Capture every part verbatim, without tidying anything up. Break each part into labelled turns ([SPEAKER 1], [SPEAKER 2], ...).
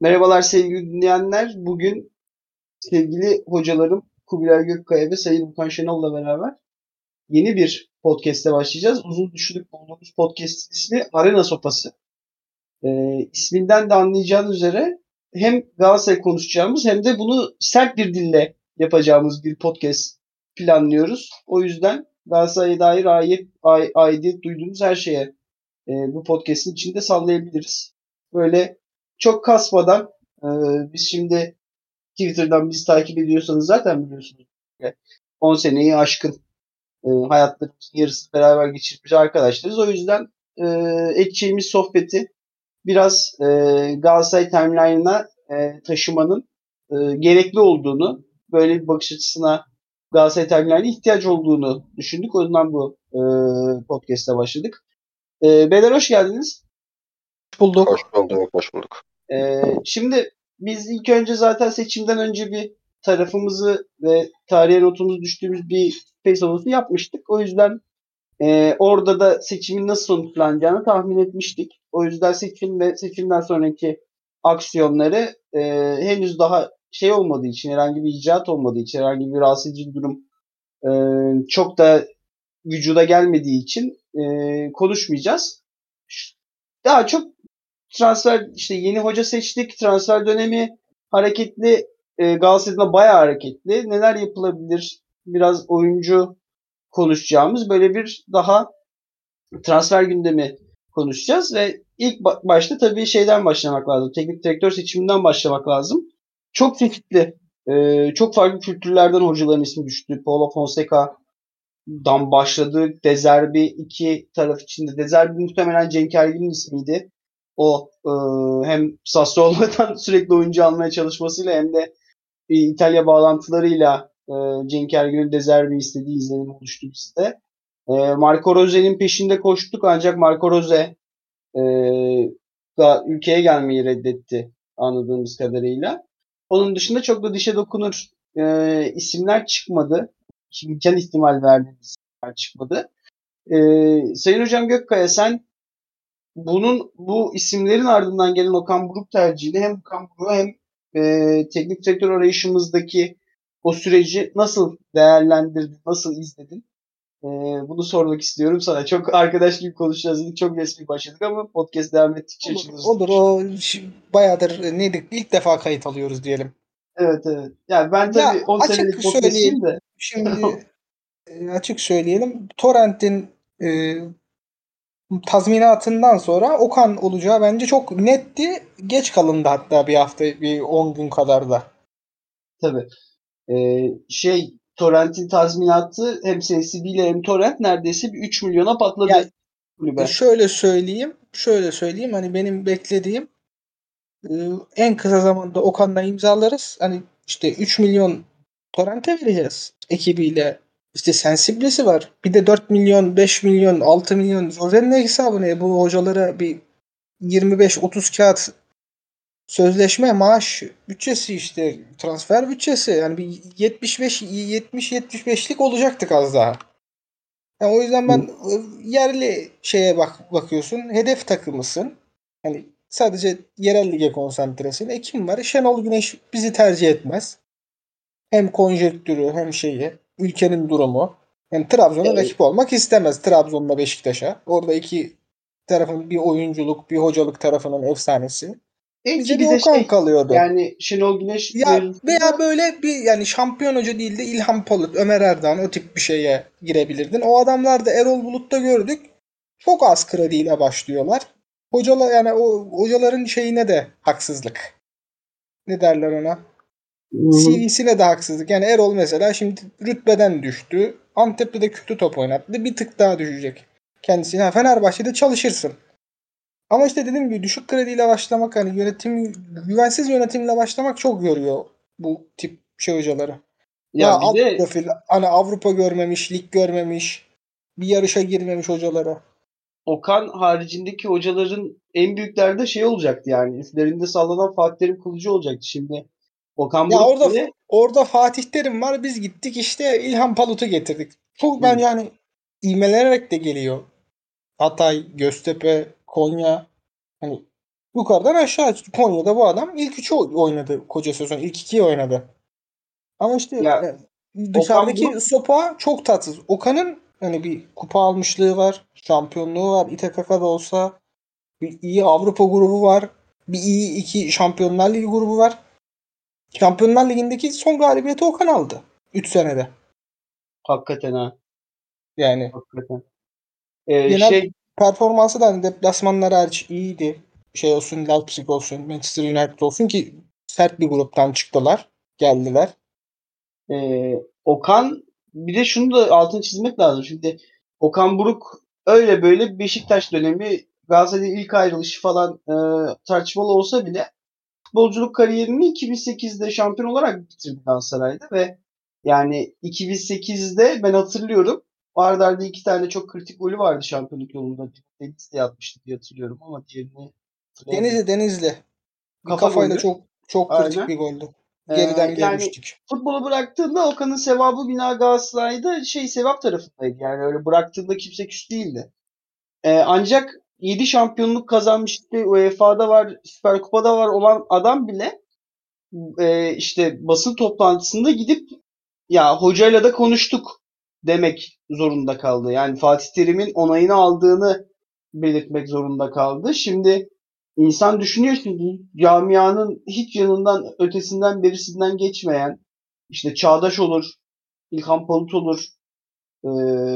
[SPEAKER 1] Merhabalar sevgili dinleyenler. Bugün sevgili hocalarım Kubilay Gökkaya ve Sayın Okan Şenol'la beraber yeni bir podcast'e başlayacağız. Uzun düşünüp bulduğumuz podcast'in ismi Arena Sopası. Ee, isminden de anlayacağınız üzere hem Galatasaray konuşacağımız hem de bunu sert bir dille yapacağımız bir podcast planlıyoruz. O yüzden Galatasaray'a dair ait, aidiyet duyduğumuz her şeye e, bu podcast'in içinde sallayabiliriz. Böyle çok kasmadan e, biz şimdi Twitter'dan bizi takip ediyorsanız zaten biliyorsunuz. on seneyi aşkın e, hayatlarımızın yarısını beraber geçirmiş arkadaşlarız. O yüzden e, edeceğimiz sohbeti biraz e, Galatasaray timeline'ına e, taşımanın e, gerekli olduğunu, böyle bir bakış açısına Galatasaray timeline'ına ihtiyaç olduğunu düşündük. O yüzden bu e, podcast'e başladık. E, Beyler hoş geldiniz.
[SPEAKER 2] Hoş
[SPEAKER 3] Bulduk.
[SPEAKER 2] bulduk, hoş bulduk.
[SPEAKER 1] E, şimdi biz ilk önce zaten seçimden önce bir tarafımızı ve tarihe notumuzu düştüğümüz bir face yapmıştık. O yüzden e, orada da seçimin nasıl sonuçlanacağını tahmin etmiştik. O yüzden seçim ve seçimden sonraki aksiyonları e, henüz daha şey olmadığı için, herhangi bir icraat olmadığı için, herhangi bir rahatsız edici durum e, çok da vücuda gelmediği için e, konuşmayacağız. Daha çok transfer, işte yeni hoca seçtik, transfer dönemi hareketli, e, Galatasaray'da bayağı hareketli. Neler yapılabilir? Biraz oyuncu konuşacağımız böyle bir daha transfer gündemi konuşacağız ve ilk başta tabii şeyden başlamak lazım. Teknik direktör seçiminden başlamak lazım. Çok çeşitli, e, çok farklı kültürlerden hocaların ismi düştü. Paulo Fonseca'dan başladı. De Zerbi iki taraf içinde. De Zerbi muhtemelen Cenk Ergin'in ismiydi. O e, hem Sassuolo'dan sürekli oyuncu almaya çalışmasıyla hem de e, İtalya bağlantılarıyla e, Cenk Ergün'ün De Zerbi istediği izlenim oluştu bizde. E, Marco Rose'nin peşinde koştuk ancak Marco Rose e, da ülkeye gelmeyi reddetti anladığımız kadarıyla. Onun dışında çok da dişe dokunur e, isimler çıkmadı. Şimdi can ihtimal verdiğimiz isimler çıkmadı. E, Sayın Hocam Gökkaya, sen bunun bu isimlerin ardından gelen Okan Buruk tercihini hem Okan Buruk'u hem e, teknik direktör arayışımızdaki o süreci nasıl değerlendirdin, nasıl izledin? E, bunu sormak istiyorum sana. Çok arkadaş gibi konuşacağız. Çok resmi başladık ama podcast devam ettikçe
[SPEAKER 3] Olur.
[SPEAKER 1] açılırız.
[SPEAKER 3] Olur. O şi- bayağıdır e, neydik? İlk defa kayıt alıyoruz diyelim.
[SPEAKER 1] Evet evet. Yani ben
[SPEAKER 3] Ya
[SPEAKER 1] tabii on senelik
[SPEAKER 3] açık
[SPEAKER 1] podcast'im
[SPEAKER 3] söyleyelim.
[SPEAKER 1] de.
[SPEAKER 3] Şimdi e, açık söyleyelim. Torrent'in e, tazminatından sonra Okan olacağı bence çok netti. Geç kalındı hatta bir hafta, bir on gün kadar da.
[SPEAKER 1] Tabii. E, şey Torrent'in tazminatı hem N C B ile hem Torrent neredeyse bir üç milyona patladı
[SPEAKER 3] Yani e,
[SPEAKER 1] kulübe.
[SPEAKER 3] şöyle söyleyeyim. Şöyle söyleyeyim. Hani benim beklediğim e, en kısa zamanda Okan'la imzalarız. Hani işte üç milyon Torrent'e vereceğiz ekibiyle. İşte Sensible'si var. Bir de dört milyon, beş milyon, altı milyon Jose'nin hesabı ne? Bu hocalara bir yirmi beş otuz kağıt sözleşme, maaş bütçesi, işte transfer bütçesi. Yani bir yetmiş beş yetmiş yetmiş beşlik olacaktık az daha. Yani o yüzden ben e, yerli şeye bak bakıyorsun. Hedef takımısın. Hani sadece yerel lige konsantresin. E kim var? Şenol Güneş bizi tercih etmez. Hem konjektürü hem şeyi, ülkenin durumu. Yani Trabzon'a
[SPEAKER 1] Evet.
[SPEAKER 3] rakip olmak istemez. Trabzon'la Beşiktaş'a. Orada iki tarafın, bir oyunculuk, bir hocalık tarafının efsanesi.
[SPEAKER 1] Belki
[SPEAKER 3] Bize bir
[SPEAKER 1] bize
[SPEAKER 3] Okan
[SPEAKER 1] şey,
[SPEAKER 3] kalıyordu.
[SPEAKER 1] yani Şenol Güneş
[SPEAKER 3] Ya veya
[SPEAKER 1] mevzusunda
[SPEAKER 3] böyle bir, yani şampiyon hoca değil de İlhan Palut, Ömer Erdoğan, o tip bir şeye girebilirdin. O adamlar da Erol Bulut'ta gördük. Çok az krediyle başlıyorlar. Hocalar, yani o hocaların şeyine de haksızlık. Ne derler ona?
[SPEAKER 1] hı hı.
[SPEAKER 3] C V'sine de haksızlık. Yani Erol mesela şimdi rütbeden düştü. Antep'te de kötü top oynattı. Bir tık daha düşecek. Kendisine Fenerbahçe'de çalışırsın. Ama işte dediğim gibi düşük krediyle başlamak, hani yönetim, güvensiz yönetimle başlamak çok yoruyor bu tip şey hocaları. Daha
[SPEAKER 1] Ya bir
[SPEAKER 3] alt
[SPEAKER 1] de
[SPEAKER 3] profil, hani Avrupa görmemiş, lig görmemiş, bir yarışa girmemiş hocalara.
[SPEAKER 1] Okan haricindeki hocaların en büyük derdi şey olacaktı yani. Üstlerinde sallanan Fatih Terim kılıcı olacaktı. Şimdi Okan
[SPEAKER 3] Ya
[SPEAKER 1] Buruk
[SPEAKER 3] orada
[SPEAKER 1] bile
[SPEAKER 3] orada Fatih Terim var, biz gittik işte İlhan Palut'u getirdik. Çok ben
[SPEAKER 1] hı,
[SPEAKER 3] yani ivmelenerek de geliyor. Hatay, Göztepe, Konya, hani yukarıdan aşağı Konya'da bu adam ilk üçü oynadı koca sezon. İlk ikiyi oynadı. Ama işte
[SPEAKER 1] Ya
[SPEAKER 3] e,
[SPEAKER 1] Okan
[SPEAKER 3] dışarıdaki
[SPEAKER 1] Buruk
[SPEAKER 3] sopa çok tatsız. Okan'ın hani bir kupa almışlığı var. Şampiyonluğu var. İ T F F'de olsa bir iyi Avrupa grubu var. Bir iyi iki Şampiyonlar Ligi grubu var. Şampiyonlar Ligi'ndeki son galibiyeti Okan aldı. üç senede.
[SPEAKER 1] hakikaten ha.
[SPEAKER 3] Yani
[SPEAKER 1] Hakikaten. Ee,
[SPEAKER 3] genel
[SPEAKER 1] şey
[SPEAKER 3] performansı da hani deplasmanlar hariç iyiydi. Şey olsun, Leipzig olsun, Manchester United olsun ki sert bir gruptan çıktılar. Geldiler.
[SPEAKER 1] Ee, Okan, bir de şunu da altını çizmek lazım. Şimdi Okan Buruk öyle böyle Beşiktaş dönemi, Galatasaray'ın ilk ayrılışı falan e, tartışmalı olsa bile futbolculuk kariyerini iki bin sekizde şampiyon olarak bitirdi Galatasaray'da ve yani iki bin sekizde ben hatırlıyorum, arda arda iki tane çok kritik golü vardı şampiyonluk yolunda. Deniz de atmıştı diye hatırlıyorum ama diğerini hatırlayamadım.
[SPEAKER 3] Denizli Denizli. Bir
[SPEAKER 1] Kafa
[SPEAKER 3] kafayla
[SPEAKER 1] golü.
[SPEAKER 3] çok çok kritik
[SPEAKER 1] Aynen.
[SPEAKER 3] bir goldü.
[SPEAKER 1] Ee,
[SPEAKER 3] Geriden
[SPEAKER 1] yani
[SPEAKER 3] gelmiştik.
[SPEAKER 1] futbolu bıraktığında Okan'ın sevabı günah Galatasaray'da şey sevap tarafındaydı. Yani öyle bıraktığında kimse küs değildi. Ee, ancak yedi şampiyonluk kazanmıştı. U E F A'da var, Süper Kupa'da var olan adam bile e, işte basın toplantısında gidip ya hocayla da konuştuk demek zorunda kaldı. Yani Fatih Terim'in onayını aldığını belirtmek zorunda kaldı. Şimdi insan düşünüyor şimdi camianın hiç yanından ötesinden berisinden geçmeyen işte Çağdaş olur, İlhan Palut olur, ee,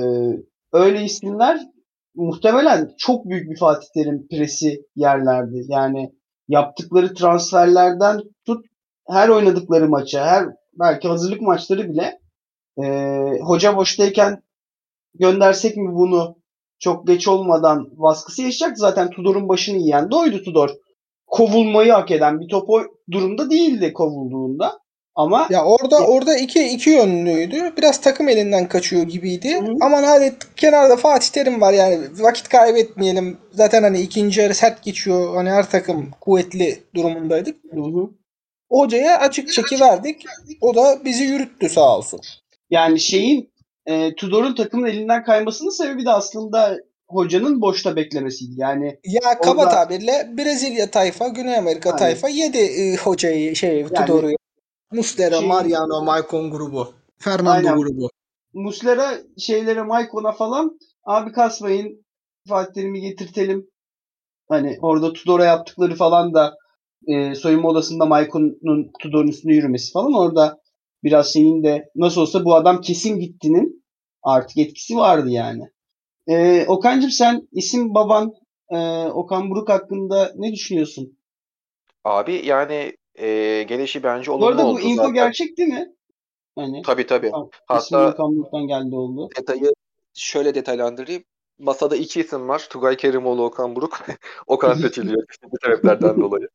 [SPEAKER 1] öyle isimler muhtemelen çok büyük bir Fatih Terim presi yerlerdi. Yani yaptıkları transferlerden tut her oynadıkları maça, her belki hazırlık maçları bile ee, hoca boştayken göndersek mi bunu çok geç olmadan baskısı yaşayacak. Zaten Tudor'un başını yiyen de oydu Tudor. Kovulmayı hak eden bir top o durumda değildi kovulduğunda. Ama
[SPEAKER 3] Ya orada orada iki iki yönlüydü. Biraz takım elinden kaçıyor
[SPEAKER 1] hı
[SPEAKER 3] gibiydi.
[SPEAKER 1] hı,
[SPEAKER 3] Ama hani kenarda Fatih Terim var yani vakit kaybetmeyelim. Zaten hani ikinci yarı sert geçiyor. Hani her takım kuvvetli durumundaydık.
[SPEAKER 1] hı hı.
[SPEAKER 3] Hocaya açık çeki verdik. O da bizi yürüttü sağ olsun.
[SPEAKER 1] Yani şeyin e, Tudor'un takımın elinden kaymasının sebebi de aslında hocanın boşta beklemesiydi. Yani
[SPEAKER 3] Ya kaba
[SPEAKER 1] orada
[SPEAKER 3] tabirle Brezilya tayfa, Güney Amerika
[SPEAKER 1] hani
[SPEAKER 3] tayfa yedi e, hocayı şey
[SPEAKER 1] yani
[SPEAKER 3] Tudor'u. Muslera,
[SPEAKER 1] şeyin
[SPEAKER 3] Mariano, Maicon grubu. Fernando
[SPEAKER 1] aynen
[SPEAKER 3] grubu.
[SPEAKER 1] Muslera şeylere Maikon'a falan abi kasmayın Fatih Terim'i getirtelim. Hani orada Tudor'a yaptıkları falan da e, soyunma odasında Maikon'un Tudor'un üstüne yürümesi falan orada biraz şeyin de nasıl olsa bu adam kesin gittinin artık etkisi vardı yani. Ee, Okan'cığım sen isim baban e, Okan Buruk hakkında ne düşünüyorsun?
[SPEAKER 2] Abi yani e, gelişi bence
[SPEAKER 1] Bu
[SPEAKER 2] olumlu
[SPEAKER 1] arada bu
[SPEAKER 2] oldu
[SPEAKER 1] info
[SPEAKER 2] zaten.
[SPEAKER 1] gerçek değil mi? Hani
[SPEAKER 2] Tabii tabii.
[SPEAKER 1] Okan, ismin
[SPEAKER 2] Hatta
[SPEAKER 1] Okan Buruk'tan geldi oldu.
[SPEAKER 2] detayı şöyle detaylandırayım. Masada iki isim var. Tugay Kerimoğlu, Okan Buruk. Okan seçiliyor bu sebeplerden dolayı.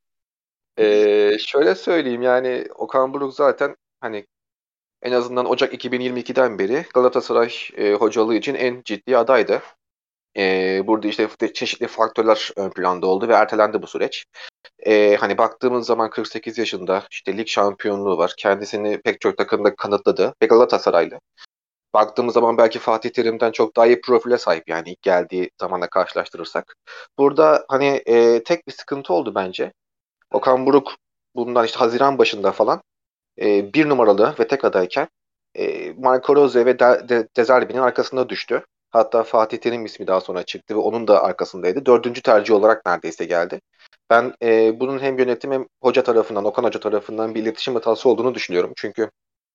[SPEAKER 2] E, şöyle söyleyeyim yani Okan Buruk zaten hani en azından Ocak iki bin yirmi ikiden beri Galatasaray e, hocalığı için en ciddi adaydı. E, burada işte çeşitli faktörler ön planda oldu ve ertelendi bu süreç. Ee, hani baktığımız zaman kırk sekiz yaşında işte lig şampiyonluğu var. Kendisini pek çok takımda kanıtladı ve Galatasaraylı. Baktığımız zaman belki Fatih Terim'den çok daha iyi profile sahip yani ilk geldiği zamana karşılaştırırsak. Burada hani e, tek bir sıkıntı oldu bence. Okan Buruk bundan işte Haziran başında falan e, bir numaralı ve tek adayken e, Marco Rose ve De, De, De Zerbi'nin arkasında düştü. Hatta Fatih Terim ismi daha sonra çıktı ve onun da arkasındaydı. Dördüncü tercih olarak neredeyse geldi. Ben e, bunun hem yönetim hem hoca tarafından, Okan Hoca tarafından bir iletişim hatası olduğunu düşünüyorum. Çünkü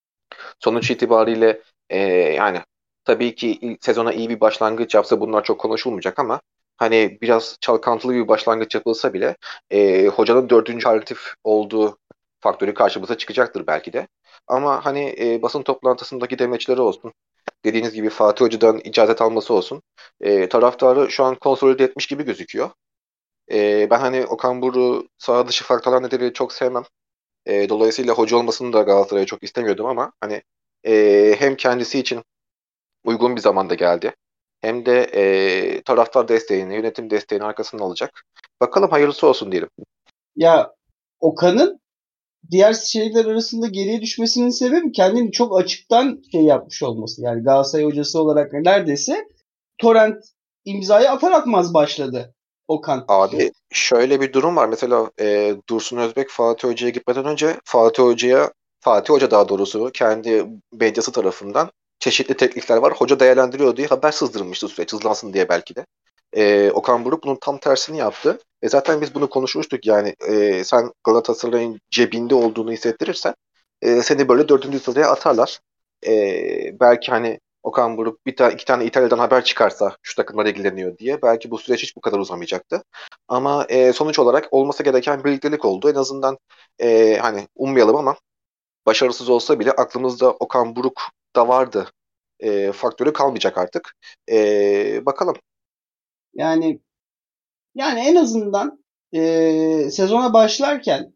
[SPEAKER 2] sonuç itibariyle e, yani tabii ki ilk sezona iyi bir başlangıç yapsa bunlar çok konuşulmayacak ama hani biraz çalkantılı bir başlangıç yapılsa bile e, hocanın dördüncü alternatif olduğu faktörü karşımıza çıkacaktır belki de. Ama hani e, basın toplantısındaki demeçleri olsun, dediğiniz gibi Fatih Hoca'dan icazet alması olsun, e, taraftarı şu an konsolide etmiş gibi gözüküyor. E, ben hani Okan Buruk'u sağ dışı faktörler nedeniyle çok sevmem. E, dolayısıyla hoca olmasını da Galatasaray'a çok istemiyordum ama hani e, hem kendisi için uygun bir zamanda geldi. Hem de e, taraftar desteğini, yönetim desteğini arkasında alacak. Bakalım hayırlısı olsun diyelim.
[SPEAKER 1] Ya Okan'ın diğer şeyler arasında geriye düşmesinin sebebi kendini çok açıktan şey yapmış olması. Yani Galatasaray hocası olarak neredeyse torrent imzayı atar atmaz başladı. Okan.
[SPEAKER 2] Abi şöyle bir durum var. Mesela e, Dursun Özbek Fatih Hoca'ya gitmeden önce Fatih Hoca'ya Fatih Hoca daha doğrusu kendi medyası tarafından çeşitli teknikler var. Hoca değerlendiriyor diye haber sızdırılmıştı, süreç hızlansın diye belki de. E, Okan Buruk bunun tam tersini yaptı. E zaten biz bunu konuşmuştuk yani e, sen Galatasaray'ın cebinde olduğunu hissettirirsen e, seni böyle dördüncü sıraya atarlar. E, belki hani Okan Buruk bir tane iki tane İtalya'dan haber çıkarsa şu takımlar ilgileniyor diye belki bu süreç hiç bu kadar uzamayacaktı. Ama e, sonuç olarak olması gereken birliktelik oldu. En azından e, hani ummayalım ama başarısız olsa bile aklımızda Okan Buruk da vardı. E, faktörü kalmayacak artık. E, bakalım.
[SPEAKER 1] Yani yani en azından e, sezona başlarken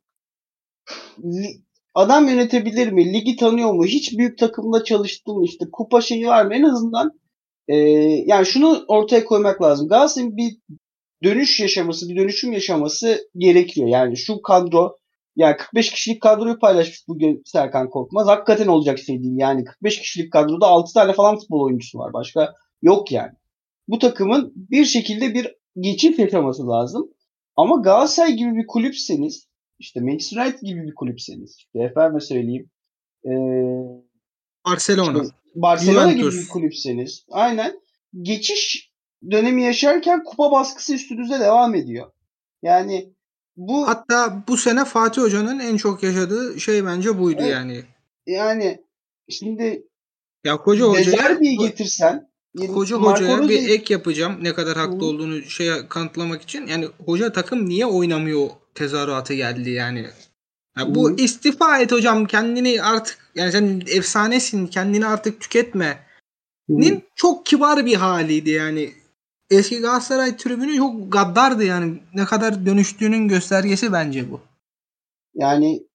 [SPEAKER 1] li- adam yönetebilir mi? Ligi tanıyor mu? Hiç büyük takımda çalıştı mı? İşte kupa şeyi var mı? En azından e, yani şunu ortaya koymak lazım. Galatasaray'ın bir dönüş yaşaması, bir dönüşüm yaşaması gerekiyor. Yani şu kadro, yani kırk beş kişilik kadroyu paylaşmış bugün Serkan Korkmaz. Hakikaten olacak şey değil. Yani kırk beş kişilik kadroda altı tane falan futbol oyuncusu var. Başka yok yani. Bu takımın bir şekilde bir geçiş yaşaması lazım. Ama Galatasaray gibi bir kulüpseniz, işte Manchester United gibi bir kulüpseniz, işte efendim söyleyeyim, ee, işte
[SPEAKER 3] Barcelona,
[SPEAKER 1] Barcelona gibi bir
[SPEAKER 3] Juventus.
[SPEAKER 1] kulüpseniz, aynen geçiş dönemi yaşarken kupa baskısı üstünüze devam ediyor. Yani bu
[SPEAKER 3] Hatta bu sene Fatih Hoca'nın en çok yaşadığı şey bence buydu
[SPEAKER 1] evet,
[SPEAKER 3] yani.
[SPEAKER 1] yani şimdi
[SPEAKER 3] Ya koca
[SPEAKER 1] De
[SPEAKER 3] hocaya
[SPEAKER 1] Zerbi'yi getirsen,
[SPEAKER 3] koca
[SPEAKER 1] Marco
[SPEAKER 3] hocaya bir
[SPEAKER 1] Rose'yi.
[SPEAKER 3] ek yapacağım ne kadar haklı olduğunu şeye kanıtlamak için. Yani hoca takım niye oynamıyor tezahüratı geldi yani. Ya bu istifa et hocam, kendini artık, yani sen efsanesin, kendini artık tüketme'nin çok kibar bir haliydi yani. Eski Galatasaray tribünü çok gaddardı yani. Ne kadar dönüştüğünün göstergesi bence bu.
[SPEAKER 1] Yani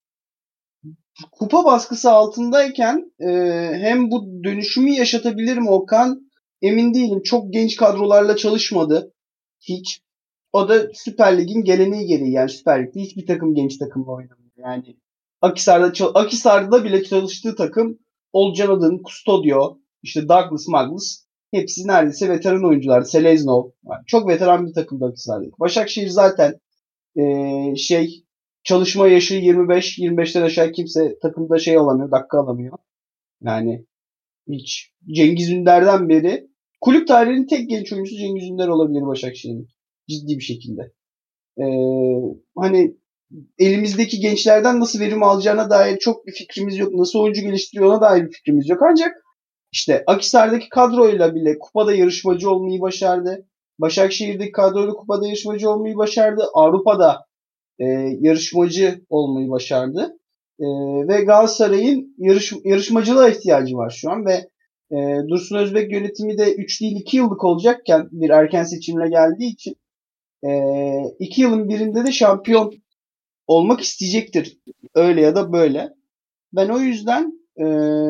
[SPEAKER 1] kupa baskısı altındayken e, hem bu dönüşümü yaşatabilir mi Okan? Emin değilim. Çok genç kadrolarla çalışmadı. Hiç. O da Süper Lig'in geleneği gereği. Yani Süper Lig'de hiçbir takım genç takımla oynamıyor. Yani Akhisar'da, Akhisar'da bile çalıştığı takım Olcan Adın, Custodio, işte Douglas, Magnus hepsi neredeyse veteran oyuncular. Seleznov. Yani çok veteran bir takımda Akhisar'da. Başakşehir zaten ee, şey çalışma yaşı yirmi beş yirmi beşten aşağı kimse takımda şey alamıyor, dakika alamıyor. Yani hiç Cengiz Ünder'den beri kulüp tarihinin tek genç oyuncusu Cengiz Ünder olabilir Başakşehir'in. Ciddi bir şekilde. Ee, hani elimizdeki gençlerden nasıl verim alacağına dair çok bir fikrimiz yok. Nasıl oyuncu geliştiriyor dair bir fikrimiz yok. Ancak işte Akhisar'daki kadroyla bile kupada yarışmacı olmayı başardı. Başakşehir'deki kadroyla kupada yarışmacı olmayı başardı. Avrupa'da e, yarışmacı olmayı başardı. E, ve Galatasaray'ın yarış, yarışmacılığa ihtiyacı var şu an ve e, Dursun Özbek yönetimi de üç değil iki yıllık olacakken bir erken seçimle geldiği için e, iki yılın birinde de şampiyon olmak isteyecektir. Öyle ya da böyle. Ben o yüzden e,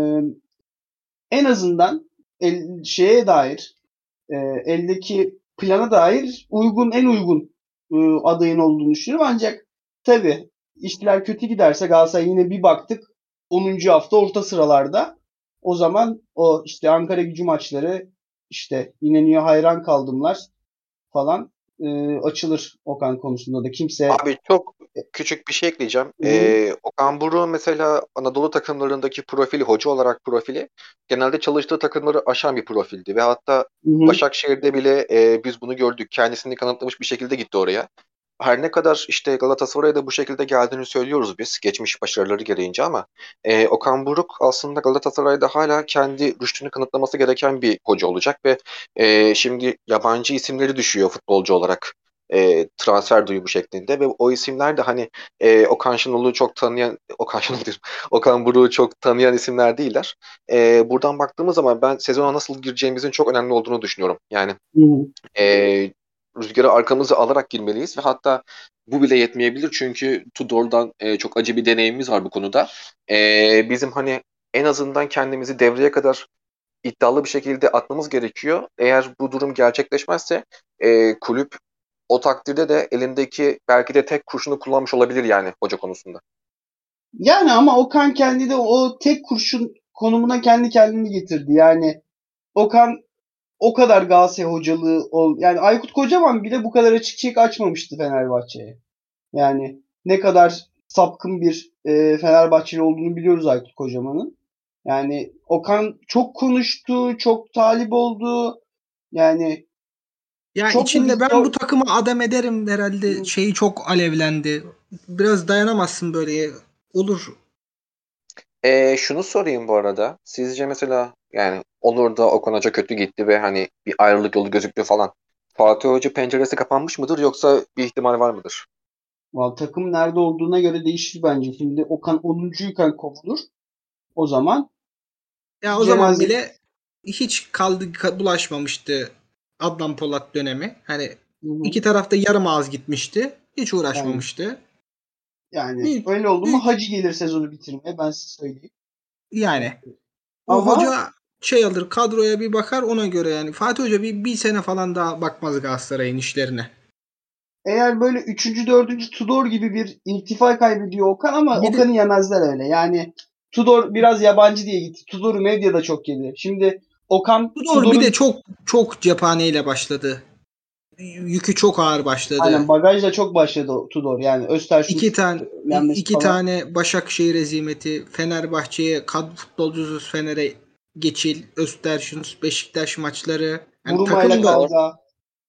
[SPEAKER 1] en azından el, şeye dair e, eldeki plana dair uygun en uygun e, adayın olduğunu düşünüyorum. Ancak tabii işler kötü giderse Galatasaray yine bir baktık onuncu hafta orta sıralarda. O zaman o işte Ankara Gücü maçları işte İnönü'ye hayran kaldımlar falan e, açılır Okan konusunda da kimse.
[SPEAKER 2] Abi çok küçük bir şey ekleyeceğim.
[SPEAKER 1] Hı hı,
[SPEAKER 2] Ee, Okan Buruk'un mesela Anadolu takımlarındaki profili, hoca olarak profili genelde çalıştığı takımları aşan bir profildi. Ve hatta
[SPEAKER 1] hı hı,
[SPEAKER 2] Başakşehir'de bile e, biz bunu gördük. Kendisini kanıtlamış bir şekilde gitti oraya. Her ne kadar işte Galatasaray'a da bu şekilde geldiğini söylüyoruz biz. Geçmiş başarıları gereğince ama e, Okan Buruk aslında Galatasaray'da hala kendi rüştünü kanıtlaması gereken bir hoca olacak ve e, şimdi yabancı isimleri düşüyor futbolcu olarak e, transfer duyumu şeklinde ve o isimler de hani e, Okan Şenol'u çok tanıyan Okan Şenol diyorum, Okan Buruk'u çok tanıyan isimler değiller. E, buradan baktığımız zaman ben sezona nasıl gireceğimizin çok önemli olduğunu düşünüyorum. Yani
[SPEAKER 1] hı hı.
[SPEAKER 2] e, rüzgarı arkamıza alarak girmeliyiz ve hatta bu bile yetmeyebilir çünkü Tudor'dan e, çok acı bir deneyimimiz var bu konuda. E, bizim hani en azından kendimizi devreye kadar iddialı bir şekilde atmamız gerekiyor. Eğer bu durum gerçekleşmezse e, kulüp o takdirde de elindeki belki de tek kurşunu kullanmış olabilir yani hoca konusunda.
[SPEAKER 1] Yani ama Okan kendi de o tek kurşun konumuna kendi kendini getirdi. Yani Okan o kadar Galatasaray hocalığı ol yani Aykut Kocaman bile bu kadar açık çek açmamıştı Fenerbahçe'ye. Yani ne kadar sapkın bir e, Fenerbahçeli olduğunu biliyoruz Aykut Kocaman'ın. Yani Okan çok konuştu, çok talip oldu. Yani
[SPEAKER 3] Ya
[SPEAKER 1] çok da bir
[SPEAKER 3] içinde ben
[SPEAKER 1] zor...
[SPEAKER 3] bu takımı adam ederim herhalde şeyi çok alevlendi. Biraz dayanamazsın böyle. Olur.
[SPEAKER 2] E, şunu sorayım bu arada. Sizce mesela yani olur da Okan Hoca kötü gitti ve hani bir ayrılık yolu gözüktü falan. Fatih Hoca penceresi kapanmış mıdır yoksa bir ihtimal var mıdır?
[SPEAKER 1] Vallahi takım nerede olduğuna göre değişir bence. Şimdi Okan onuncuyken kovulur. O zaman
[SPEAKER 3] Ya o zaman
[SPEAKER 1] cenaze...
[SPEAKER 3] bile hiç kaldı ka- bulaşmamıştı Adnan Polat dönemi. Hani
[SPEAKER 1] Hı hı.
[SPEAKER 3] iki tarafta yarım ağız gitmişti. Hiç
[SPEAKER 1] Yani,
[SPEAKER 3] uğraşmamıştı.
[SPEAKER 1] yani
[SPEAKER 3] Büyük,
[SPEAKER 1] öyle oldu mu
[SPEAKER 3] büyük
[SPEAKER 1] Hacı gelir sezonu bitirmeye ben size söyleyeyim.
[SPEAKER 3] yani. O
[SPEAKER 1] Ama
[SPEAKER 3] hoca şey alır kadroya bir bakar ona göre yani. Fatih Hoca bir, bir sene falan daha bakmaz Galatasaray'ın işlerine.
[SPEAKER 1] eğer böyle üçüncü, dördüncü Tudor gibi bir irtifa kaybediyor Okan ama
[SPEAKER 3] Bir de
[SPEAKER 1] Okan'ı yemezler öyle. Yani Tudor biraz yabancı diye gitti. Tudor'u medyada çok yedi. Şimdi Okan
[SPEAKER 3] Tudor bir de
[SPEAKER 1] Tudor'un
[SPEAKER 3] çok çok cephaneyle başladı. Yükü çok ağır başladı.
[SPEAKER 1] aynen bagajla çok başladı Tudor. Yani Öztaş'ın
[SPEAKER 3] İki tane
[SPEAKER 1] lenmesi
[SPEAKER 3] iki
[SPEAKER 1] falan.
[SPEAKER 3] tane Başakşehir hezimeti, Fenerbahçe'ye kadro futbolcusuz Fener'e geçil, Östersund, Beşiktaş maçları. Yani
[SPEAKER 1] Buruma'yla
[SPEAKER 3] takım da
[SPEAKER 2] Tudor,
[SPEAKER 1] kavga.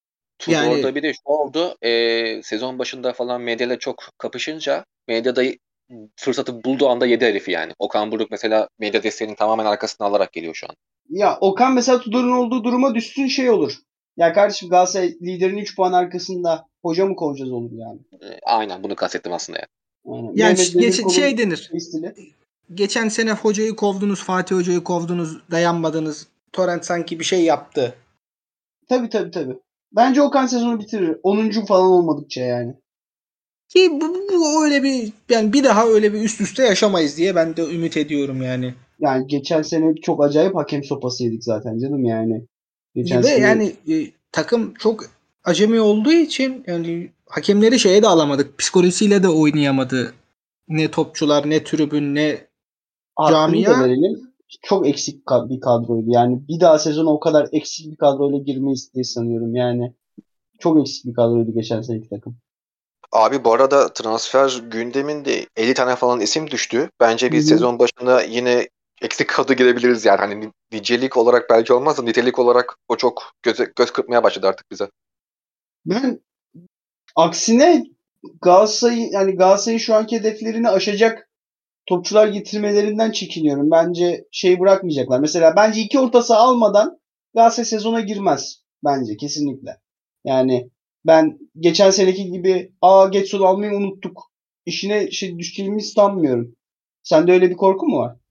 [SPEAKER 3] yani
[SPEAKER 2] Tudor'da bir de şu oldu. E, sezon başında falan medyayla çok kapışınca medyada fırsatı bulduğu anda yedi herifi yani. Okan Buruk mesela medya desteğinin tamamen arkasına alarak geliyor şu an.
[SPEAKER 1] Ya Okan mesela Tudor'un olduğu duruma düşsün şey olur. Ya kardeşim Galatasaray liderin üç puan arkasında hoca mı kovacağız olur yani.
[SPEAKER 2] E, aynen bunu kastettim aslında yani.
[SPEAKER 1] Yani
[SPEAKER 3] yani
[SPEAKER 1] Mehmet
[SPEAKER 3] geç, şey
[SPEAKER 1] Demirkol'un
[SPEAKER 3] denir.
[SPEAKER 1] stili.
[SPEAKER 3] Geçen sene hocayı kovdunuz, Fatih Hoca'yı kovdunuz, dayanmadınız. Torrent sanki bir şey yaptı.
[SPEAKER 1] Tabii tabii tabii. Bence Okan sezonu bitirir. onuncu falan olmadıkça yani.
[SPEAKER 3] Ki bu, bu öyle bir yani bir daha öyle bir üst üste yaşamayız diye ben de ümit ediyorum yani.
[SPEAKER 1] Yani geçen sene çok acayip hakem sopası yedik zaten canım yani. Geçen
[SPEAKER 3] Ve
[SPEAKER 1] sene
[SPEAKER 3] yani e, takım çok acemi olduğu için yani hakemleri şeye de alamadık. Psikolojisiyle de oynayamadı. Ne topçular, ne tribün, ne
[SPEAKER 1] hakkını da
[SPEAKER 3] camia.
[SPEAKER 1] verelim. Çok eksik ka- bir kadroydu. Yani bir daha sezona o kadar eksik bir kadroyla girmeyiz diye sanıyorum. Yani çok eksik bir kadroydu geçen seneki takım.
[SPEAKER 2] Abi bu arada transfer gündeminde elli tane falan isim düştü. Bence
[SPEAKER 1] Hı
[SPEAKER 2] biz
[SPEAKER 1] hı.
[SPEAKER 2] sezon başında yine eksik kadro girebiliriz yani. Hani ni- nicelik olarak belki olmaz da nitelik olarak o çok göze, göz kırpmaya başladı artık bize.
[SPEAKER 1] Ben aksine Galatasaray yani Galatasaray'ın şu anki hedeflerini aşacak topçular getirmelerinden çekiniyorum. Bence şey bırakmayacaklar. Mesela bence iki orta saha almadan Galatasaray sezona girmez. Bence kesinlikle. Yani ben geçen seneki gibi aa Getson almayı unuttuk. İşine şey düştüğümüzü sanmıyorum. Sende öyle bir korku mu var?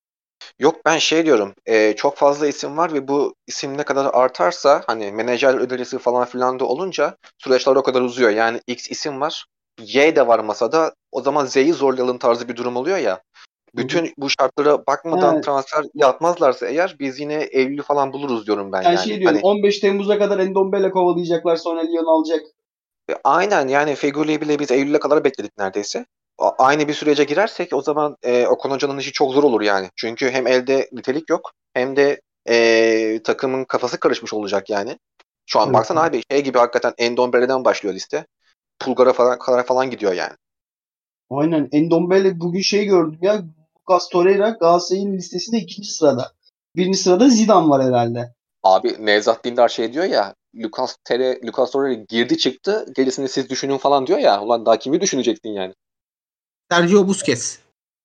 [SPEAKER 2] Yok ben şey diyorum e, çok fazla isim var ve bu isim ne kadar artarsa hani menajer önerisi falan filan da olunca süreçler o kadar uzuyor. Yani X isim var. Y de var masada. O zaman Z'yi zorlayalım tarzı bir durum oluyor ya.
[SPEAKER 1] Hı hı.
[SPEAKER 2] Bütün bu şartlara bakmadan
[SPEAKER 1] Ha,
[SPEAKER 2] transfer yapmazlarsa eğer biz yine Eylül'ü falan buluruz diyorum ben
[SPEAKER 1] sen
[SPEAKER 2] yani.
[SPEAKER 1] şey diyorsun
[SPEAKER 2] Hani
[SPEAKER 1] on beş Temmuz'a kadar Endombele kovalayacaklar sonra Lyon alacak.
[SPEAKER 2] e, aynen yani Fegüli'yi bile biz Eylül'e kadar bekledik neredeyse. A- Aynı bir sürece girersek o zaman e, Okan Hoca'nın işi çok zor olur yani. Çünkü hem elde nitelik yok hem de e, takımın kafası karışmış olacak yani. Şu an
[SPEAKER 1] Tabii.
[SPEAKER 2] baksana abi şey gibi hakikaten Endombele'den başlıyor liste. Pulgar'a falan, kadar falan gidiyor yani.
[SPEAKER 1] Aynen. Endombele bugün şey gördüm ya. Lucas Torreira Galatasaray'ın listesinde ikinci sırada. Birinci sırada Zidane var herhalde.
[SPEAKER 2] Abi Nevzat Dindar şey diyor ya Lucas Tere, Lucas Torreira girdi çıktı gerisini siz düşünün falan diyor ya. Ulan daha kimi düşünecektin yani?
[SPEAKER 3] Sergio Busquets.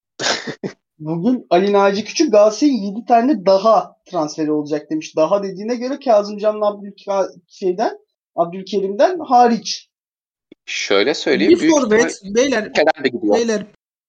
[SPEAKER 1] Bugün Ali Naci Küçük Galatasaray'ın yedi tane daha transferi olacak demiş. Daha dediğine göre Kazımcan'la Abdülka şeyden, Abdülkerim'den hariç.
[SPEAKER 2] Şöyle söyleyeyim
[SPEAKER 3] Bir
[SPEAKER 2] büyük ihtimal
[SPEAKER 3] forvet beyler
[SPEAKER 2] Kerem de gidiyor.
[SPEAKER 3] beyler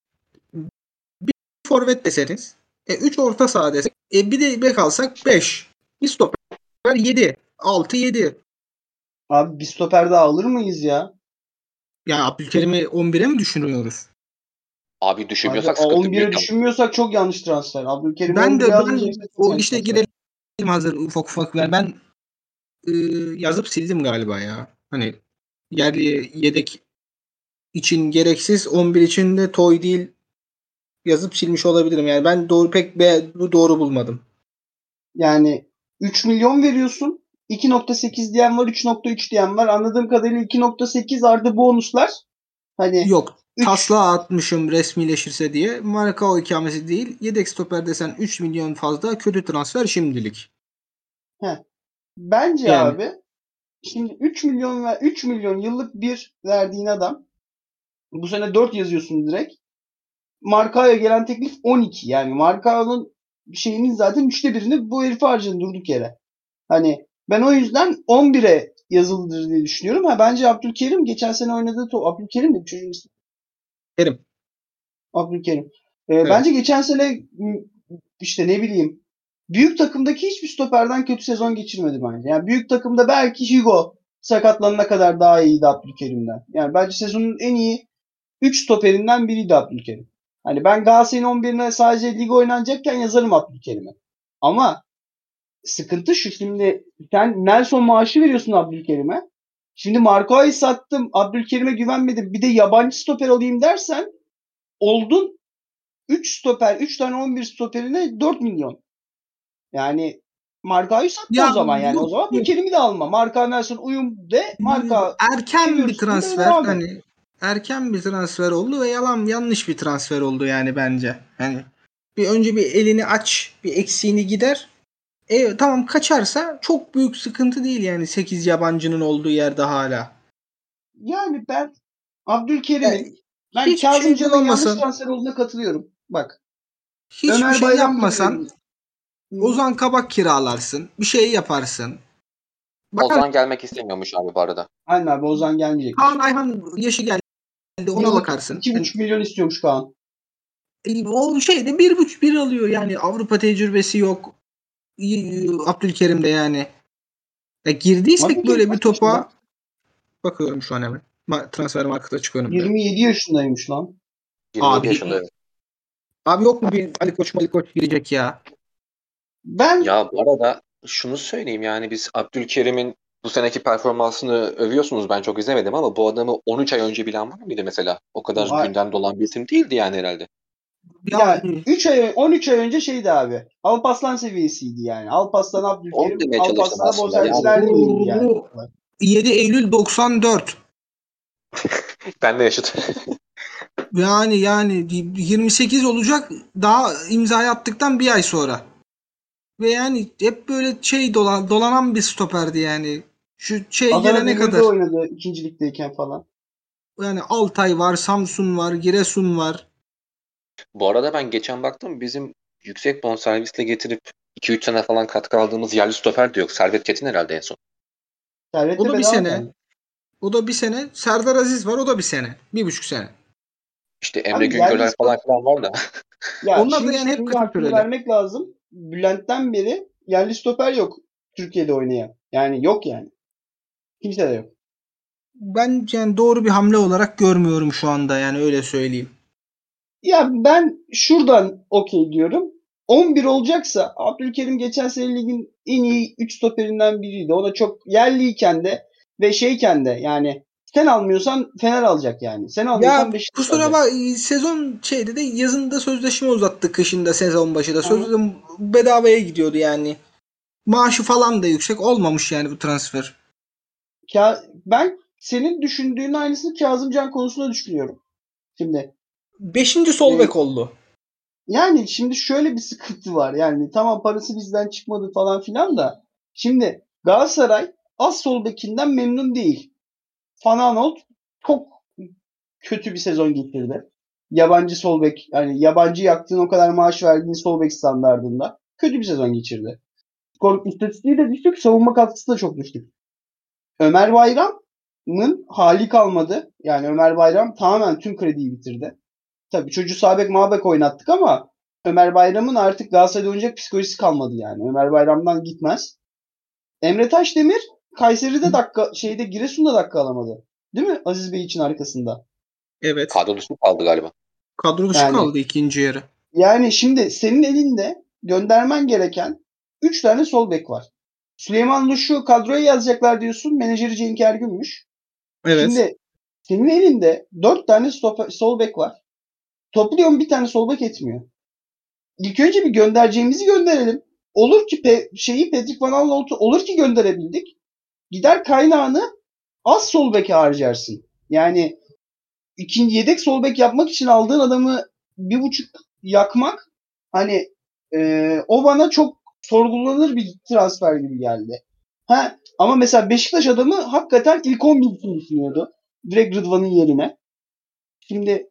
[SPEAKER 3] bir forvet deseniz e, üç orta saha desek e, bir de bek alsak beş. Bir stoper yedi. altı yedi.
[SPEAKER 1] Abi bir stoper daha alır mıyız ya?
[SPEAKER 3] Yani Abdülkerim'i on bire mi düşünüyoruz?
[SPEAKER 2] Abi
[SPEAKER 1] Abi
[SPEAKER 2] düşünmüyorsak sıkıntı büyük
[SPEAKER 1] on bire
[SPEAKER 2] yalnız.
[SPEAKER 1] düşünmüyorsak çok yanlış transfer. Abdülkerim'i
[SPEAKER 3] Ben
[SPEAKER 1] on bire
[SPEAKER 3] de ben
[SPEAKER 1] almayacaksak çok
[SPEAKER 3] o
[SPEAKER 1] yanlış
[SPEAKER 3] işte
[SPEAKER 1] transfer.
[SPEAKER 3] girelim hazır ufak ufak ver. Ben e, yazıp sildim galiba ya. Hani yerli yedek için gereksiz on bir için de toy değil yazıp silmiş olabilirim. Yani ben doğru pek be, bu doğru bulmadım.
[SPEAKER 1] Yani üç milyon veriyorsun. iki nokta sekiz diyen var, üç nokta üç diyen var. Anladığım kadarıyla iki nokta sekiz artı bonuslar. Hani
[SPEAKER 3] Yok.
[SPEAKER 1] üç
[SPEAKER 3] Taslağa atmışım resmileşirse diye. Marka ikamesi değil. Yedek stoper desen üç milyon fazla, kötü transfer şimdilik.
[SPEAKER 1] Heh. Bence
[SPEAKER 3] Yani
[SPEAKER 1] abi şimdi üç milyon ve üç milyon yıllık bir verdiğin adam bu sene dört yazıyorsun direkt. Marka'ya gelen teklif on iki. Yani Marka'nın şeyinin zaten üçte birini bu herife harcadın durduk yere. Hani ben o yüzden on bire yazılıdır diye düşünüyorum. Ha bence Abdülkerim geçen sene oynadığı top. Abdülkerim de bir çocuğun ismi.
[SPEAKER 3] Kerim.
[SPEAKER 1] Abdülkerim. Ee,
[SPEAKER 3] Evet.
[SPEAKER 1] Bence geçen sene işte ne bileyim büyük takımdaki hiçbir stoperden kötü sezon geçirmedi bence. Yani büyük takımda belki Hugo sakatlanana kadar daha iyiydi Abdülkerim'den. Yani bence sezonun en iyi üç stoperinden biriydi Abdülkerim. Hani ben Galatasaray'ın on birine sadece lig oynanacakken yazarım Abdülkerim'e. Ama sıkıntı şu, şimdi sen Nelson maaşı veriyorsun Abdülkerim'e. Şimdi Marco'yu sattım, Abdülkerim'e güvenmedim. Bir de yabancı stoper alayım dersen oldun üç stoper, üç tane on bir stoperine dört milyon. Yani Marka'yı sattı
[SPEAKER 3] Ya
[SPEAKER 1] o zaman yani. O
[SPEAKER 3] yok
[SPEAKER 1] zaman
[SPEAKER 3] yok.
[SPEAKER 1] Abdülkerim'i de alma. Marka Nelson uyum de. Marka
[SPEAKER 3] Erken bir
[SPEAKER 1] seviyorsun de
[SPEAKER 3] transfer.
[SPEAKER 1] devam et.
[SPEAKER 3] Hani erken bir transfer oldu ve yalan yanlış bir transfer oldu yani bence. Hani bir önce bir elini aç, bir eksiğini gider. E, tamam kaçarsa çok büyük sıkıntı değil yani sekiz yabancının olduğu yerde hala.
[SPEAKER 1] Yani ben
[SPEAKER 3] Yani
[SPEAKER 1] Abdülkerim'in ben
[SPEAKER 3] hiçbir şey
[SPEAKER 1] Kazımcan'ın yanlış
[SPEAKER 3] bulamasan,
[SPEAKER 1] transfer olduğuna katılıyorum. Bak
[SPEAKER 3] hiçbir
[SPEAKER 1] Ömer
[SPEAKER 3] şey
[SPEAKER 1] Bayram gibi
[SPEAKER 3] yapmasan
[SPEAKER 1] verin. Hı.
[SPEAKER 3] Ozan Kabak kiralarsın. Bir şey yaparsın. Bakar
[SPEAKER 2] Ozan gelmek istemiyormuş abi bu arada.
[SPEAKER 1] Aynen abi Ozan
[SPEAKER 3] Kaan
[SPEAKER 1] gelmeyecekmiş.
[SPEAKER 3] Ayhan yaşı geldi ona
[SPEAKER 1] Yıllık
[SPEAKER 3] bakarsın.
[SPEAKER 1] iki
[SPEAKER 3] Yani,
[SPEAKER 1] buçuk milyon istiyormuş Kaan.
[SPEAKER 3] e, o şeyde bir buçuk bir alıyor yani Avrupa tecrübesi yok. İyi, Abdülkerim'de yani. Ya girdiysek
[SPEAKER 1] Abdülkerim
[SPEAKER 3] böyle bir
[SPEAKER 1] kaç yaşında?
[SPEAKER 3] topa bakıyorum şu an hemen. Ma- transfer markete çık önümde.
[SPEAKER 1] yirmi yedi yaşındaymış lan.
[SPEAKER 2] yirmi yedi yaşında.
[SPEAKER 3] Abi
[SPEAKER 2] Evet.
[SPEAKER 3] abi yok mu bir Ali Koç Ali Koç girecek ya?
[SPEAKER 1] Ben
[SPEAKER 2] Ya bu arada şunu söyleyeyim, yani biz Abdülkerim'in bu seneki performansını övüyorsunuz, ben çok izlemedim ama bu adamı on üç ay önce bilen var mıydı mesela? O kadar gündemde olan bir isim değildi yani herhalde.
[SPEAKER 1] ya
[SPEAKER 3] Yani
[SPEAKER 1] üç ay on üç ay önce şeydi abi. Alparslan seviyesiydi yani. Alparslan
[SPEAKER 2] Onu
[SPEAKER 1] Abdülkerim
[SPEAKER 2] demeye çalıştım
[SPEAKER 1] Alparslan'a
[SPEAKER 2] aslında
[SPEAKER 1] bonservis
[SPEAKER 2] yani.
[SPEAKER 1] verdi miydi yani?
[SPEAKER 3] yedi Eylül doksan dört.
[SPEAKER 2] Ben de yaşıt.
[SPEAKER 3] Yani yani yirmi sekiz olacak daha imza attıktan bir ay sonra. Ve yani hep böyle şey dolan, dolanan bir stoperdi yani. Şu şey
[SPEAKER 1] Adana
[SPEAKER 3] gelene
[SPEAKER 1] Demir'de
[SPEAKER 3] kadar.
[SPEAKER 1] oynadı ikinci ligdeyken falan.
[SPEAKER 3] Yani Altay var, Samsun var, Giresun var.
[SPEAKER 2] Bu arada ben geçen baktım, bizim yüksek bonservisle getirip iki üç sene falan katkı aldığımız yerli stoper de yok. Servet Çetin herhalde en son.
[SPEAKER 1] Servet
[SPEAKER 3] O
[SPEAKER 1] de
[SPEAKER 3] da bir
[SPEAKER 1] bedava
[SPEAKER 3] sene.
[SPEAKER 1] geldi.
[SPEAKER 3] O da bir sene. Serdar Aziz var. O da bir sene. Bir buçuk sene.
[SPEAKER 2] İşte Emre
[SPEAKER 1] Abi yerli
[SPEAKER 2] Güngörer
[SPEAKER 1] spor
[SPEAKER 2] falan filan var da.
[SPEAKER 1] ya
[SPEAKER 3] Onlar da
[SPEAKER 1] şimdi
[SPEAKER 3] yani hep
[SPEAKER 1] şimdi
[SPEAKER 3] kısa
[SPEAKER 1] hakkını
[SPEAKER 3] süreli.
[SPEAKER 1] vermek lazım. Bülent'ten beri yerli stoper yok Türkiye'de oynayan. Yani yok yani. Kimse de yok.
[SPEAKER 3] Ben yani doğru bir hamle olarak görmüyorum şu anda yani öyle söyleyeyim.
[SPEAKER 1] Ya ben şuradan okey diyorum. on bir olacaksa Abdülkerim geçen sene ligin en iyi üç stoperinden biriydi. O da çok yerliyken de ve şeyken de yani sen almıyorsan Fener alacak yani. Sen
[SPEAKER 3] Ya
[SPEAKER 1] almıyorsan Beşiktaş
[SPEAKER 3] kusura
[SPEAKER 1] alacak.
[SPEAKER 3] bak sezon şeyde de yazında sözleşme uzattı kışında sezon başı da.
[SPEAKER 1] Aha.
[SPEAKER 3] Sözleşme bedavaya gidiyordu yani. Maaşı falan da yüksek olmamış yani bu transfer.
[SPEAKER 1] Ka- ben senin düşündüğün aynısını Kazımcan konusunda düşünüyorum. Şimdi
[SPEAKER 3] Beşinci sol
[SPEAKER 1] e,
[SPEAKER 3] bek oldu.
[SPEAKER 1] yani şimdi şöyle bir sıkıntı var. Yani tamam parası bizden çıkmadı falan filan da. Şimdi Galatasaray az sol bekinden memnun değil. Van Aanholt çok kötü bir sezon geçirdi. Yabancı sol bek yani yabancı yaktığın o kadar maaş verdiğin sol bek standardında kötü bir sezon geçirdi. Skor istatistiği de düştük. Savunma katkısı da çok düştük. Ömer Bayram'ın hali kalmadı. Yani Ömer Bayram tamamen tüm krediyi bitirdi. Tabii çocuğu sağ bek mağ bek oynattık ama Ömer Bayram'ın artık Galatasaray'da oynayacak psikolojisi kalmadı yani. Ömer Bayram'dan gitmez. Emre Taşdemir Kayseri'de dakika şeyde Giresun'da dakika alamadı. Değil mi? Aziz Bey için arkasında.
[SPEAKER 3] Evet.
[SPEAKER 2] Kadro dışı kaldı galiba.
[SPEAKER 3] Kadro dışı
[SPEAKER 1] Yani
[SPEAKER 3] kaldı ikinci yarı.
[SPEAKER 1] yani şimdi senin elinde göndermen gereken üç tane sol bek var. Süleyman Luş'u kadroya yazacaklar diyorsun. Menajeri Cenk Ergün'müş.
[SPEAKER 3] Evet.
[SPEAKER 1] Şimdi senin elinde dört tane stoper, sol bek var. Topluyorum bir tane sol bek etmiyor. İlk önce bir göndereceğimizi gönderelim. olur ki pe- şeyi Patrick Van Aanholt'u olur ki gönderebildik. Gider kaynağını az sol beke harcarsın. Yani ikinci yedek sol bek yapmak için aldığın adamı bir buçuk yakmak hani e, o bana çok sorgulanır bir transfer gibi geldi. Ha, ama mesela Beşiktaş adamı hakikaten ilk on bir için düşünüyordu. Direkt Rıdvan'ın yerine. Şimdi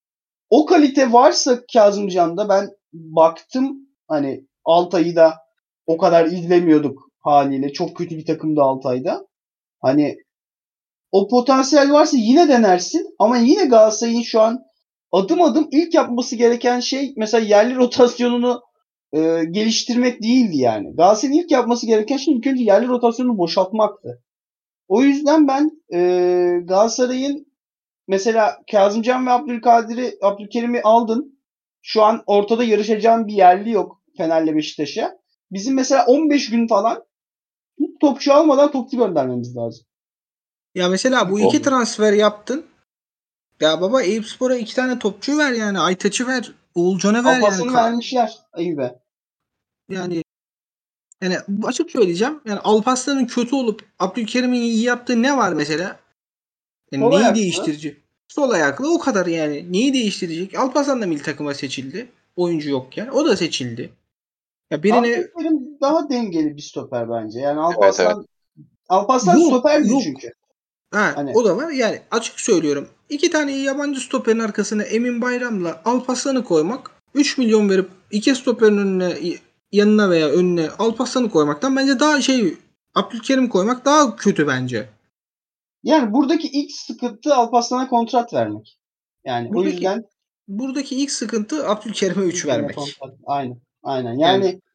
[SPEAKER 1] o kalite varsa Kazımcan'da ben baktım hani Altay'ı da o kadar izlemiyorduk haliyle. Çok kötü bir takımdı Altay'da. Hani o potansiyel varsa yine denersin ama yine Galatasaray'ın şu an adım adım ilk yapması gereken şey mesela yerli rotasyonunu e, geliştirmek değildi yani. Galatasaray'ın ilk yapması gereken şey ilk önce yerli rotasyonunu boşaltmaktı. O yüzden ben e, Galatasaray'ın mesela Kazımcan ve Abdülkadir'i, Abdülkerim'i aldın. Şu an ortada yarışacağın bir yerli yok Fener'le Beşiktaş'a. Bizim mesela on beş gün falan topçu almadan topçu göndermemiz lazım.
[SPEAKER 3] Ya mesela bu iki transfer yaptın. Ya baba Eyüpspor'a iki tane topçu ver yani. Aytaç'ı ver. Oğulcan'ı ver yani.
[SPEAKER 1] Alpas'ını vermişler Eyüp'e.
[SPEAKER 3] Yani yani açık söyleyeceğim. Yani Alparslan'ın kötü olup Abdülkerim'in iyi yaptığı ne var mesela? Yani
[SPEAKER 1] Sol
[SPEAKER 3] neyi
[SPEAKER 1] ayaklı.
[SPEAKER 3] değiştirici? Sol ayaklı o kadar yani. Neyi değiştirecek? Alparslan da milli takıma seçildi. Oyuncu yokken. O da seçildi. Ya birine
[SPEAKER 1] Abdülkerim daha dengeli bir stoper bence. Yani
[SPEAKER 2] Evet, evet.
[SPEAKER 1] Alparslan Alparslan
[SPEAKER 3] yok
[SPEAKER 1] stoperdi
[SPEAKER 3] yok.
[SPEAKER 1] çünkü.
[SPEAKER 3] Ha,
[SPEAKER 1] Hani
[SPEAKER 3] o da var. Yani açık söylüyorum. İki tane yabancı stoperin arkasına Emin Bayram'la Alparslan'ı koymak üç milyon verip iki stoperin önüne yanına veya önüne Alparslan'ı koymaktan bence daha şey Abdülkerim koymak daha kötü bence.
[SPEAKER 1] yani buradaki ilk sıkıntı Alparslan'a kontrat vermek. Yani o
[SPEAKER 3] Buradaki
[SPEAKER 1] yüzden
[SPEAKER 3] buradaki ilk sıkıntı Abdülkerim'e üç
[SPEAKER 1] bir sene
[SPEAKER 3] vermek.
[SPEAKER 1] kontrat. Aynen. Aynen.
[SPEAKER 3] Yani,
[SPEAKER 1] Yani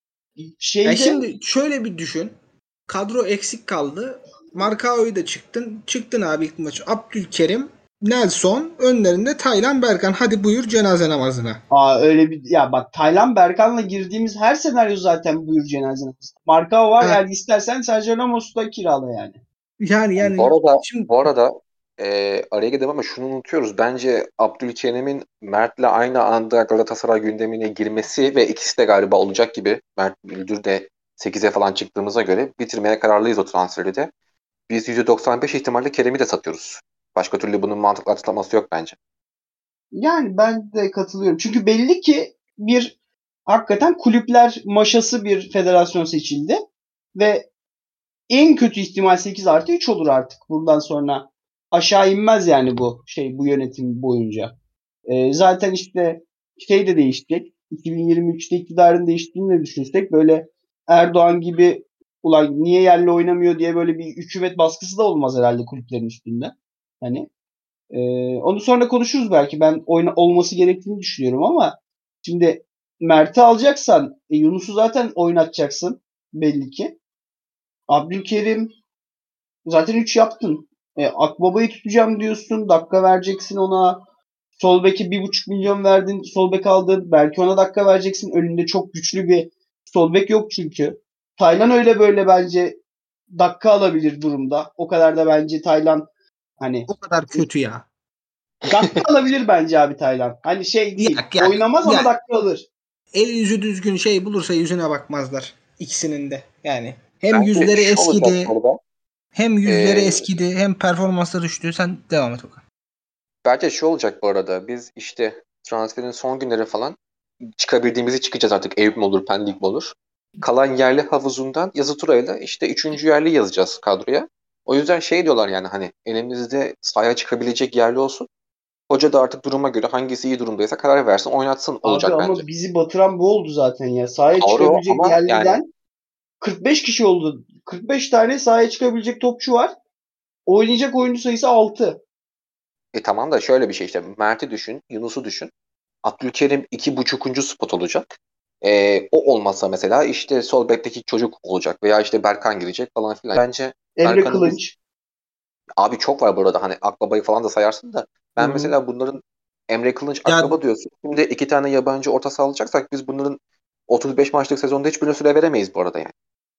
[SPEAKER 3] yani
[SPEAKER 1] şeyde
[SPEAKER 3] şimdi şöyle bir düşün. Kadro eksik kaldı. Markao'yu da çıktın. Çıktın abi ilk maç. Abdülkerim, Nelson, önlerinde Taylan Berkan. Hadi buyur cenaze namazına.
[SPEAKER 1] aa, öyle bir ya bak Taylan Berkan'la girdiğimiz her senaryo zaten buyur cenaze namazı. Marka var
[SPEAKER 3] Ha,
[SPEAKER 1] yani istersen Sergio Ramos'u da kirala yani.
[SPEAKER 3] yani
[SPEAKER 2] Bu
[SPEAKER 3] yani
[SPEAKER 2] arada
[SPEAKER 3] şimdi
[SPEAKER 2] bu arada e, araya gidelim ama şunu unutuyoruz. Bence Abdülkerim'in Mert'le aynı anda Galatasaray gündemine girmesi ve ikisi de galiba olacak gibi. Mert Müldür de sekize falan çıktığımıza göre bitirmeye kararlıyız o transferi de. Biz yüzde doksan beş ihtimalle Kerem'i de satıyoruz. Başka türlü bunun mantıklı açıklaması yok bence.
[SPEAKER 1] Yani ben de katılıyorum. Çünkü belli ki bir hakikaten kulüpler maşası bir federasyon seçildi ve en kötü ihtimal sekiz artı üç olur artık. Buradan sonra aşağı inmez yani bu şey bu yönetim boyunca. Ee, zaten işte şey de değişecek. iki bin yirmi üçte iktidarın değiştiğini de düşünsek böyle Erdoğan gibi ulan niye yerli oynamıyor diye böyle bir hükümet baskısı da olmaz herhalde kulüplerin üstünde. Hani e, onu sonra konuşuruz belki. Ben oyna olması gerektiğini düşünüyorum ama şimdi Mert'i alacaksan e, Yunus'u zaten oynatacaksın belli ki. Abdülkerim zaten üç yaptın. E, Akbaba'yı tutacağım diyorsun. Dakika vereceksin ona. Sol beki bir buçuk milyon verdin. Sol bek aldın. Belki ona dakika vereceksin. Önünde çok güçlü bir sol bek yok çünkü. Taylan öyle böyle bence dakika alabilir durumda. O kadar da bence Taylan hani
[SPEAKER 3] o kadar kötü ya.
[SPEAKER 1] dakika alabilir bence abi Taylan. Hani şey değil.
[SPEAKER 3] Ya, ya,
[SPEAKER 1] Oynamaz ama
[SPEAKER 3] ya
[SPEAKER 1] dakika alır.
[SPEAKER 3] el yüzü düzgün şey bulursa yüzüne bakmazlar. İkisinin de yani. Hem
[SPEAKER 2] Bence
[SPEAKER 3] yüzleri
[SPEAKER 2] şu olacak
[SPEAKER 3] eskidi,
[SPEAKER 2] burada.
[SPEAKER 3] hem yüzleri
[SPEAKER 2] E,
[SPEAKER 3] eskidi, hem performansları düştü. Sen devam et Okan.
[SPEAKER 2] Bence şu olacak bu arada. Biz işte transferin son günleri falan çıkabildiğimizi çıkacağız artık. Eyüp mü olur, Pendik mi olur? Kalan yerli havuzundan yazı turayla işte üçüncü yerli yazacağız kadroya. O yüzden şey diyorlar yani hani elimizde sahaya çıkabilecek yerli olsun. Hoca da artık duruma göre hangisi iyi durumdaysa karar versin, oynatsın
[SPEAKER 1] Abi
[SPEAKER 2] olacak bence.
[SPEAKER 1] ama bizi batıran bu oldu zaten ya. Sahaya
[SPEAKER 2] Doğru
[SPEAKER 1] çıkabilecek
[SPEAKER 2] ama yani
[SPEAKER 1] yerliden kırk beş kişi oldu. kırk beş tane sahaya çıkabilecek topçu var. Oynayacak oyuncu sayısı altı.
[SPEAKER 2] e tamam da şöyle bir şey işte Mert'i düşün, Yunus'u düşün. Abdülkerim iki buçukuncu spot olacak. E, o olmazsa mesela işte sol bekteki çocuk olacak veya işte Berkan girecek falan filan. Bence
[SPEAKER 1] Emre
[SPEAKER 2] Berkan'ı biz
[SPEAKER 1] Kılınç.
[SPEAKER 2] abi çok var burada hani Akbaba'yı falan da sayarsın da
[SPEAKER 1] Hı
[SPEAKER 2] ben
[SPEAKER 1] hı.
[SPEAKER 2] mesela bunların Emre Kılınç
[SPEAKER 3] Ya
[SPEAKER 2] Akbaba diyorsun. Şimdi iki tane yabancı orta saha alacaksak biz bunların otuz beş maçlık sezonda hiçbirine süre veremeyiz bu arada yani.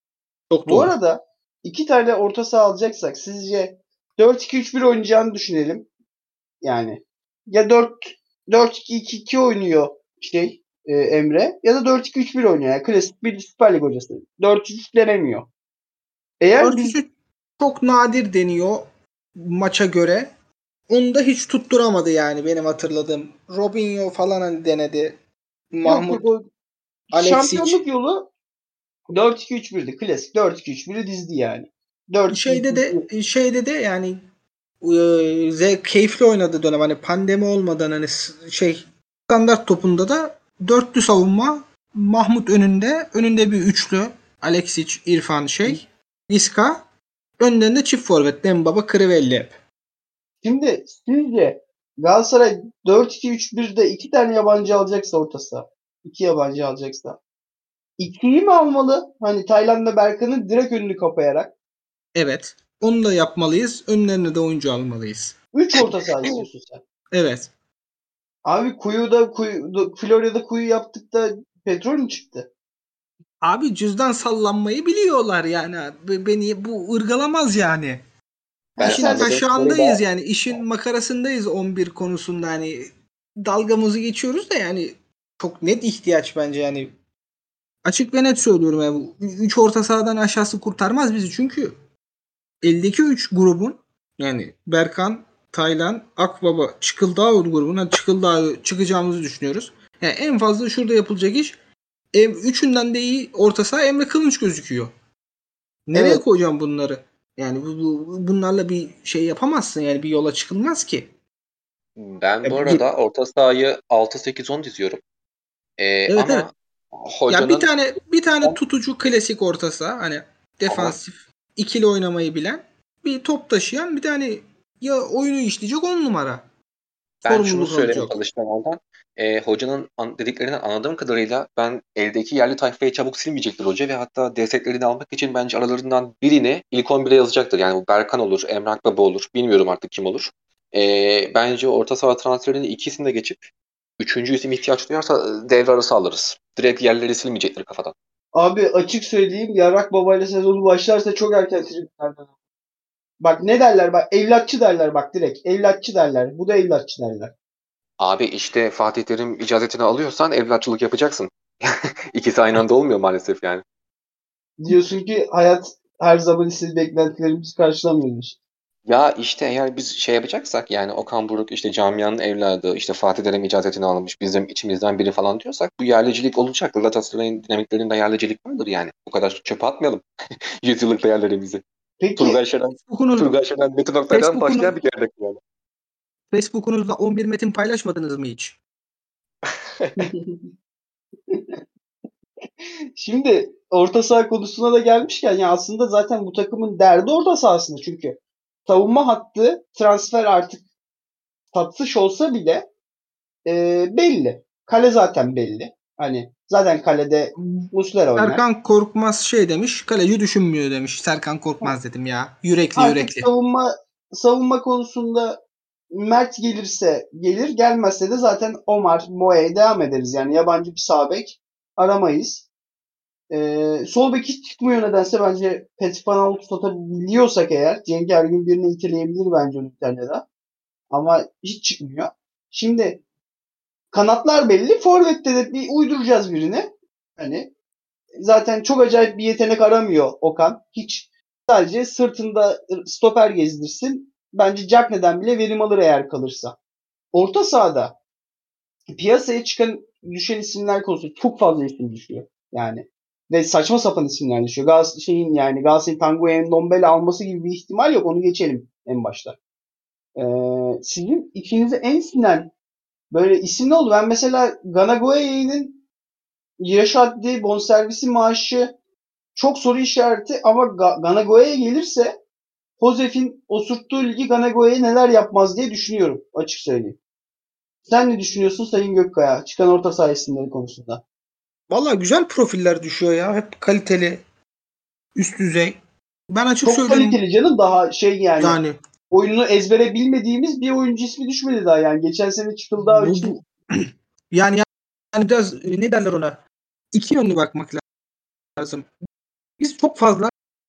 [SPEAKER 3] çok
[SPEAKER 1] Bu
[SPEAKER 3] doğru.
[SPEAKER 1] arada iki tane orta saha alacaksak sizce dört iki üç bir oynayacağını düşünelim. Yani ya dört dört iki iki iki oynuyor şey e, Emre ya da dört iki üç bir oynuyor. Yani klasik bir Süper Lig hocası. dört üç üç denemiyor. Eğer biz
[SPEAKER 3] dört üç üç çok nadir deniyor maça göre. Onu da hiç tutturamadı yani benim hatırladığım. Robinho falan hani denedi.
[SPEAKER 1] yok yok
[SPEAKER 3] Mahmut,
[SPEAKER 1] o
[SPEAKER 3] Alexic.
[SPEAKER 1] şampiyonluk yolu dört iki üç birdi. Klasik dört iki üç biri dizdi yani. dört iki üç
[SPEAKER 3] Şeyde
[SPEAKER 1] bir
[SPEAKER 3] de şeyde de yani e, ze- keyifli oynadığı dönem hani pandemi olmadan hani s- şey standart topunda da dörtlü savunma Mahmut önünde önünde bir üçlü Alexic, İrfan şey Viska önlerinde çift forvet Dembaba, Crivelli hep.
[SPEAKER 1] Şimdi sizce Galatasaray dört iki üç birde iki tane yabancı alacaksa orta saha, iki yabancı alacaksa ikiyi mi almalı? Hani Tayland'da Berkan'ın direkt önünü kapayarak.
[SPEAKER 3] Evet. Onu da yapmalıyız. Önlerine de oyuncu almalıyız.
[SPEAKER 1] Üç orta saha istiyorsun sen.
[SPEAKER 3] Evet.
[SPEAKER 1] Abi kuyuda kuyu, Florya'da kuyu yaptık da petrol mü çıktı?
[SPEAKER 3] Abi cüzdan sallanmayı biliyorlar yani. Be- Beni bu ırgalamaz yani.
[SPEAKER 2] Ben
[SPEAKER 3] İşin
[SPEAKER 1] Sen
[SPEAKER 2] anladığım
[SPEAKER 3] taşağındayız
[SPEAKER 2] kadarıyla
[SPEAKER 3] yani. İşin makarasındayız on bir konusunda hani. Dalgamızı geçiyoruz da yani çok net ihtiyaç bence yani. Açık ve net söylüyorum yani. üç orta sahadan aşağısı kurtarmaz bizi çünkü eldeki üç grubun yani Berkan, Taylan, Akbaba, Çıkıldağ grubuna Çıkıldağ çıkacağımızı düşünüyoruz. Yani en fazla şurada yapılacak iş em, üçünden de iyi orta saha Emre Kılınç gözüküyor. Nereye
[SPEAKER 1] evet.
[SPEAKER 3] koyacağım bunları? Yani bu, bu- bunlarla bir şey yapamazsın yani bir yola çıkılmaz ki.
[SPEAKER 2] ben
[SPEAKER 3] Ya
[SPEAKER 2] bu
[SPEAKER 3] bir-
[SPEAKER 2] arada orta sahayı altı sekiz on diziyorum. Ee,
[SPEAKER 3] evet evet.
[SPEAKER 2] ama
[SPEAKER 3] Ya bir
[SPEAKER 2] hocanın
[SPEAKER 3] tane bir tane tutucu klasik orta saha hani
[SPEAKER 2] Aha,
[SPEAKER 3] defansif ikili oynamayı bilen bir top taşıyan bir tane ya oyunu işleyecek on numara.
[SPEAKER 2] ben şunu
[SPEAKER 3] Sorumluluk
[SPEAKER 2] söylemeye
[SPEAKER 3] alacak.
[SPEAKER 2] çalıştım oradan. Ee, hocanın an- dediklerinden anladığım kadarıyla ben eldeki yerli tayfayı çabuk silmeyecektir hoca ve hatta desteklerini almak için bence aralarından birini ilk on bire yazacaktır. Yani bu Berkan olur, Emre Akbaba olur, bilmiyorum artık kim olur. Ee, bence orta saha transferini ikisini de geçip üçüncü isim ihtiyaç duyarsa e, devre arası alırız. Direkt yerleri silmeyecektir kafadan.
[SPEAKER 1] Abi açık söyleyeyim Yarrak Baba'yla sezonu başlarsa çok erken tribünlerden. Bak ne derler bak evlatçı derler bak direkt. Evlatçı derler. Bu da evlatçı derler.
[SPEAKER 2] Abi işte Fatih Terim icazetini alıyorsan evlatçılık yapacaksın. İkisi aynı anda olmuyor maalesef yani.
[SPEAKER 1] Diyorsun ki hayat her zaman istediği beklentilerimizi karşılamıyormuş.
[SPEAKER 2] Ya işte eğer biz şey yapacaksak yani Okan Buruk işte camianın evladı işte Fatih Terim icazetini almış bizim içimizden biri falan diyorsak bu yerlicilik olacak. Galatasaray'ın dinamiklerinde yerlicilik vardır yani. Bu kadar çöpe atmayalım yüzyıllık değerlerimizi.
[SPEAKER 1] Peki
[SPEAKER 2] Turgay Şener,
[SPEAKER 3] Facebook'unuzda,
[SPEAKER 2] Turgay Şener, Metin Oktay'dan
[SPEAKER 3] Facebook'unuz,
[SPEAKER 2] başlayan bir gelenek yani.
[SPEAKER 3] Facebook'unuzda on bir metin paylaşmadınız mı hiç?
[SPEAKER 1] şimdi orta saha konusuna da gelmişken ya aslında zaten bu takımın derdi orta sahasında çünkü savunma hattı transfer artık tatsış olsa bile e, belli. Kale zaten belli. Hani zaten kalede Muslera oynar.
[SPEAKER 3] Serkan Korkmaz şey demiş, kaleci düşünmüyor demiş. Serkan Korkmaz dedim ya. Yürekli
[SPEAKER 1] Artık
[SPEAKER 3] yürekli.
[SPEAKER 1] savunma savunma konusunda Mert gelirse gelir, gelmezse de zaten Omar, Moe'ye devam ederiz. Yani yabancı bir sağ bek aramayız. Ee, sol bek hiç çıkmıyor nedense bence Petit Panal'ı satabiliyorsak eğer Cenk Ergün birine iteleyebilir bence onu İtalya'da. Ama hiç çıkmıyor. Şimdi kanatlar belli. Forvet'te de bir uyduracağız birini. Hani zaten çok acayip bir yetenek aramıyor Okan. Hiç sadece sırtında stoper gezdirsin. Bence Cagney'den bile verim alır eğer kalırsa. Orta sahada piyasaya çıkan düşen isimler konusunda çok fazla isim düşüyor. Yani ve saçma sapan isimler düşüyor. Gaz şeyin yani Galatasaray Tanguy Ndombele alması gibi bir ihtimal yok. Onu geçelim en başta. Ee, sizin içinize en sinen böyle isim ne oldu? Ben mesela Ganaguay'ın yaş haddi, bonservisi maaşı çok soru işareti ama Ga- Ganagoya'ya gelirse Josef'in osurttuğu ligi Ganagoya'ya neler yapmaz diye düşünüyorum açık söyleyeyim. Sen ne düşünüyorsun Sayın Gökkaya çıkan orta saha isimleri konusunda?
[SPEAKER 3] Vallahi güzel profiller düşüyor ya. Hep kaliteli, üst düzey. Ben açık
[SPEAKER 1] Çok
[SPEAKER 3] söyleyeyim
[SPEAKER 1] kaliteli canım daha şey yani
[SPEAKER 3] yani
[SPEAKER 1] oyununu ezbere bilmediğimiz bir oyuncu ismi düşmedi daha yani. Geçen sene Çıkıldağ
[SPEAKER 3] bu,
[SPEAKER 1] için
[SPEAKER 3] bu yani yani biraz e, ne derler ona? İki yönlü bakmak lazım. Biz çok fazla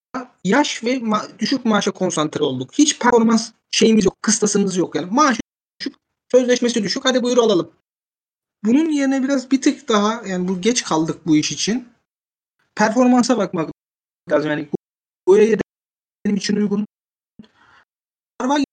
[SPEAKER 3] yaş ve ma- düşük maaşa konsantre olduk. Hiç performans şeyimiz yok, kıstasımız yok yani. Maaş düşük, sözleşmesi düşük. Hadi buyur alalım. bunun yerine biraz bir tık daha, yani bu geç kaldık bu iş için. Performansa bakmak lazım. Yani Gueye benim için uygun. Carvalho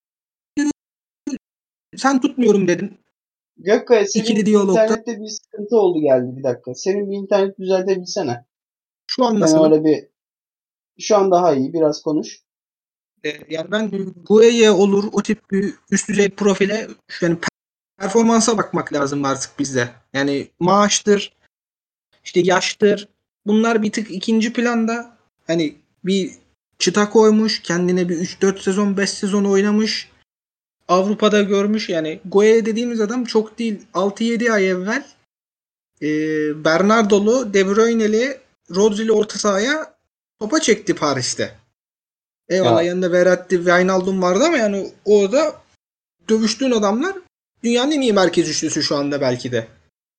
[SPEAKER 3] sen tutmuyorum dedin.
[SPEAKER 1] Gökkaya senin
[SPEAKER 3] İkili diyalogda.
[SPEAKER 1] internette bir sıkıntı oldu geldi bir dakika. Senin bir internet düzeltebilsene.
[SPEAKER 3] Şu an
[SPEAKER 1] Ben
[SPEAKER 3] nasıl?
[SPEAKER 1] öyle bir şu an daha iyi. Biraz konuş.
[SPEAKER 3] E, yani ben Gueye olur, o tip bir üst düzey profile, yani performansa bakmak lazım artık bizde. Yani maaştır, işte yaştır. Bunlar bir tık ikinci planda. Hani bir çıta koymuş, kendine bir üç dört sezon, beş sezon oynamış. Avrupa'da görmüş. Yani Gueye dediğimiz adam çok değil, altı yedi ay evvel e, Bernardo'lu, De Bruyne'li, Rodri'li orta sahaya topa çekti Paris'te. Eyvallah,
[SPEAKER 1] Ya
[SPEAKER 3] yanında Verratti, Wijnaldum vardı ama yani orada dövüştüğün adamlar dünyanın en iyi merkez üçlüsü şu anda belki de.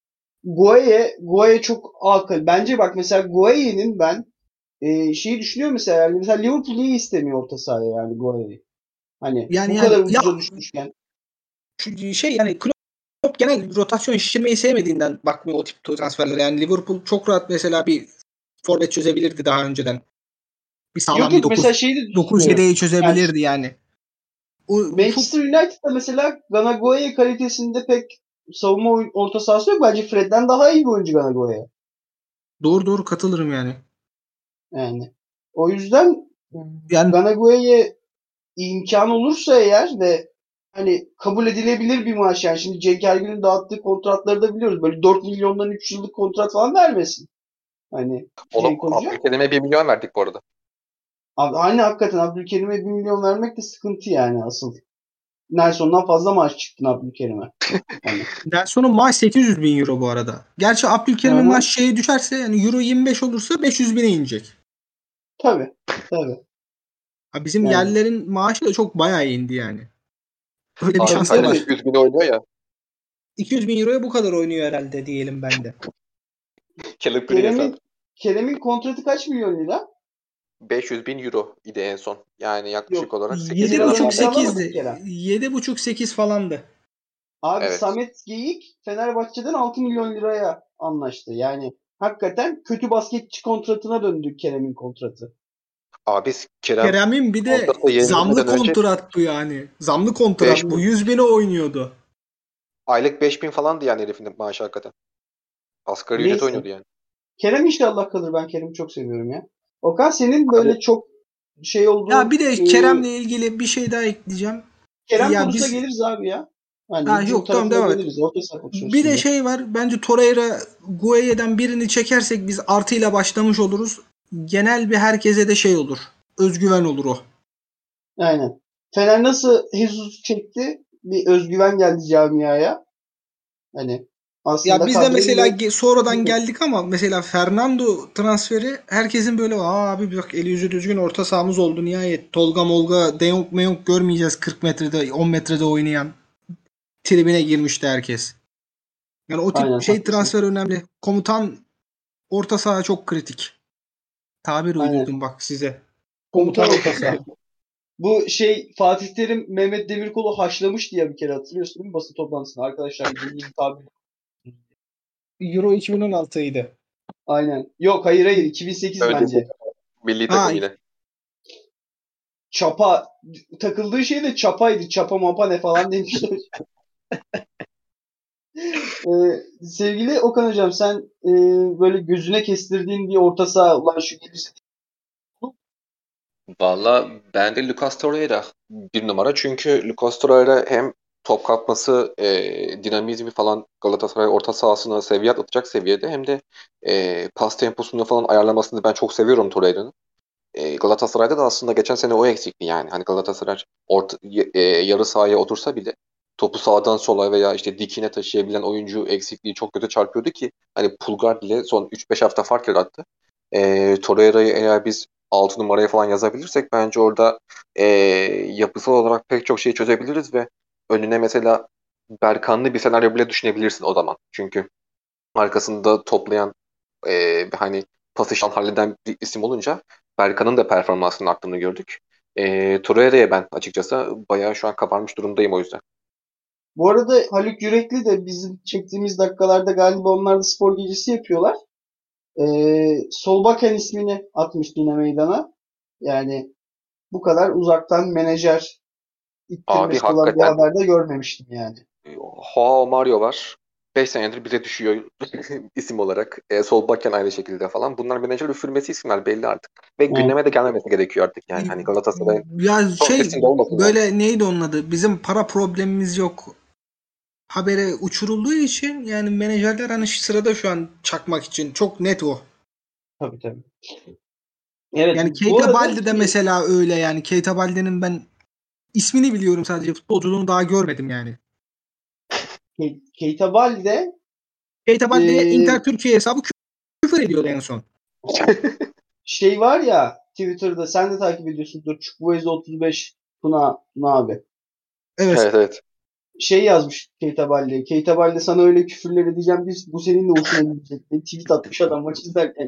[SPEAKER 1] Gueye, Gueye çok akıl. Bence bak mesela Gueye'nin ben e, şeyi düşünüyorum mesela. Yani mesela Liverpool niye istemiyor orta sahaya yani Gueye'yi? Hani
[SPEAKER 3] Yani
[SPEAKER 1] bu kadar
[SPEAKER 3] yani ya
[SPEAKER 1] ucuza düşmüşken.
[SPEAKER 3] şu şey, yani Klopp genel rotasyon şişirmeyi sevmediğinden bakmıyor o tip transferlere. Yani Liverpool çok rahat mesela bir forvet çözebilirdi daha önceden. Bir
[SPEAKER 1] Yok
[SPEAKER 3] sağlam bir
[SPEAKER 1] yok mesela
[SPEAKER 3] dokuz
[SPEAKER 1] şeyi de
[SPEAKER 3] dokuz
[SPEAKER 1] düşünüyorum.
[SPEAKER 3] yedeği
[SPEAKER 1] Yani
[SPEAKER 3] çözebilirdi yani. O çok
[SPEAKER 1] Manchester United'da mesela Ganagoya kalitesinde pek savunma oyun- orta sahası yok. Bence Fred'den daha iyi bir oyuncu Ganagoya.
[SPEAKER 3] doğru doğru katılırım yani.
[SPEAKER 1] Yani o yüzden
[SPEAKER 3] Yani
[SPEAKER 1] Ganagoya'ya imkan olursa eğer ve hani kabul edilebilir bir maaş yani şimdi Cenk Ergün'ün dağıttığı kontratları da biliyoruz. Böyle dört milyondan üç yıllık kontrat falan vermesin. Hani
[SPEAKER 2] Onu
[SPEAKER 1] Cenk Hoca.
[SPEAKER 2] Abdülkerim'e bir milyon verdik bu arada.
[SPEAKER 1] Abi, aynı hakikaten Abdülkerim'e bir milyon vermek de sıkıntı yani asıl. Nelson'dan fazla maaş çıktı Abdülkerim'e. Hani.
[SPEAKER 3] Nelson'un maaş sekiz yüz bin euro bu arada. Gerçi
[SPEAKER 1] Hı
[SPEAKER 3] Abdülkerim'in maaş
[SPEAKER 1] hı.
[SPEAKER 3] şeye düşerse, yani euro yirmi beş olursa beş yüz bine inecek.
[SPEAKER 1] Tabii. Tabii.
[SPEAKER 3] Ha, bizim
[SPEAKER 1] Yani.
[SPEAKER 3] yerlerin maaşı da çok bayağı indi yani. Öyle bir
[SPEAKER 2] Abi
[SPEAKER 1] Tabii
[SPEAKER 3] şans da
[SPEAKER 2] Taylan
[SPEAKER 1] tabii.
[SPEAKER 3] var.
[SPEAKER 2] iki yüz bin oynuyor ya.
[SPEAKER 3] iki yüz bin euroya bu kadar oynuyor herhalde diyelim ben de.
[SPEAKER 2] Caleb Green hesabı.
[SPEAKER 1] Kerem'in Kerem'in kontratı kaç milyon lira?
[SPEAKER 2] beş yüz bin euro idi en son. Yani yaklaşık
[SPEAKER 1] Yok.
[SPEAKER 2] olarak sekiz
[SPEAKER 1] Yedi
[SPEAKER 2] yıl önce.
[SPEAKER 3] yedi buçuk
[SPEAKER 1] önce alamadı
[SPEAKER 3] sekizdi.
[SPEAKER 1] mı Kerem?
[SPEAKER 3] yedi buçuk sekiz falandı.
[SPEAKER 1] Abi
[SPEAKER 2] Evet.
[SPEAKER 1] Samet Geyik Fenerbahçe'den altı milyon liraya anlaştı. Yani hakikaten kötü basketçi kontratına döndü Kerem'in kontratı.
[SPEAKER 2] Abi Kerem
[SPEAKER 3] Kerem'in bir de
[SPEAKER 2] kontrata
[SPEAKER 3] zamlı
[SPEAKER 2] yenilmeden önce
[SPEAKER 3] kontrat bu yani. Zamlı
[SPEAKER 2] beş
[SPEAKER 3] kontrat bu. yüz bine oynuyordu.
[SPEAKER 2] aylık beş bin falandı yani herifin maaşı hakikaten. Asgari ücret
[SPEAKER 1] Neyse.
[SPEAKER 2] oynuyordu yani.
[SPEAKER 1] Kerem inşallah kalır. Ben Kerem'i çok seviyorum ya. Okan senin
[SPEAKER 2] Abi
[SPEAKER 1] böyle çok şey
[SPEAKER 3] Ya
[SPEAKER 1] olduğun
[SPEAKER 3] bir de
[SPEAKER 1] e,
[SPEAKER 3] Kerem'le ilgili bir şey daha ekleyeceğim.
[SPEAKER 1] Kerem
[SPEAKER 3] Ya
[SPEAKER 1] konusuna
[SPEAKER 3] biz
[SPEAKER 1] geliriz abi ya. Hani
[SPEAKER 3] ha
[SPEAKER 1] hücum
[SPEAKER 3] yok tamam,
[SPEAKER 1] tarafına
[SPEAKER 3] devam et.
[SPEAKER 1] geliriz. Orta saha
[SPEAKER 3] Bir de
[SPEAKER 1] konuşuyoruz.
[SPEAKER 3] şey var. Bence Torreira, Gueye'den birini çekersek biz artıyla başlamış oluruz. Genel bir herkese de şey olur. Özgüven olur o.
[SPEAKER 1] Aynen. Fener nasıl Jesus çekti? Bir özgüven geldi camiaya. Hani
[SPEAKER 3] Ya
[SPEAKER 1] aslında
[SPEAKER 3] biz de
[SPEAKER 1] kadro
[SPEAKER 3] mesela
[SPEAKER 1] yine
[SPEAKER 3] ge- sonradan geldik ama mesela Fernando transferi herkesin böyle, aa abi bak eli yüzü düzgün orta sahamız oldu nihayet. Tolga Molga, De Jong Meyong görmeyeceğiz kırk metrede on metrede oynayan. Tribine girmişti herkes. Yani o tip
[SPEAKER 1] aynen
[SPEAKER 3] şey,
[SPEAKER 1] haklısın.
[SPEAKER 3] transfer önemli. Komutan orta saha çok kritik. Tabir
[SPEAKER 1] Aynen.
[SPEAKER 3] uydurdum bak size.
[SPEAKER 1] Komutan
[SPEAKER 3] Komutan orta
[SPEAKER 1] orta
[SPEAKER 3] saha.
[SPEAKER 1] saha. Bu şey Fatih Terim Mehmet Demirkol'u haşlamış diye bir kere hatırlıyorsun değil mi basın toplantısında? Arkadaşlar bu iyi bir tabir.
[SPEAKER 3] Euro iki bin on altı idi.
[SPEAKER 1] Aynen. Yok hayır hayır iki bin sekiz
[SPEAKER 2] öncesi
[SPEAKER 1] bence.
[SPEAKER 2] milli
[SPEAKER 3] Ha,
[SPEAKER 2] takım yine.
[SPEAKER 1] Çapa takıldığı şey de çapaydı. Çapa mapa ne falan demişler. Ee, sevgili Okan hocam sen e, böyle gözüne kestirdiğin bir orta saha ulan şu gelirse.
[SPEAKER 2] Valla bende Lucas Torreira bir numara. Çünkü Lucas Torreira hem top kapması, e, dinamizmi falan Galatasaray orta sahasına seviye atlatacak seviyede hem de e, pas temposunu falan ayarlamasını ben çok seviyorum Torreira'nın. E, Galatasaray'da da aslında geçen sene o eksikti yani. Hani Galatasaray orta, y- e, yarı sahaya otursa bile topu sağdan sola veya işte dikine taşıyabilen oyuncu eksikliği çok kötü çarpıyordu ki hani Pulgar bile son üç beş hafta fark yarattı. E, Torreira'yı eğer biz altı numaraya falan yazabilirsek bence orada e, yapısal olarak pek çok şeyi çözebiliriz ve önüne mesela Berkanlı bir senaryo bile düşünebilirsin o zaman. Çünkü arkasında toplayan e, hani pası şan halleden bir isim olunca Berkan'ın da performansının arttığını gördük. E, Torreira'ya ben açıkçası bayağı şu an kabarmış durumdayım o yüzden.
[SPEAKER 1] Bu arada Haluk Yürekli de bizim çektiğimiz dakikalarda galiba onlar da spor gecesi yapıyorlar. Ee, Solbakken ismini atmış yine meydana. Yani bu kadar uzaktan menajer
[SPEAKER 2] Abi
[SPEAKER 1] ittirmesi olan bir
[SPEAKER 2] hakikaten
[SPEAKER 1] haberde görmemiştim yani.
[SPEAKER 2] Joao Mario var. beş senedir bize düşüyor isim olarak. E, Solbakken aynı şekilde falan. Bunlar menajer üfürmesi isimler belli artık. Ve
[SPEAKER 1] Evet.
[SPEAKER 2] gündeme de gelmemesi gerekiyor artık yani. Hani Galatasaray'ın
[SPEAKER 3] Ya
[SPEAKER 2] çok
[SPEAKER 3] şey
[SPEAKER 2] üstünde olmasın yani.
[SPEAKER 3] böyle neydi onun adı? Bizim para problemimiz yok. Habere uçurulduğu için yani menajerler hani şu sırada şu an çakmak için çok net o.
[SPEAKER 1] Tabii tabii. Evet,
[SPEAKER 3] Yani
[SPEAKER 1] bu
[SPEAKER 3] Keita
[SPEAKER 1] arada
[SPEAKER 3] Balde de
[SPEAKER 1] şey,
[SPEAKER 3] mesela öyle yani. Keita Balde'nin ben ismini biliyorum sadece futbolculuğunu daha görmedim yani.
[SPEAKER 1] Ke- Keita Balde
[SPEAKER 3] Keita Balde'ye
[SPEAKER 1] e,
[SPEAKER 3] Inter Türkiye hesabı küfür ediyordu en son.
[SPEAKER 1] şey var ya Twitter'da sen de takip ediyorsundur. Çukwueze otuz beş Tuna, Tuna abi.
[SPEAKER 3] Evet.
[SPEAKER 2] Evet evet.
[SPEAKER 1] Şey yazmış Keita Balde. Keita Balde sana öyle küfürler edeceğim biz bu senin de hoşuna gidecek diye tweet atmış adam maç izlerken.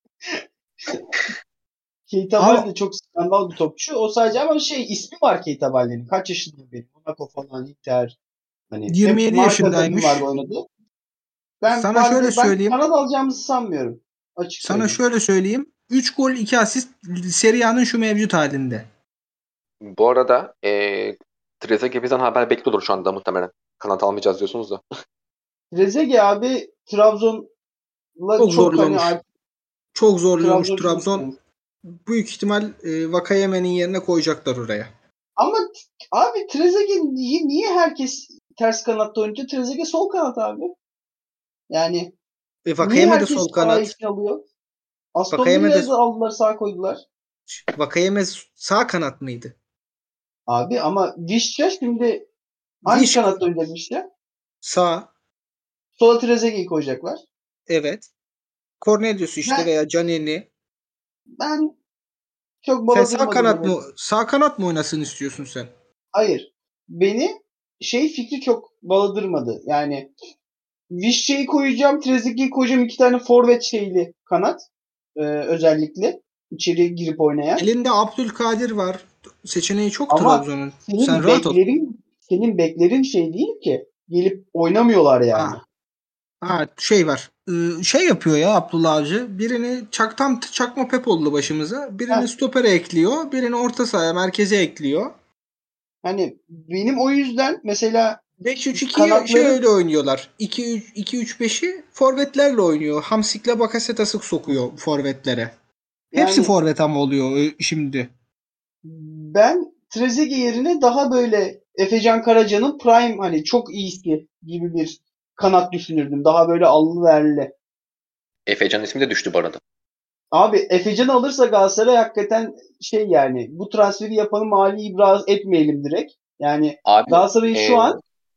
[SPEAKER 1] Keita
[SPEAKER 3] Ama
[SPEAKER 1] Balde çok skandal bir topçu. O sadece ama şey ismi var Keita Balde'nin. Kaç yaşında biri? Monaco falan Inter. Hani
[SPEAKER 3] yirmi
[SPEAKER 1] hep
[SPEAKER 3] yedi
[SPEAKER 1] marka takım var
[SPEAKER 3] yaşındaymış.
[SPEAKER 1] oynadı. Ben
[SPEAKER 3] Sana şöyle
[SPEAKER 1] Balde ben
[SPEAKER 3] söyleyeyim.
[SPEAKER 1] kanat alacağımızı sanmıyorum. Açık
[SPEAKER 3] Sana
[SPEAKER 1] söyleyeyim.
[SPEAKER 3] şöyle söyleyeyim. üç gol iki asist Serie A'nın şu mevcut halinde.
[SPEAKER 2] Bu arada e, Trezeguet bizden haber bekliyordur şu anda muhtemelen. Kanat almayacağız diyorsunuz da.
[SPEAKER 1] Trezeguet abi Trabzon'la
[SPEAKER 3] Çok
[SPEAKER 1] çok hani
[SPEAKER 3] zorluyormuş.
[SPEAKER 1] artık
[SPEAKER 3] Çok zorluyormuş
[SPEAKER 1] Trabzon çok
[SPEAKER 3] Trabzon.
[SPEAKER 1] istiyormuş.
[SPEAKER 3] Büyük ihtimal e, Vakayeme'nin yerine koyacaklar oraya.
[SPEAKER 1] Ama t- abi Trezeguet niye, niye herkes ters kanatta oynayınca Trezeguet sol kanat abi? Yani
[SPEAKER 3] E,
[SPEAKER 1] niye
[SPEAKER 3] Vakayeme de sol
[SPEAKER 1] herkes sağ
[SPEAKER 3] kanat.
[SPEAKER 1] içine alıyor? Aston
[SPEAKER 3] Vakayeme de
[SPEAKER 1] Villa'yı da aldılar sağ koydular.
[SPEAKER 3] Vakayeme sağ kanat mıydı?
[SPEAKER 1] Abi ama Vişça şimdi hangi
[SPEAKER 3] Viş
[SPEAKER 1] kanatta oynayacak Vişça?
[SPEAKER 3] sağ.
[SPEAKER 1] Sola Trezeguet'i koyacaklar.
[SPEAKER 3] Evet. Cornelius işte
[SPEAKER 1] Ben
[SPEAKER 3] veya Canini.
[SPEAKER 1] ben çok
[SPEAKER 3] Sen sağ
[SPEAKER 1] baladırmadı
[SPEAKER 3] kanat
[SPEAKER 1] beni.
[SPEAKER 3] mı sağ kanat mı oynasın istiyorsun sen?
[SPEAKER 1] Hayır. Beni şey fikri çok baladırmadı. Yani Vişça'yı koyacağım, Trezeguet'i koyacağım. İki tane forvet şeyli kanat. Ee, özellikle. içeri girip oynayan.
[SPEAKER 3] Elinde Abdülkadir var. Seçeneği çok
[SPEAKER 1] Ama
[SPEAKER 3] Trabzon'un. Sen
[SPEAKER 1] senin
[SPEAKER 3] rahat ol.
[SPEAKER 1] beklerin senin beklerin şey değil ki. Gelip oynamıyorlar yani.
[SPEAKER 3] Ha, ha şey var. Ee, şey yapıyor ya Abdullah Avcı. Birini çak tam çakma Pep oldu başımıza.
[SPEAKER 1] Heh,
[SPEAKER 3] Birini stopere ekliyor. Birini orta sahaya merkeze ekliyor.
[SPEAKER 1] hani benim o yüzden mesela
[SPEAKER 3] beş üç ikiyi şey
[SPEAKER 1] kanatları
[SPEAKER 3] öyle oynuyorlar. iki üç beşi forvetlerle oynuyor. Hamsik'le Bakasetas'ı sokuyor forvetlere. Hepsi
[SPEAKER 1] yani
[SPEAKER 3] forvet ama oluyor ö- şimdi.
[SPEAKER 1] ben Trezeguet yerine daha böyle Efecan Karaca'nın prime hani çok iyisi gibi bir kanat düşünürdüm. Daha böyle allı verli.
[SPEAKER 2] Efecan ismi de düştü bu arada.
[SPEAKER 1] Abi Efecan'ı alırsa Galatasaray hakikaten şey yani bu transferi yapalım mali ibraz etmeyelim direkt. Yani
[SPEAKER 2] Abi
[SPEAKER 1] Galatasaray'ın
[SPEAKER 2] e,
[SPEAKER 1] şu an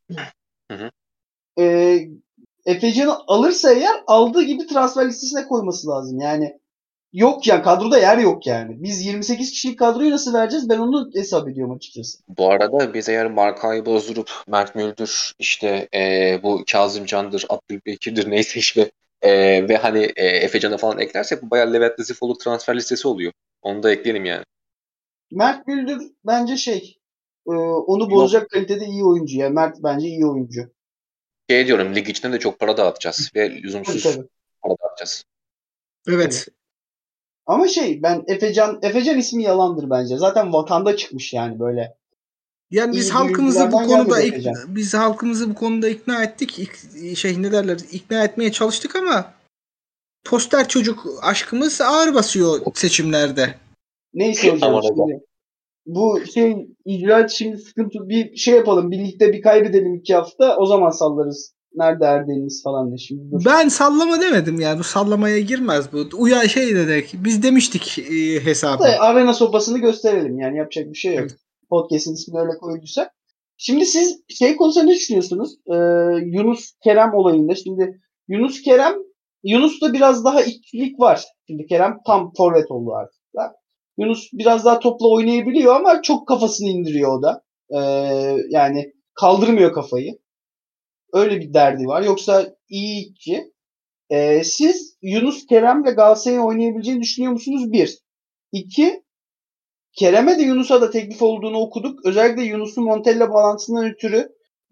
[SPEAKER 2] hı hı.
[SPEAKER 1] e, Efecan'ı alırsa eğer aldığı gibi transfer listesine koyması lazım. Yani yok ya kadroda yer yok yani. Biz yirmi sekiz kişilik kadroyu nasıl vereceğiz? Ben onu hesap ediyorum açıkçası.
[SPEAKER 2] Bu arada biz eğer markayı bozdurup Mert Müldür işte e, bu Kazımcan'dır, Abdülbekir'dir neyse işte e, ve hani e, Efecan'ı falan eklersek bu bayağı Levent Zifoluk transfer listesi oluyor. Onu da ekleyelim yani.
[SPEAKER 1] Mert Müldür bence şey e, onu
[SPEAKER 2] Yok
[SPEAKER 1] bozacak kalitede iyi oyuncu ya. Mert bence iyi oyuncu.
[SPEAKER 2] şey diyorum lig içinde de çok para dağıtacağız ve
[SPEAKER 1] Tabii
[SPEAKER 2] lüzumsuz
[SPEAKER 1] tabii.
[SPEAKER 2] para dağıtacağız.
[SPEAKER 1] tabii.
[SPEAKER 3] Evet.
[SPEAKER 1] Ama şey ben Efecan Efecan ismi yalandır bence. Zaten vatanda çıkmış yani böyle.
[SPEAKER 3] Yani biz
[SPEAKER 1] İyi
[SPEAKER 3] halkımızı bu
[SPEAKER 1] duyumculardan
[SPEAKER 3] konuda
[SPEAKER 1] gelmedi
[SPEAKER 3] ik-
[SPEAKER 1] Efecan.
[SPEAKER 3] biz halkımızı bu konuda ikna ettik. İk- şey ne derler? İkna etmeye çalıştık ama poster çocuk aşkımız ağır basıyor seçimlerde.
[SPEAKER 1] Neyse hocam
[SPEAKER 2] Aman hocam.
[SPEAKER 1] şimdi bu şey icraat şimdi sıkıntı bir şey yapalım. Birlikte bir kaybedelim iki hafta. O zaman sallarız. Nerede Erdenimiz falan diye. Şimdi dur.
[SPEAKER 3] Ben sallama demedim ya. Bu sallamaya girmez bu. Uya şey dedik. Biz demiştik e, hesabı.
[SPEAKER 1] Da arena sopasını gösterelim. Yani yapacak bir şey yok.
[SPEAKER 3] Evet.
[SPEAKER 1] Podcast'in ismini öyle koyduysak. Şimdi siz şey konusunda ne düşünüyorsunuz? Ee, Yunus Kerem olayında. Şimdi Yunus Kerem Yunus'ta biraz daha işçilik var. Şimdi Kerem tam forvet oldu artık. Yunus biraz daha topla oynayabiliyor ama çok kafasını indiriyor o da. Ee, yani kaldırmıyor kafayı. Öyle bir derdi var. Yoksa iyi işçi. Ee, siz Yunus Kerem'le Galatasaray'ın oynayabileceğini düşünüyor musunuz? Bir. İki. Kerem'e de Yunus'a da teklif olduğunu okuduk. Özellikle Yunus'un Montella bağlantısından ötürü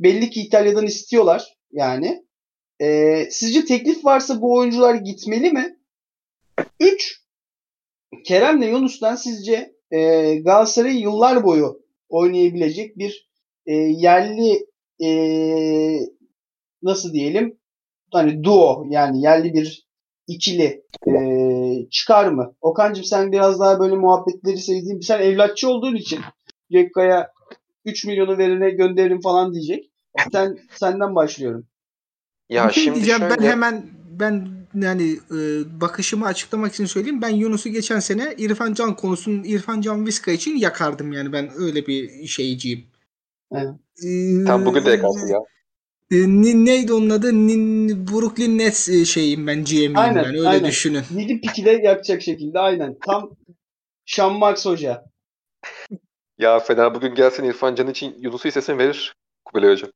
[SPEAKER 1] belli ki İtalya'dan istiyorlar yani. Ee, sizce teklif varsa bu oyuncular gitmeli mi? Üç, Kerem'le Yunus'tan sizce e, Galatasaray'ı yıllar boyu oynayabilecek bir e, yerli e, nasıl diyelim hani duo yani yerli bir ikili e, çıkar mı? Okan'cığım sen biraz daha böyle muhabbetleri sevdiğin sen evlatçı olduğun için Gökkaya üç milyonu verene gönderirim falan diyecek. Sen senden başlıyorum.
[SPEAKER 2] Ya
[SPEAKER 3] Bir şey
[SPEAKER 2] şimdi
[SPEAKER 3] diyeceğim. Ben
[SPEAKER 2] şöyle
[SPEAKER 3] hemen ben yani e, bakışımı açıklamak için söyleyeyim. Ben Yunus'u geçen sene İrfan Can konusunun İrfan Can Viska için yakardım yani ben öyle bir şeyciyim.
[SPEAKER 1] Evet.
[SPEAKER 2] sen bugün de
[SPEAKER 3] Ee,
[SPEAKER 2] yakarsın ya.
[SPEAKER 3] e, ni- neydi onun adı? Nin, Brooklyn Nets e, şeyim ben G M'iyim ben
[SPEAKER 1] Aynen,
[SPEAKER 3] öyle
[SPEAKER 1] aynen.
[SPEAKER 3] düşünün.
[SPEAKER 1] Yedi piki de yakacak şekilde aynen. Tam Sean Marks Hoca.
[SPEAKER 2] Ya Fener bugün gelsin İrfan Can için Yunus'u istesin verir Kubilay Hoca.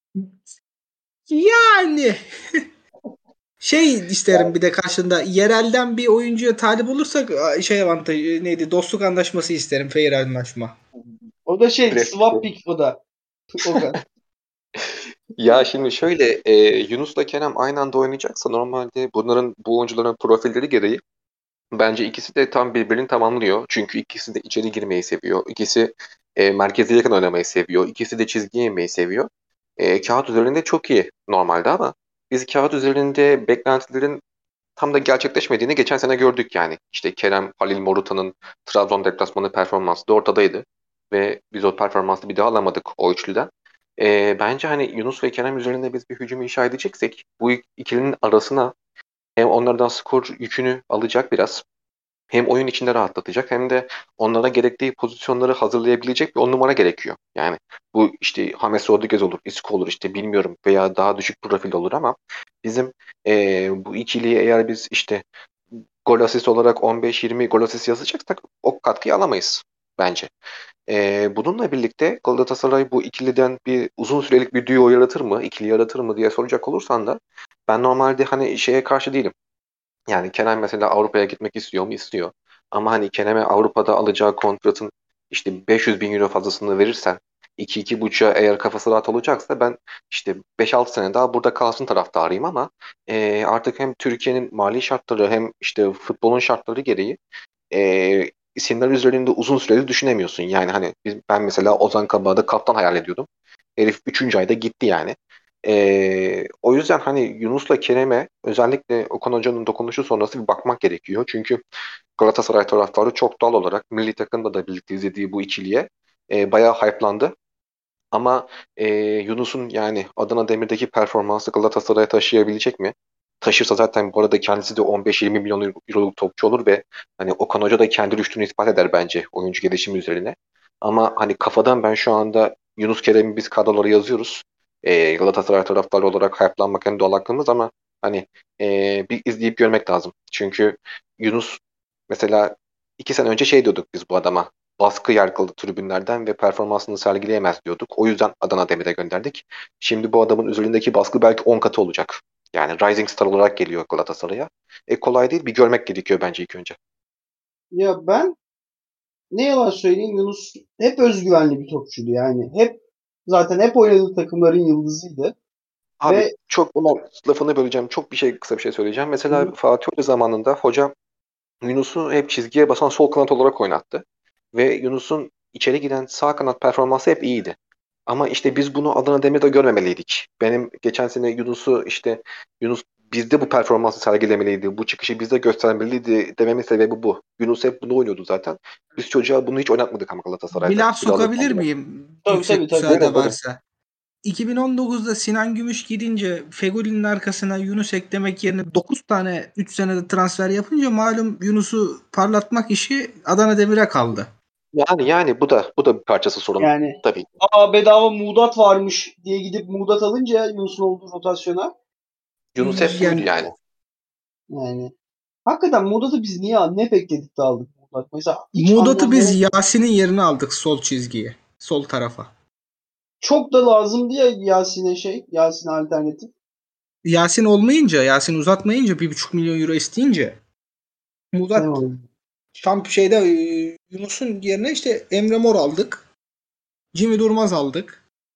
[SPEAKER 3] Yani şey isterim bir de karşında yerelden bir oyuncuya talip olursak a, şey avantajı neydi? Dostluk anlaşması isterim. Fair anlaşma.
[SPEAKER 1] O da şey
[SPEAKER 2] Draft
[SPEAKER 1] swap
[SPEAKER 2] pick'i.
[SPEAKER 1] pick o da. Okan.
[SPEAKER 2] Ya şimdi şöyle e, Yunus'la Kerem aynı anda oynayacaksa normalde bunların bu oyuncuların profilleri gereği bence ikisi de tam birbirini tamamlıyor. Çünkü ikisi de içeri girmeyi seviyor. İkisi e, merkeze yakın oynamayı seviyor. İkisi de çizgi yemeyi seviyor. E, kağıt üzerinde çok iyi normalde ama biz kağıt üzerinde beklentilerin tam da gerçekleşmediğini geçen sene gördük yani. İşte Kerem, Halil Moruta'nın Trabzon deplasmanı performansı da ortadaydı. Ve biz o performansı bir daha alamadık o üçlüden. Ee, bence hani Yunus ve Kerem üzerinde biz bir hücum inşa edeceksek bu ikilinin arasına hem onlardan skor yükünü alacak biraz. Hem oyun içinde rahatlatacak hem de onlara gerektiği pozisyonları hazırlayabilecek bir on numara gerekiyor. Yani bu işte James Rodriguez olur, Isco olur işte bilmiyorum veya daha düşük profil olur ama bizim eee, bu ikiliyi eğer biz işte gol asist olarak on beş yirmi gol asist yazacaksak o katkıyı alamayız bence. Eee, bununla birlikte Galatasaray bu ikiliden bir uzun sürelik bir duo yaratır mı, ikili yaratır mı diye soracak olursan da ben normalde hani şeye karşı değilim. Yani Kenan mesela Avrupa'ya gitmek istiyor mu? İstiyor. Ama hani Kerem'e Avrupa'da alacağı kontratın işte beş yüz bin euro fazlasını verirsen iki iki buçuğa eğer kafası rahat olacaksa ben işte beş altı sene daha burada kalsın taraftarıyım ama e, artık hem Türkiye'nin mali şartları hem işte futbolun şartları gereği e, isimler üzerinde uzun süreli düşünemiyorsun. Yani hani biz, ben mesela Ozan Kabak'ı kaptan hayal ediyordum. Herif üçüncü ayda gitti yani. E, o yüzden hani Yunus'la Kerem'e özellikle Okan Hoca'nın dokunuşu sonrası bir bakmak gerekiyor. Çünkü Galatasaray taraftarı çok doğal olarak milli takımda da birlikte izlediği bu ikiliye e, bayağı hype'landı. Ama e, Yunus'un yani Adana Demir'deki performansı Galatasaray'a taşıyabilecek mi? Taşırsa zaten bu arada kendisi de on beş yirmi milyon euroluk topçu olur ve hani Okan Hoca da kendi rüştünü ispat eder bence oyuncu gelişimi üzerine. Ama hani kafadan ben şu anda Yunus Kerem'i biz kadrolara yazıyoruz. E, Galatasaray taraftarı olarak hype'lanmak en doğal hakkımız ama hani e, bir izleyip görmek lazım. Çünkü Yunus mesela iki sene önce şey diyorduk biz bu adama baskı yargıladı tribünlerden ve performansını sergileyemez diyorduk. O yüzden Adana Demir'e gönderdik. Şimdi bu adamın üzerindeki baskı belki on katı olacak. Yani Rising Star olarak geliyor Galatasaray'a. E kolay değil. Bir görmek gerekiyor bence ilk önce.
[SPEAKER 1] Ya ben ne yalan söyleyeyim Yunus hep özgüvenli bir topçuydu yani. Hep zaten hep oynadığı takımların yıldızıydı.
[SPEAKER 2] Abi
[SPEAKER 1] Ve
[SPEAKER 2] çok ona lafını böleceğim. Çok bir şey kısa bir şey söyleyeceğim.
[SPEAKER 1] hı
[SPEAKER 2] Mesela
[SPEAKER 1] hı,
[SPEAKER 2] Fatih Hoca zamanında hoca Yunus'u hep çizgiye basan sol kanat olarak oynattı. Ve Yunus'un içeri giden sağ kanat performansı hep iyiydi. Ama işte biz bunu Adana Demir'de görmemeliydik. Benim geçen sene Yunus'u işte Yunus bizde bu performansı sergilemeliydi. Bu çıkışı bizde göstermeliydi dememin sebebi bu. Yunus hep bunu oynuyordu zaten. Biz çocuğa bunu hiç oynatmadık ama
[SPEAKER 3] Bir
[SPEAKER 2] Galatasaray'da.
[SPEAKER 3] laf
[SPEAKER 2] Biraz
[SPEAKER 3] sokabilir
[SPEAKER 2] kendime.
[SPEAKER 3] miyim?
[SPEAKER 1] tabii tabii
[SPEAKER 3] Yüksek
[SPEAKER 1] tabii.
[SPEAKER 3] müsaade
[SPEAKER 2] Buyurun buyurun.
[SPEAKER 3] varsa. iki bin on dokuzda Sinan Gümüş gidince Fegoli'nin arkasına Yunus eklemek yerine dokuz tane üç senede transfer yapınca malum Yunus'u parlatmak işi Adana Demir'e kaldı.
[SPEAKER 2] Yani yani bu da bu da bir parçası sorun
[SPEAKER 1] Yani
[SPEAKER 2] tabii.
[SPEAKER 1] aa bedava Muğdat varmış diye gidip Muğdat alınca Yunus'un olduğu rotasyona
[SPEAKER 2] Yunus hep buydu
[SPEAKER 3] Yani
[SPEAKER 2] yani.
[SPEAKER 1] yani hakikaten Muğdat'ı biz niye ne bekledik de aldık Muğdat? Mesela hiç
[SPEAKER 3] Muğdat'ı
[SPEAKER 1] anlam
[SPEAKER 3] biz
[SPEAKER 1] veremedim.
[SPEAKER 3] Yasin'in yerine aldık sol çizgiye. Sol tarafa.
[SPEAKER 1] Çok da lazımdı ya Yasin'e şey, Yasin'e alternatif.
[SPEAKER 3] Yasin olmayınca, Yasin uzatmayınca bir buçuk milyon euro isteyince Muğdat
[SPEAKER 1] Tamam.
[SPEAKER 3] şamp şeyde e, Yunus'un yerine işte Emre Mor aldık. Jimmy Durmaz aldık.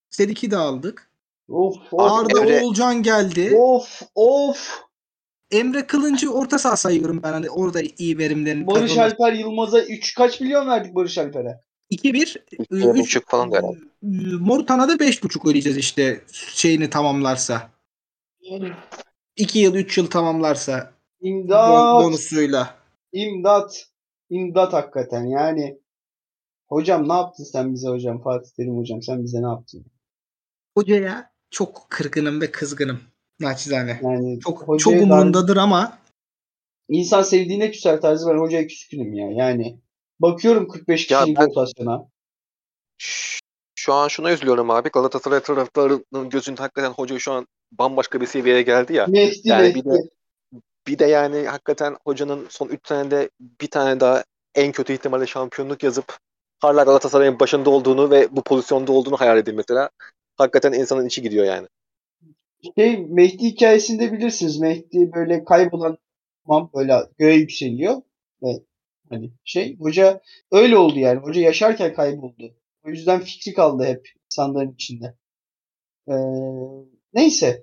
[SPEAKER 3] Sedik'i de aldık.
[SPEAKER 1] Of of
[SPEAKER 3] Arda
[SPEAKER 2] Emre-
[SPEAKER 3] Oğulcan geldi.
[SPEAKER 1] of of.
[SPEAKER 3] Emre Kılınç'ı orta saha sayıyorum ben. Hani orada iyi verimlerin
[SPEAKER 1] Barış
[SPEAKER 3] kazanması.
[SPEAKER 1] Alper Yılmaz'a üç kaç milyon verdik Barış Alper'e?
[SPEAKER 3] iki bir.
[SPEAKER 2] İki
[SPEAKER 3] üç
[SPEAKER 2] buçuk falan da herhalde.
[SPEAKER 3] Morutan'a da beş buçuk ödeyeceğiz işte şeyini tamamlarsa. iki yıl üç yıl tamamlarsa bon,
[SPEAKER 1] İmdat.
[SPEAKER 3] bonusuyla.
[SPEAKER 1] İmdat. İmdat hakikaten yani. Hocam ne yaptın sen bize hocam? Fatih Terim hocam sen bize ne yaptın?
[SPEAKER 3] Hocaya çok kırgınım ve kızgınım. Naçizane.
[SPEAKER 1] Yani
[SPEAKER 3] Çok çok
[SPEAKER 1] hocaya ben
[SPEAKER 3] umurundadır ama
[SPEAKER 1] insan sevdiğine küser tarzı ben hocaya küskünüm ya. Yani bakıyorum kırk beş
[SPEAKER 2] Ya
[SPEAKER 1] kişilik
[SPEAKER 2] ben
[SPEAKER 1] rotasyona.
[SPEAKER 2] ş- şu an şuna üzülüyorum abi. Galatasaray taraftarının gözünde hakikaten hoca şu an bambaşka bir seviyeye geldi ya.
[SPEAKER 1] Mehdi
[SPEAKER 2] Yani bir de
[SPEAKER 1] Mehdi.
[SPEAKER 2] bir de yani hakikaten hocanın son üç senede bir tane daha en kötü ihtimalle şampiyonluk yazıp hala Galatasaray'ın başında olduğunu ve bu pozisyonda olduğunu hayal edin mesela. Hakikaten insanın içi gidiyor yani.
[SPEAKER 1] Şey, Mehdi hikayesinde bilirsiniz. Mehdi böyle kaybolan tamam böyle göğe yükseliyor. Ve hani şey hoca öyle oldu yani. Hoca yaşarken kayboldu. O yüzden fikri kaldı hep insanların içinde. Ee, neyse.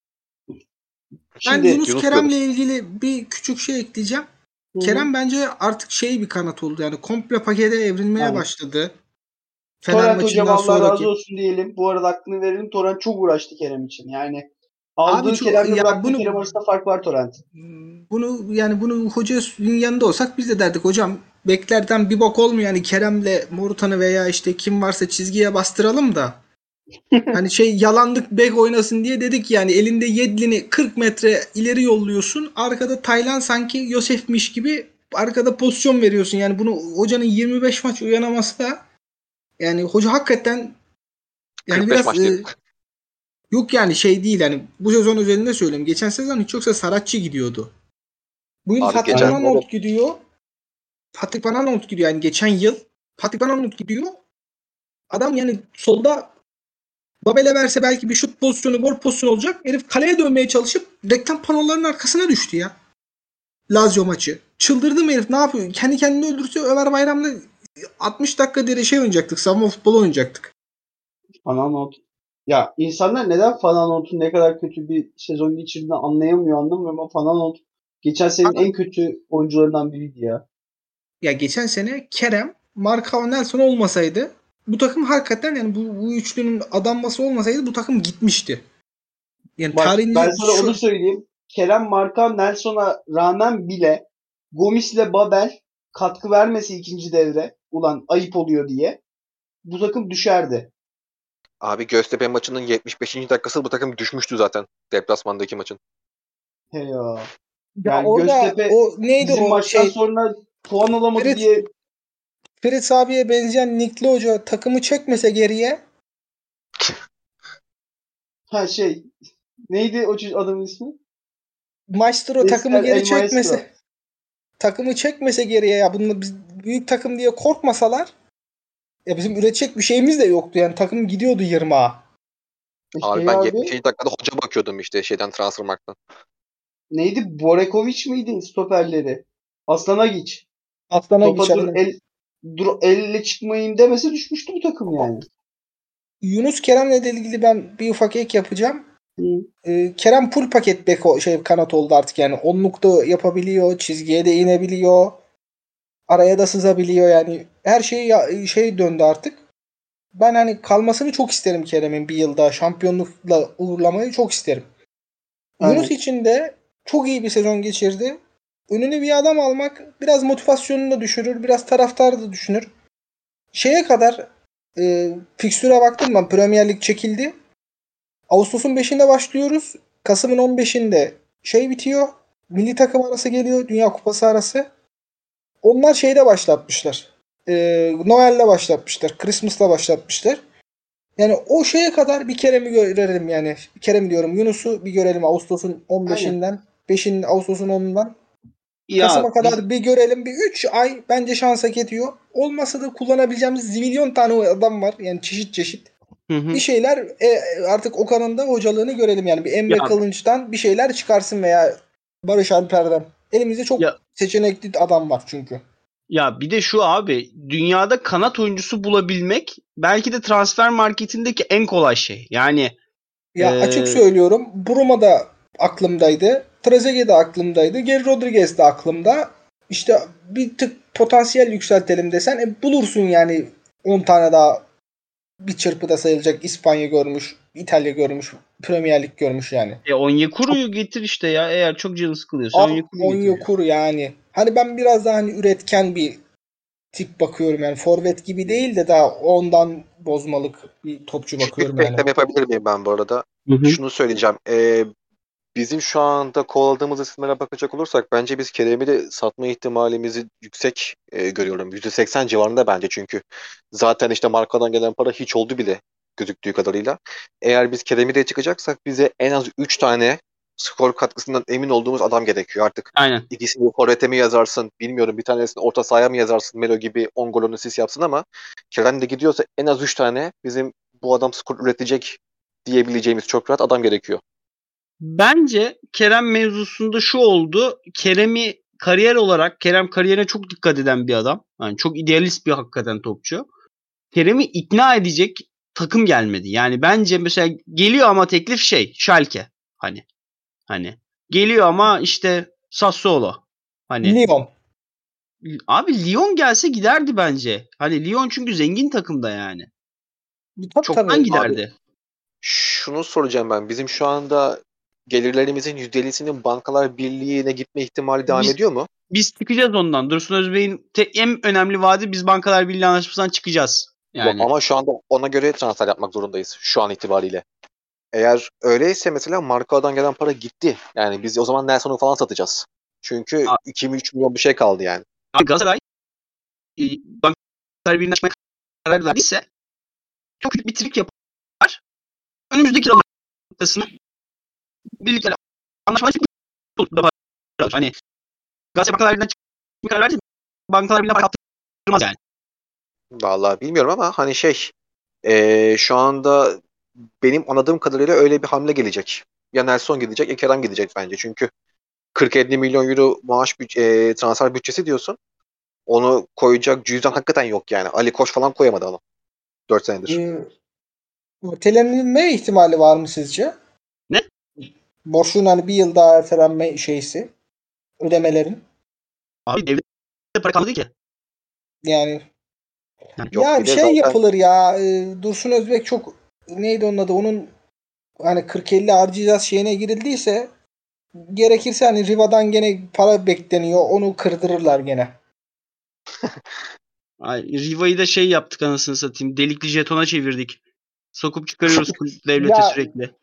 [SPEAKER 3] ben
[SPEAKER 1] Şimdi
[SPEAKER 3] Yunus
[SPEAKER 2] Yunus
[SPEAKER 3] Kerem'le
[SPEAKER 2] diyordum.
[SPEAKER 3] ilgili bir küçük şey ekleyeceğim.
[SPEAKER 1] hı hı,
[SPEAKER 3] Kerem bence artık şey bir kanat oldu yani komple pakete evrilmeye
[SPEAKER 1] aynen.
[SPEAKER 3] başladı. Fener
[SPEAKER 1] Torrent hocam
[SPEAKER 3] maçından
[SPEAKER 1] Allah razı
[SPEAKER 3] sonraki.
[SPEAKER 1] olsun diyelim. Bu arada hakkını verelim. Torrent çok uğraştı Kerem için. Yani
[SPEAKER 3] Abi
[SPEAKER 1] aldığı
[SPEAKER 3] şu
[SPEAKER 1] Kerem'le
[SPEAKER 3] ya
[SPEAKER 1] bıraktığı
[SPEAKER 3] bunu
[SPEAKER 1] Kerem arasında fark var Torrent'in.
[SPEAKER 3] bunu yani bunu hocanın yanında olsak biz de derdik hocam beklerden bir bok olmuyor yani Kerem'le Morutan'ı veya işte kim varsa çizgiye bastıralım da hani şey yalanlık bek oynasın diye dedik yani elinde Yedlin'i kırk metre ileri yolluyorsun arkada Taylan sanki Yosef'miş gibi arkada pozisyon veriyorsun yani bunu hocanın yirmi beş maç uyanaması da yani hoca hakikaten yani
[SPEAKER 2] kırk beş
[SPEAKER 3] biraz
[SPEAKER 2] maç değil.
[SPEAKER 3] e, yok yani şey değil yani bu sezon özelinde söyleyeyim geçen sezon hiç yoksa Saratçı gidiyordu. Bu yıl
[SPEAKER 2] Abi
[SPEAKER 3] Fatih
[SPEAKER 2] geçen
[SPEAKER 1] Aynen.
[SPEAKER 2] sene de
[SPEAKER 3] Vananolt gidiyor. Fatih Vananolt gidiyor yani geçen yıl. Fatih Vananolt gidiyor. Adam yani solda Babel'e verse belki bir şut pozisyonu, gol pozisyonu olacak. Herif kaleye dönmeye çalışıp reklam panolarının arkasına düştü ya. Lazio maçı. Çıldırdı mı herif ne yapıyor? Kendi kendini öldürse Ömer Bayram'la altmış dakika diye şey oynayacaktık. Savunma futbolu oynayacaktık.
[SPEAKER 1] Fananot. Ya insanlar neden Fananot'un ne kadar kötü bir sezon geçirdiğini anlayamıyor anlamıyorum ama Fananot geçen senenin
[SPEAKER 3] Ama
[SPEAKER 1] en kötü oyuncularından biriydi ya.
[SPEAKER 3] ya geçen sene Kerem, Marcao Nelson olmasaydı bu takım hakikaten yani bu, bu üçlünün adanması olmasaydı bu takım gitmişti. Yani
[SPEAKER 1] Bak ben
[SPEAKER 3] tarihinde
[SPEAKER 1] sana onu
[SPEAKER 3] şu
[SPEAKER 1] söyleyeyim. Kerem, Markan, Nelson'a rağmen bile Gomis'le Babel katkı vermesi ikinci devre ulan ayıp oluyor diye bu takım düşerdi.
[SPEAKER 2] abi Göztepe maçının yetmiş beşinci dakikası bu takım düşmüştü zaten deplasmandaki maçın.
[SPEAKER 1] He ya.
[SPEAKER 3] ya
[SPEAKER 1] Yani
[SPEAKER 3] orada
[SPEAKER 1] Göztepe
[SPEAKER 3] o neydi
[SPEAKER 1] bizim
[SPEAKER 3] o
[SPEAKER 1] maçtan
[SPEAKER 3] şey
[SPEAKER 1] sonra puan alamadı
[SPEAKER 3] Ferit
[SPEAKER 1] diye
[SPEAKER 3] Ferit abiye benzeyen Nikli Hoca takımı çekmese geriye
[SPEAKER 1] ha şey neydi o çocuk- adamın ismi?
[SPEAKER 3] Maestro takımı
[SPEAKER 1] Esker
[SPEAKER 3] geri
[SPEAKER 1] El Maestro.
[SPEAKER 3] çekmese takımı çekmese geriye ya bunu biz büyük takım diye korkmasalar ya bizim üretecek bir şeyimiz de yoktu yani takım gidiyordu yirmiye.
[SPEAKER 1] İşte
[SPEAKER 2] Abi ben
[SPEAKER 1] ya abi
[SPEAKER 2] yetmişinci dakikada hoca bakıyordum işte şeyden Transfermarkt'tan.
[SPEAKER 1] neydi? Borekovic miydi stoperleri? Aslanagic.
[SPEAKER 3] Aslana
[SPEAKER 1] Topa dur
[SPEAKER 3] geçelim.
[SPEAKER 1] el dur elle çıkmayın demese düşmüştü bu takım yani.
[SPEAKER 3] Yunus Kerem'le de ilgili ben bir ufak ek yapacağım.
[SPEAKER 1] Hı.
[SPEAKER 3] Ee, Kerem full paket bek o- şey kanat oldu artık yani. Onluk da yapabiliyor, çizgiye de inebiliyor. Araya da sızabiliyor yani. Her şey ya- şey döndü artık. Ben hani kalmasını çok isterim Kerem'in bir yıl daha. Şampiyonlukla uğurlamayı çok isterim. Yunus
[SPEAKER 1] Aynen.
[SPEAKER 3] için de çok iyi bir sezon geçirdi. Önüne bir adam almak biraz motivasyonunu da düşürür. Biraz taraftarı da düşünür. Şeye kadar e, fikstüre baktım ben. Premier Lig çekildi. Ağustos'un beşinde başlıyoruz. Kasım'ın on beşinde şey bitiyor. Milli takım arası geliyor. Dünya Kupası arası. Onlar şeyde başlatmışlar. E, Noel'le başlatmışlar. Christmas'la başlatmışlar. Yani o şeye kadar bir kere mi görelim yani. Bir kere mi diyorum Yunus'u bir görelim Ağustos'un
[SPEAKER 1] Aynen.
[SPEAKER 3] on beşinden. beşinde Ağustos'un onundan.
[SPEAKER 1] Ya
[SPEAKER 3] Kasım'a
[SPEAKER 1] biz
[SPEAKER 3] kadar bir görelim. Bir üç ay bence şans hak ediyor. Olmasa da kullanabileceğimiz zilyon tane adam var. Yani çeşit çeşit.
[SPEAKER 1] hı
[SPEAKER 3] Bir
[SPEAKER 1] hı.
[SPEAKER 3] şeyler e, artık Okan'ın da hocalığını görelim. Yani bir
[SPEAKER 1] Ya
[SPEAKER 3] Emre Kılınç'tan bir şeyler çıkarsın veya Barış Alper'den. Elimizde çok
[SPEAKER 1] ya
[SPEAKER 3] seçenekli adam var çünkü.
[SPEAKER 1] Ya bir de şu abi, dünyada kanat oyuncusu bulabilmek belki de transfer marketindeki en kolay şey. Yani
[SPEAKER 3] Ya
[SPEAKER 1] ee,
[SPEAKER 3] açık söylüyorum. Bruma da aklımdaydı. Trezeguet de aklımdaydı. Geri Rodriguez de aklımda. İşte bir tık potansiyel yükseltelim desen e, bulursun yani on tane daha bir çırpıda sayılacak İspanya görmüş, İtalya görmüş, Premier Lig görmüş yani.
[SPEAKER 1] e, Onyekuru'yu getir işte ya. Eğer çok canı sıkılıyorsa
[SPEAKER 3] Al
[SPEAKER 1] Onyekuru'yu getir.
[SPEAKER 3] Onyekuru yani. Hani ben biraz daha hani üretken bir tip bakıyorum yani. Forvet gibi değil de daha ondan bozmalık bir topçu
[SPEAKER 2] Küçük
[SPEAKER 3] bakıyorum
[SPEAKER 2] bir
[SPEAKER 3] yani.
[SPEAKER 2] ekleme yapabilir miyim ben bu arada?
[SPEAKER 1] Hı hı.
[SPEAKER 2] Şunu söyleyeceğim. Ee, bizim şu anda kovaladığımız isimlere bakacak olursak bence biz Kerem'i de satma ihtimalimizi yüksek e, görüyorum. yüzde seksen civarında bence çünkü. Zaten işte markadan gelen para hiç oldu bile gözüktüğü kadarıyla. Eğer biz Kerem'i de çıkacaksak bize en az üç tane skor katkısından emin olduğumuz adam gerekiyor. Artık
[SPEAKER 1] Aynen.
[SPEAKER 2] ikisini forvete mi yazarsın bilmiyorum. Bir tanesini orta sahaya mı yazarsın Melo gibi on gol on asist yapsın ama Kerem de gidiyorsa en az üç tane bizim bu adam skor üretecek diyebileceğimiz çok rahat adam gerekiyor.
[SPEAKER 1] Bence Kerem mevzusunda şu oldu. Kerem'i kariyer olarak, Kerem kariyerine çok dikkat eden bir adam. Yani çok idealist bir hakikaten topçu. Kerem'i ikna edecek takım gelmedi. Yani bence mesela geliyor ama teklif şey, Schalke. Hani hani geliyor ama işte Sassuolo. Hani
[SPEAKER 3] Lyon.
[SPEAKER 1] abi Lyon gelse giderdi bence. Hani Lyon çünkü zengin takımda yani.
[SPEAKER 3] Tabii
[SPEAKER 1] Çoktan
[SPEAKER 3] tabii.
[SPEAKER 2] Abi
[SPEAKER 1] giderdi.
[SPEAKER 2] şunu soracağım ben. Bizim şu anda gelirlerimizin yüzde ellisinin Bankalar Birliği'ne gitme ihtimali devam
[SPEAKER 1] Biz
[SPEAKER 2] ediyor mu?
[SPEAKER 1] biz çıkacağız ondan. Dursun Özbey'in te- en önemli vaadi biz Bankalar Birliği anlaşmasından çıkacağız.
[SPEAKER 2] Yok
[SPEAKER 1] Yani
[SPEAKER 2] ama şu anda ona göre transfer yapmak zorundayız şu an itibariyle. Eğer öyleyse mesela Markao'dan gelen para gitti. Yani biz o zaman Nelson'u falan satacağız. Çünkü iki mi üç milyon bir şey kaldı yani.
[SPEAKER 1] abi Galatasaray e, Bankalar Birliği'ne anlaşmaya karar verdiyse çok büyük bir trik yapar. Önümüzdeki yıl noktasını birlikte anlaşmaya çıkmış. Hani Galatasaray Bankalar Birliği'nden çıkmaya karar verdi. Bankalar Birliği'ne para yaptırmaz yani.
[SPEAKER 2] Vallahi bilmiyorum ama hani şey eee, şu anda benim anladığım kadarıyla öyle bir hamle gelecek. Ya Nelson gidecek ya Kerem gidecek bence. Çünkü kırk elli milyon euro maaş büt- eee, transfer bütçesi diyorsun. Onu koyacak cüzdan hakikaten yok yani. Ali Koç falan koyamadı onu dört senedir.
[SPEAKER 3] Ee, Ötelenme ihtimali var mı sizce?
[SPEAKER 1] Ne?
[SPEAKER 3] Boşluğun hani bir yıl daha ertelenme şeysi. Ödemelerin.
[SPEAKER 1] Abi devlette para kalmadı ki.
[SPEAKER 3] Yani
[SPEAKER 1] Yani,
[SPEAKER 2] Yok
[SPEAKER 3] ya
[SPEAKER 2] bir de
[SPEAKER 3] şey
[SPEAKER 2] zaten
[SPEAKER 3] yapılır ya. e, Dursun Özbek çok neydi onun adı? Onun hani kırk elli harcayacağız şeyine girildiyse gerekirse hani Riva'dan gene para bekleniyor. Onu kırdırırlar gene.
[SPEAKER 1] ay, Riva'yı da şey yaptık anasını satayım. Delikli jetona çevirdik. Sokup çıkarıyoruz kulüp- devlete
[SPEAKER 3] Ya
[SPEAKER 1] sürekli.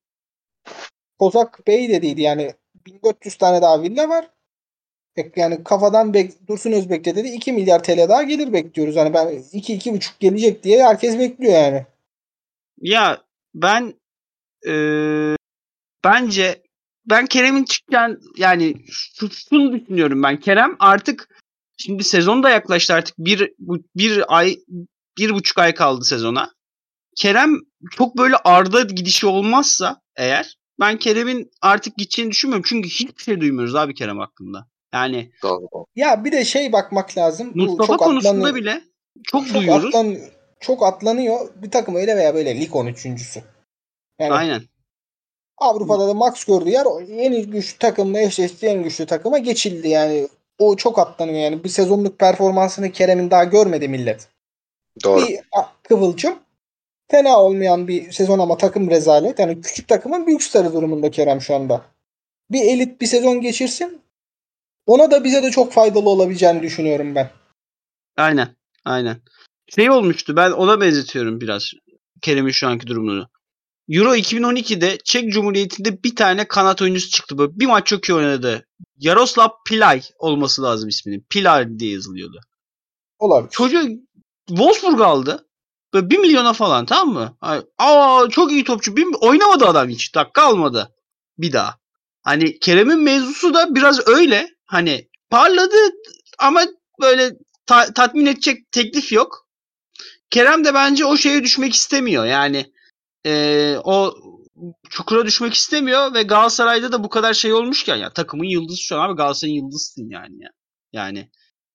[SPEAKER 3] Kozak Bey dediydi yani bin dört yüz tane daha villa var. E, Yani kafadan bek Dursun Özbek de dedi iki milyar T L daha gelir bekliyoruz. Hani ben iki iki buçuk gelecek diye herkes bekliyor yani.
[SPEAKER 1] Ya ben eee, bence ben Kerem'in çıkken yani şu- şunu düşünüyorum ben. Kerem artık şimdi sezon da yaklaştı artık. Bir, bu- bir ay bir buçuk ay kaldı sezona. Kerem çok böyle arda gidişi olmazsa eğer ben Kerem'in artık gideceğini düşünmüyorum. Çünkü hiçbir şey duymuyoruz abi Kerem hakkında. Yani
[SPEAKER 2] doğru.
[SPEAKER 3] Ya bir de şey bakmak lazım. Bu
[SPEAKER 1] Mustafa
[SPEAKER 3] çok
[SPEAKER 1] konusunda
[SPEAKER 3] atlanıyor.
[SPEAKER 1] bile çok
[SPEAKER 3] Çok
[SPEAKER 1] duyuyoruz.
[SPEAKER 3] atlan çok atlanıyor. Bir takım öyle veya böyle lig on üçüncüsü. Yani
[SPEAKER 1] Aynen.
[SPEAKER 3] Avrupa'da da max gördüğü yer o en güçlü takımla eşleşti en güçlü takıma geçildi yani. O çok atlanıyor yani. Bir sezonluk performansını Kerem'in daha görmedi millet.
[SPEAKER 2] Doğru.
[SPEAKER 3] Bir a- kıvılcım. Fena olmayan bir sezon ama takım rezalet. Yani küçük takımın büyük starı durumunda Kerem şu anda. Bir elit bir sezon geçirsin. Ona da bize de çok faydalı olabileceğini düşünüyorum ben.
[SPEAKER 1] Aynen. Aynen. Şey olmuştu. Ben ona benzetiyorum biraz Kerem'in şu anki durumunu. Euro iki bin on ikide Çek Cumhuriyeti'nde bir tane kanat oyuncusu çıktı. Böyle bir maç çok iyi oynadı. Yaroslav Pilaj olması lazım isminin. Pilaj diye yazılıyordu.
[SPEAKER 3] Olabilir.
[SPEAKER 1] Çocuğu Wolfsburg aldı. Böyle bir milyona falan, tamam mı? Ay, Aa çok iyi topçu. Bir, oynamadı adam hiç. Dakika almadı. Bir daha. Hani Kerem'in mevzusu da biraz öyle. Hani parladı ama böyle ta- tatmin edecek teklif yok. Kerem de bence o şeye düşmek istemiyor. Yani eee, o çukura düşmek istemiyor ve Galatasaray'da da bu kadar şey olmuşken ya takımın yıldızı şu an abi, Galatasaray'ın yıldızısın yani ya. Yani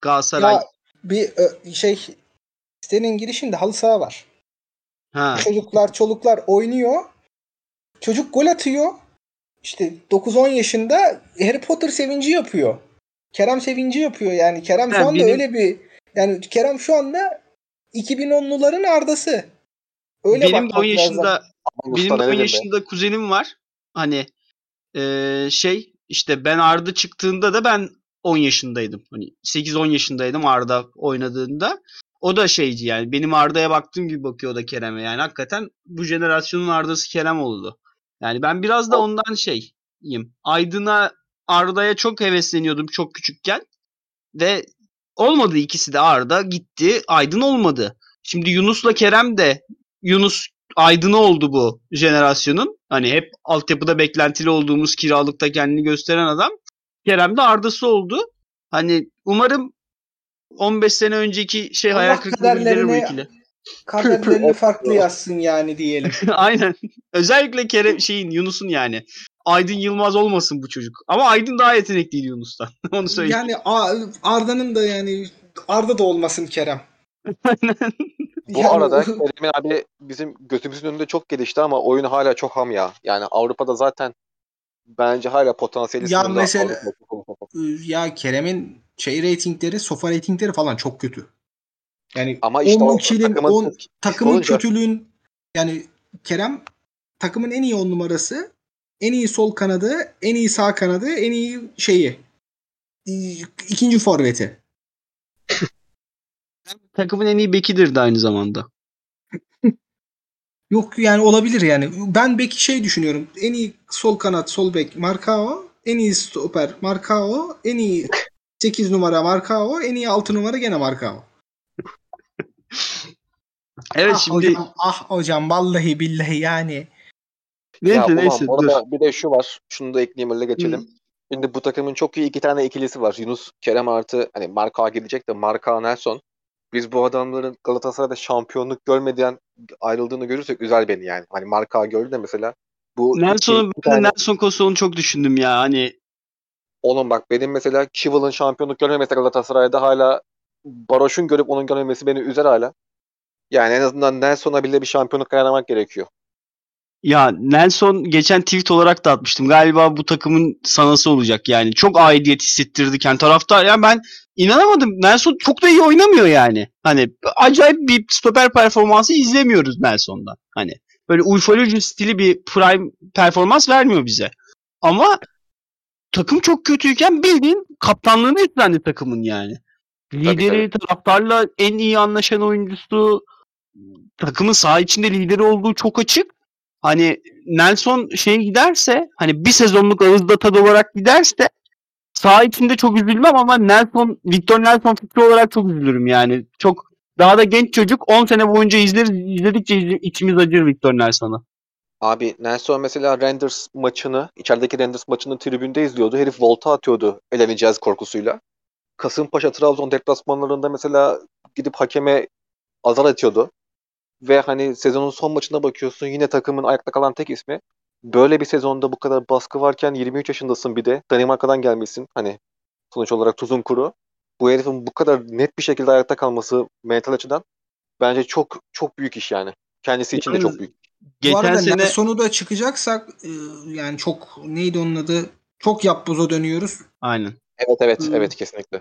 [SPEAKER 1] Galatasaray.
[SPEAKER 3] Ya bir ö, şey sitenin girişinde halı saha var.
[SPEAKER 1] Ha.
[SPEAKER 3] Çocuklar, çoluklar oynuyor. Çocuk gol atıyor. İşte dokuz on yaşında Harry Potter sevinci yapıyor. Kerem sevinci yapıyor yani. Kerem şu
[SPEAKER 1] Ha,
[SPEAKER 3] anda
[SPEAKER 1] benim-
[SPEAKER 3] öyle bir yani Kerem şu anda iki bin onluların Arda'sı. Öyle
[SPEAKER 1] benim de on
[SPEAKER 3] bakmak lazım.
[SPEAKER 1] yaşında
[SPEAKER 2] Ama
[SPEAKER 1] benim
[SPEAKER 2] usta
[SPEAKER 1] de
[SPEAKER 2] ne
[SPEAKER 1] on
[SPEAKER 2] dedim be?
[SPEAKER 1] yaşında kuzenim var. Hani eee, şey işte ben Arda çıktığında da ben on yaşındaydım. Hani sekiz on yaşındaydım Arda oynadığında. O da şeydi yani benim Arda'ya baktığım gibi bakıyor o da Kerem'e. Yani hakikaten bu jenerasyonun Arda'sı Kerem oldu. Yani ben biraz da ondan şeyim. Aydın'a Arda'ya çok hevesleniyordum çok küçükken. Ve olmadı ikisi de Arda gitti. Aydın olmadı. Şimdi Yunus'la Kerem de Yunus Aydın'ı oldu bu jenerasyonun. Hani hep altyapıda beklentili olduğumuz kiralıkta kendini gösteren adam. Kerem de Arda'sı oldu. Hani umarım on beş sene önceki şey hayal
[SPEAKER 3] Allah
[SPEAKER 1] kırıklığını giderir bu
[SPEAKER 3] kaderlerini
[SPEAKER 1] ikili.
[SPEAKER 3] kaderlerini farklı yazsın yani diyelim.
[SPEAKER 1] Aynen. Özellikle Kerem şeyin Yunus'un yani. Aydın Yılmaz olmasın bu çocuk. Ama Aydın daha yetenekliydi Yunus'tan. Onu söyleyeyim.
[SPEAKER 3] Yani A- Arda'nın da yani Arda da olmasın Kerem.
[SPEAKER 1] Aynen.
[SPEAKER 2] Bu
[SPEAKER 3] Yani
[SPEAKER 2] arada
[SPEAKER 3] o-
[SPEAKER 2] Kerem abi bizim gözümüzün önünde çok gelişti ama oyunu hala çok ham ya. Yani Avrupa'da zaten bence hala potansiyeli
[SPEAKER 3] Ya
[SPEAKER 2] sınırlı
[SPEAKER 3] mesela-
[SPEAKER 2] Avrupa.
[SPEAKER 3] ya Kerem'in şey reytingleri, sofa reytingleri falan çok kötü. Yani
[SPEAKER 2] Ama işte
[SPEAKER 3] on
[SPEAKER 2] o
[SPEAKER 3] kilin,
[SPEAKER 2] takımın
[SPEAKER 3] on
[SPEAKER 2] çok
[SPEAKER 3] takımın
[SPEAKER 2] olunca-
[SPEAKER 3] kötülüğün yani Kerem takımın en iyi on numarası, en iyi sol kanadı, en iyi sağ kanadı, en iyi şeyi. ikinci forveti.
[SPEAKER 1] Takımın en iyi bekidir de aynı zamanda.
[SPEAKER 3] Yok yani olabilir yani. Ben beki şey düşünüyorum. En iyi sol kanat, sol bek Marcao, en iyi stoper Marcao, en iyi sekiz numara Marcao, en iyi altı numara gene Marcao.
[SPEAKER 1] Evet
[SPEAKER 3] ah
[SPEAKER 1] şimdi
[SPEAKER 3] hocam, ah hocam vallahi billahi yani.
[SPEAKER 1] neyse
[SPEAKER 2] Ya ulan
[SPEAKER 1] neyse
[SPEAKER 2] bu
[SPEAKER 1] dur.
[SPEAKER 2] arada bir de şu var. Şunu da ekleyeyim öyle geçelim.
[SPEAKER 3] Hı.
[SPEAKER 2] Şimdi bu takımın çok iyi iki tane ikilisi var. Yunus Kerem artı hani Marka gidecek de Marka Nelson. Biz bu adamların Galatasaray'da şampiyonluk görmeden ayrıldığını görürsek üzer beni yani. Hani Marka gördü de mesela bu iki,
[SPEAKER 1] Nelson'u
[SPEAKER 2] iki
[SPEAKER 1] ben de
[SPEAKER 2] tane
[SPEAKER 1] Nelson Kosov'unu çok düşündüm ya. Hani
[SPEAKER 2] oğlum bak benim mesela Kivel'ın şampiyonluk görmemesi Galatasaray'da hala Baroş'un görüp onun görmemesi beni üzer hala. Yani en azından Nelson'a bile bir şampiyonluk ayarlamak gerekiyor.
[SPEAKER 1] ya Nelson geçen tweet olarak da atmıştım. Galiba bu takımın sanası olacak yani. Çok aidiyet hissettirdi kendi taraftar. Ya ben inanamadım. Nelson çok da iyi oynamıyor yani. Hani acayip bir stoper performansı izlemiyoruz Nelson'dan. Hani böyle Ufoloji stili bir prime performans vermiyor bize. Ama takım çok kötüyken bildiğin kaptanlığını üstlendi takımın yani. Lideri, taraftarla en iyi anlaşan oyuncusu, takımın saha içinde lideri olduğu çok açık. Hani Nelson şey giderse, hani bir sezonluk ağızda tad olarak giderse saha içinde çok üzülmem ama Nelson, Victor Nelson fikri olarak çok üzülürüm yani. Çok daha da genç çocuk, on sene boyunca izleriz, izledikçe izle- içimiz acır Victor Nelson'ı.
[SPEAKER 2] Abi Nelson mesela Rangers maçını, içerideki Rangers maçını tribünde izliyordu. Herif volta atıyordu eleneceğiz korkusuyla. Kasımpaşa Trabzon deplasmanlarında mesela gidip hakeme azar atıyordu. Ve hani sezonun son maçına bakıyorsun yine takımın ayakta kalan tek ismi. Böyle bir sezonda bu kadar baskı varken yirmi üç yaşındasın bir de. Danimarka'dan gelmişsin. Hani sonuç olarak tuzun kuru. Bu herifin bu kadar net bir şekilde ayakta kalması mental açıdan bence çok çok büyük iş yani. Kendisi için de
[SPEAKER 1] Yalnız
[SPEAKER 2] çok büyük.
[SPEAKER 3] Bu
[SPEAKER 1] geçen
[SPEAKER 3] arada
[SPEAKER 1] sene
[SPEAKER 3] Nelson'u da çıkacaksak e, yani çok neydi onun adı? Çok yapboza dönüyoruz.
[SPEAKER 1] aynen.
[SPEAKER 2] Evet evet
[SPEAKER 3] Hı.
[SPEAKER 2] evet kesinlikle.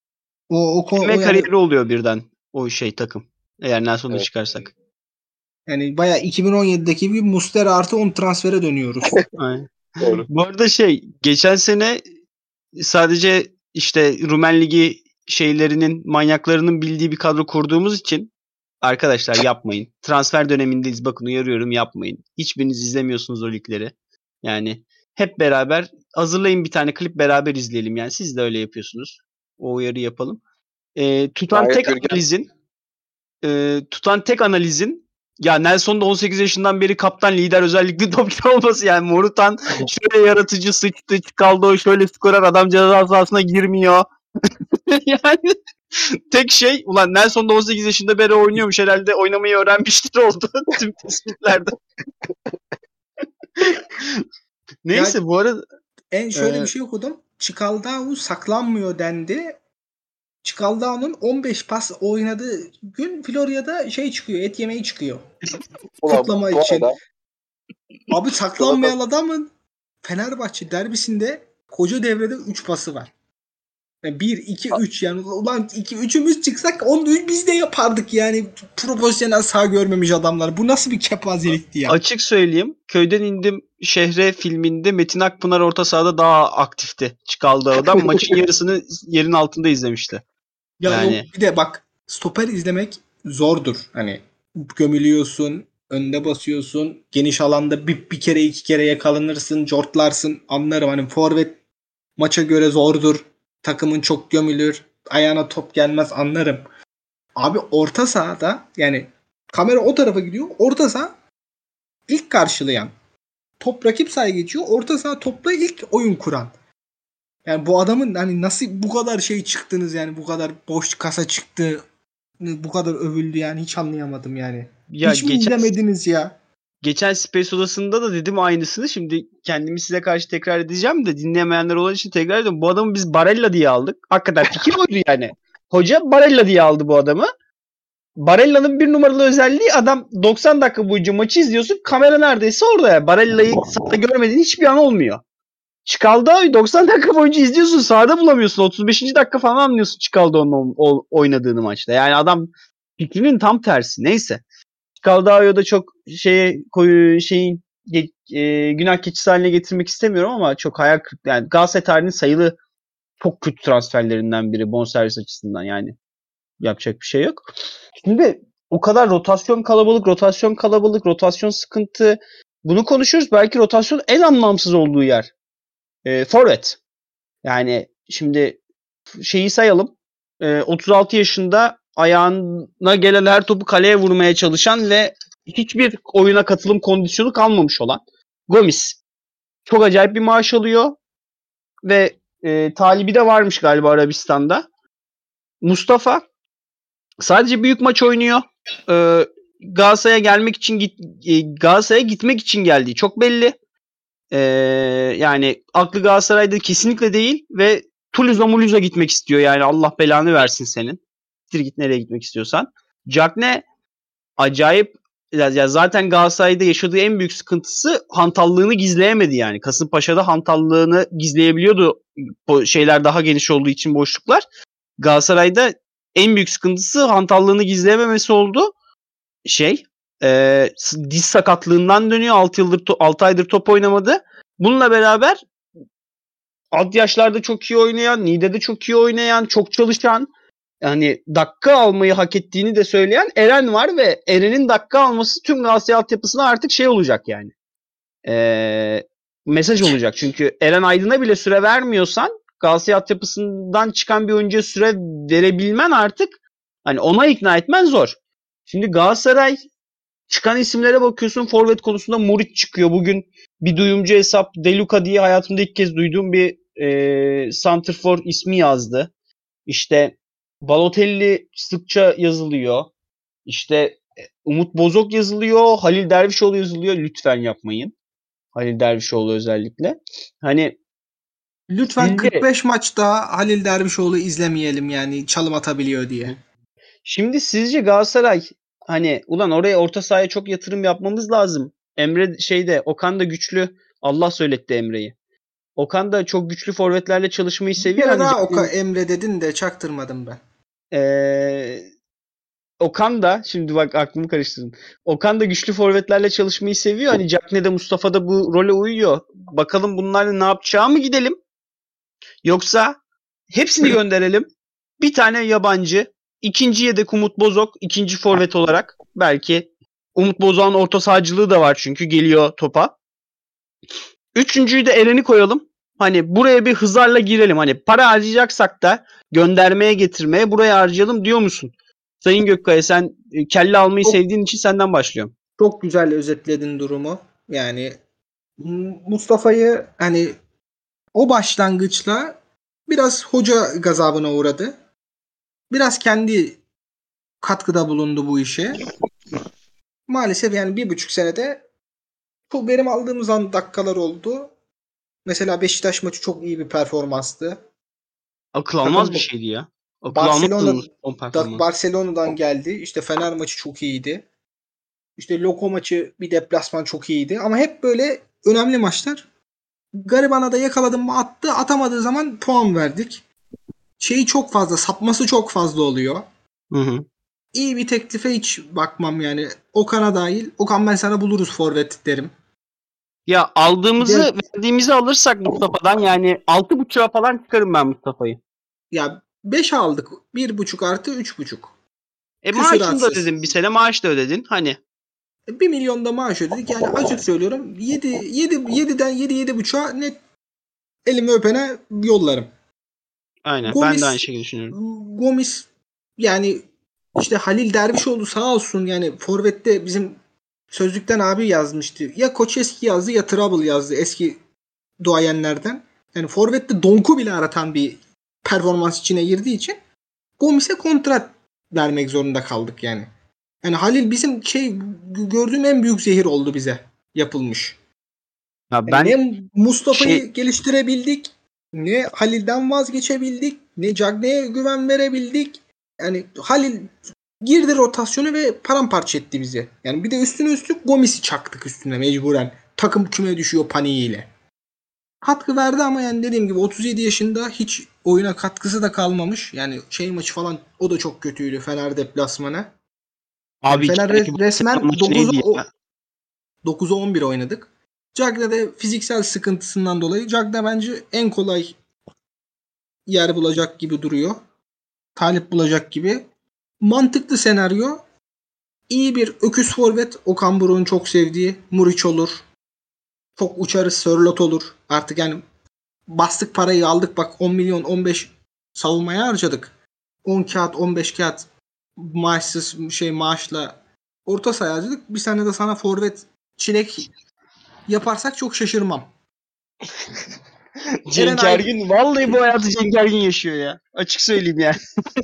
[SPEAKER 3] O o, konu- o
[SPEAKER 1] Ve
[SPEAKER 3] yani
[SPEAKER 1] kariyeri oluyor birden o şey takım. Eğer Nelson'u
[SPEAKER 2] Evet.
[SPEAKER 1] çıkarsak.
[SPEAKER 3] yani bayağı iki bin on yedideki bir Muslera artı on transfere dönüyoruz.
[SPEAKER 1] Aynen.
[SPEAKER 2] Doğru.
[SPEAKER 1] Bu arada şey geçen sene sadece işte Rumen Ligi şeylerinin manyaklarının bildiği bir kadro kurduğumuz için arkadaşlar yapmayın. Transfer dönemindeyiz. Bakın uyarıyorum yapmayın. Hiçbiriniz izlemiyorsunuz o ligleri. Yani hep beraber hazırlayın bir tane klip beraber izleyelim. Yani siz de öyle yapıyorsunuz. O uyarı yapalım. Ee, tutan
[SPEAKER 2] Gayet
[SPEAKER 1] tek
[SPEAKER 2] Gürgen.
[SPEAKER 1] analizin e, tutan tek analizin ya Nelson da on sekiz yaşından beri kaptan lider özellikle topçu olması yani Morutan şöyle yaratıcı sıçtı kaldı o şöyle skorer adam ceza sahasına girmiyor. Yani tek şey ulan Nelson da on sekiz yaşında beri oynuyormuş herhalde oynamayı öğrenmiştir oldu tüm tespitlerde. Neyse
[SPEAKER 3] Ya
[SPEAKER 1] bu arada
[SPEAKER 3] en şöyle
[SPEAKER 1] e,
[SPEAKER 3] bir şey okudum. Çikaldao saklanmıyor dendi. Çikaldağ'ın on beş pas oynadığı gün Florya'da şey çıkıyor. Et yemeği çıkıyor.
[SPEAKER 2] Ulan
[SPEAKER 3] Kutlama
[SPEAKER 2] bu
[SPEAKER 3] için.
[SPEAKER 2] arada
[SPEAKER 3] Abi saklanmayan adamın Fenerbahçe derbisinde koca devrede üç pası var. Yani bir, iki, üç yani ulan iki, üçümüz çıksak onu biz de yapardık yani profesyonel saha görmemiş adamlar. Bu nasıl bir kepazelikti ya?
[SPEAKER 1] Açık söyleyeyim. Köyden indim şehre filminde Metin Akpınar orta sahada daha aktifti. Çıkaldı adam. Maçın yarısını yerin altında izlemişti.
[SPEAKER 3] Ya
[SPEAKER 1] Yani.
[SPEAKER 3] yok bir de bak stoper izlemek zordur. Hani gömülüyorsun, önde basıyorsun, geniş alanda bir, bir kere iki kere yakalanırsın, cortlarsın anlarım. Hani forvet maça göre zordur. Takımın çok gömülür. Ayağına top gelmez anlarım. Abi orta sahada yani kamera o tarafa gidiyor. Orta saha ilk karşılayan. Top rakip sahaya geçiyor. Orta saha topla ilk oyun kuran. Yani bu adamın hani nasıl bu kadar şey çıktınız yani bu kadar boş kasa çıktı. Bu kadar övüldü yani hiç anlayamadım yani.
[SPEAKER 1] Ya
[SPEAKER 3] hiç mi
[SPEAKER 1] geçen,
[SPEAKER 3] izlemediniz ya?
[SPEAKER 1] Geçen Space Odası'nda da dedim aynısını. Şimdi kendimi size karşı tekrar edeceğim de dinlemeyenler olan için tekrar ediyorum. Bu adamı biz Barella diye aldık. Hakikaten fikir oydu yani. Hoca Barella diye aldı bu adamı. Barella'nın bir numaralı özelliği adam doksan dakika boyunca maçı izliyorsun. Kamera neredeyse orada ya. Barella'yı sahada görmediğin hiçbir an olmuyor. Çikaldağ'ı doksan dakika boyunca izliyorsun. Sahada bulamıyorsun. otuz beşinci dakika falan anlıyorsun Çikaldağ'ın oynadığını maçta. Yani adam fikrinin tam tersi. Neyse. Çikaldağ'ı çok şeye koyu şeyin e, günah keçisi haline getirmek istemiyorum ama çok hayal kırıklığı. Yani Galatasaray tarihinin sayılı çok kötü transferlerinden biri bonservis açısından yani. Yapacak bir şey yok. Şimdi o kadar rotasyon kalabalık, rotasyon kalabalık, rotasyon sıkıntı. Bunu konuşuyoruz. Belki rotasyon en anlamsız olduğu yer. E, forvet. Yani şimdi şeyi sayalım. E, otuz altı yaşında ayağına gelen her topu kaleye vurmaya çalışan ve hiçbir oyuna katılım kondisyonu kalmamış olan Gomis. Çok acayip bir maaş alıyor ve e, talibi de varmış galiba Arabistan'da. Mustafa sadece büyük maç oynuyor. E, Galatasaray'a gelmek için git, e, Galatasaray'a gitmek için geldiği çok belli. E, yani aklı Galatasaray'da kesinlikle değil ve Toulouse'a Mulouse'a gitmek istiyor yani Allah belanı versin senin. Git nereye gitmek istiyorsan. Cagne acayip ya zaten Galatasaray'da yaşadığı en büyük sıkıntısı hantallığını gizleyemedi yani. Kasımpaşa'da hantallığını gizleyebiliyordu. Bu şeyler daha geniş olduğu için boşluklar. Galatasaray'da en büyük sıkıntısı hantallığını gizleyememesi oldu. Şey, e, diz sakatlığından dönüyor. altı yıldır altı aydır top oynamadı. Bununla beraber alt yaşlarda çok iyi oynayan, Niğde'de çok iyi oynayan, çok çalışan, yani dakika almayı hak ettiğini de söyleyen Eren var ve Eren'in dakika alması tüm Galatasaray altyapısına artık şey olacak yani. Ee, mesaj olacak. Çünkü Eren Aydın'a bile süre vermiyorsan Galatasaray altyapısından çıkan bir oyuncuya süre verebilmen artık hani ona ikna etmen zor. Şimdi Galatasaray çıkan isimlere bakıyorsun forvet konusunda Muric çıkıyor. Bugün bir duyumcu hesap Deluca diye hayatımda ilk kez duyduğum bir e, santrfor ismi yazdı. İşte Balotelli sıkça yazılıyor. İşte Umut Bozok yazılıyor. Halil Dervişoğlu yazılıyor. Lütfen yapmayın. Halil Dervişoğlu özellikle. Hani
[SPEAKER 3] lütfen
[SPEAKER 1] sizce,
[SPEAKER 3] kırk beş maçta Halil Dervişoğlu izlemeyelim yani çalım atabiliyor diye.
[SPEAKER 1] Şimdi sizce Galatasaray hani ulan oraya orta sahaya çok yatırım yapmamız lazım. Emre şeyde Okan da güçlü. Allah söyletti Emre'yi. Okan da çok güçlü forvetlerle çalışmayı
[SPEAKER 3] Bir
[SPEAKER 1] seviyor.
[SPEAKER 3] kere
[SPEAKER 1] Hani
[SPEAKER 3] daha Oka Emre dedin de çaktırmadım ben.
[SPEAKER 1] Ee, Okan da şimdi bak aklımı karıştırdım. Okan da güçlü forvetlerle çalışmayı seviyor. Hani Cagne de Mustafa da bu role uyuyor. Bakalım bunlarla ne yapacağı mı gidelim? Yoksa hepsini gönderelim. Bir tane yabancı. İkinci yedek Umut Bozok. ikinci forvet olarak. Belki Umut Bozok'un orta sahacılığı da var çünkü geliyor topa. Üçüncüyü de Eren'i koyalım. Hani buraya bir hızarla girelim. Hani para harcayacaksak da göndermeye getirmeye buraya harcayalım diyor musun? Sayın Gökkaya sen kelle almayı
[SPEAKER 3] Çok,
[SPEAKER 1] sevdiğin için senden başlıyorum.
[SPEAKER 3] çok güzel özetledin durumu. Yani Mustafa'yı hani o başlangıçla biraz hoca gazabına uğradı. Biraz kendi katkıda bulundu bu işe. Maalesef yani bir buçuk senede çok verim aldığımız an dakikalar oldu. Mesela Beşiktaş maçı çok iyi bir performanstı.
[SPEAKER 1] Akıl almaz bir şeydi ya.
[SPEAKER 4] Okul
[SPEAKER 3] Barcelona
[SPEAKER 4] almadınız son
[SPEAKER 3] da
[SPEAKER 4] performans.
[SPEAKER 3] Barcelona'dan geldi. İşte Fener maçı çok iyiydi. İşte Loko maçı bir deplasman çok iyiydi. Ama hep böyle önemli maçlar. Gariban'a da yakaladım mı attı. Atamadığı zaman puan verdik. Şeyi çok fazla, sapması çok fazla oluyor.
[SPEAKER 4] Hı hı.
[SPEAKER 3] İyi bir teklife hiç bakmam yani. Okan'a dahil. Okan ben sana buluruz forvet derim.
[SPEAKER 4] Ya aldığımızı
[SPEAKER 3] De-
[SPEAKER 4] verdiğimizi alırsak Mustafa'dan yani altı buçuğa falan çıkarım ben Mustafa'yı.
[SPEAKER 3] Ya beş aldık. bir buçuk artı üç buçuk.
[SPEAKER 4] E maaşını da
[SPEAKER 3] Küsüratsız.
[SPEAKER 4] ödedin bir sene maaş da ödedin hani.
[SPEAKER 3] bir milyon da maaş ödedik. Yani açık söylüyorum. yedi, yedi, yediden yedi yedi buçuğa net elimi öpene yollarım.
[SPEAKER 4] Aynen ben de aynı
[SPEAKER 3] Gomis
[SPEAKER 4] şekilde düşünüyorum.
[SPEAKER 3] Gomis yani işte Halil Dervişoğlu sağ olsun yani forvette bizim sözlükten abi yazmıştı. Ya Koçeski yazdı ya Trouble yazdı eski duayenlerden. Yani forvette donku bile aratan bir performans içine girdiği için Gomis'e kontrat vermek zorunda kaldık yani. Yani Halil bizim şey gördüğüm en büyük zehir oldu bize yapılmış.
[SPEAKER 4] Ya
[SPEAKER 3] Yani
[SPEAKER 4] ben
[SPEAKER 3] ne Mustafa'yı
[SPEAKER 4] şey
[SPEAKER 3] geliştirebildik, ne Halil'den vazgeçebildik, ne Cagney'e güven verebildik. Yani Halil girdi rotasyonu ve paramparça etti bizi. Yani bir de üstüne üstlük Gomis'i çaktık üstüne mecburen. Takım küme düşüyor paniğiyle. Katkı verdi ama yani dediğim gibi otuz yedi yaşında hiç oyuna katkısı da kalmamış. Yani şey maçı falan o da çok kötüydü Fener deplasmanı. Yani
[SPEAKER 4] abi iki
[SPEAKER 3] Fener
[SPEAKER 4] taneki
[SPEAKER 3] res- resmen
[SPEAKER 4] maçı neydi ya?
[SPEAKER 3] dokuza on bir oynadık. Cagney'de fiziksel sıkıntısından dolayı Cagney bence en kolay yer bulacak gibi duruyor. Talip bulacak gibi. Mantıklı senaryo. İyi bir öküz forvet. Okan Buruk'un çok sevdiği. Muriç olur. Çok uçarız. Sörlot olur. Artık yani bastık parayı aldık bak on milyon on beş savunmaya harcadık. on kağıt on beş kağıt maaşsız şey maaşla orta saha harcadık. Bir sene de sana forvet çilek yaparsak çok şaşırmam.
[SPEAKER 4] Cenk
[SPEAKER 3] Eren
[SPEAKER 4] Ergün vallahi bu hayatı Cenk Ergün yaşıyor ya. Açık söyleyeyim yani.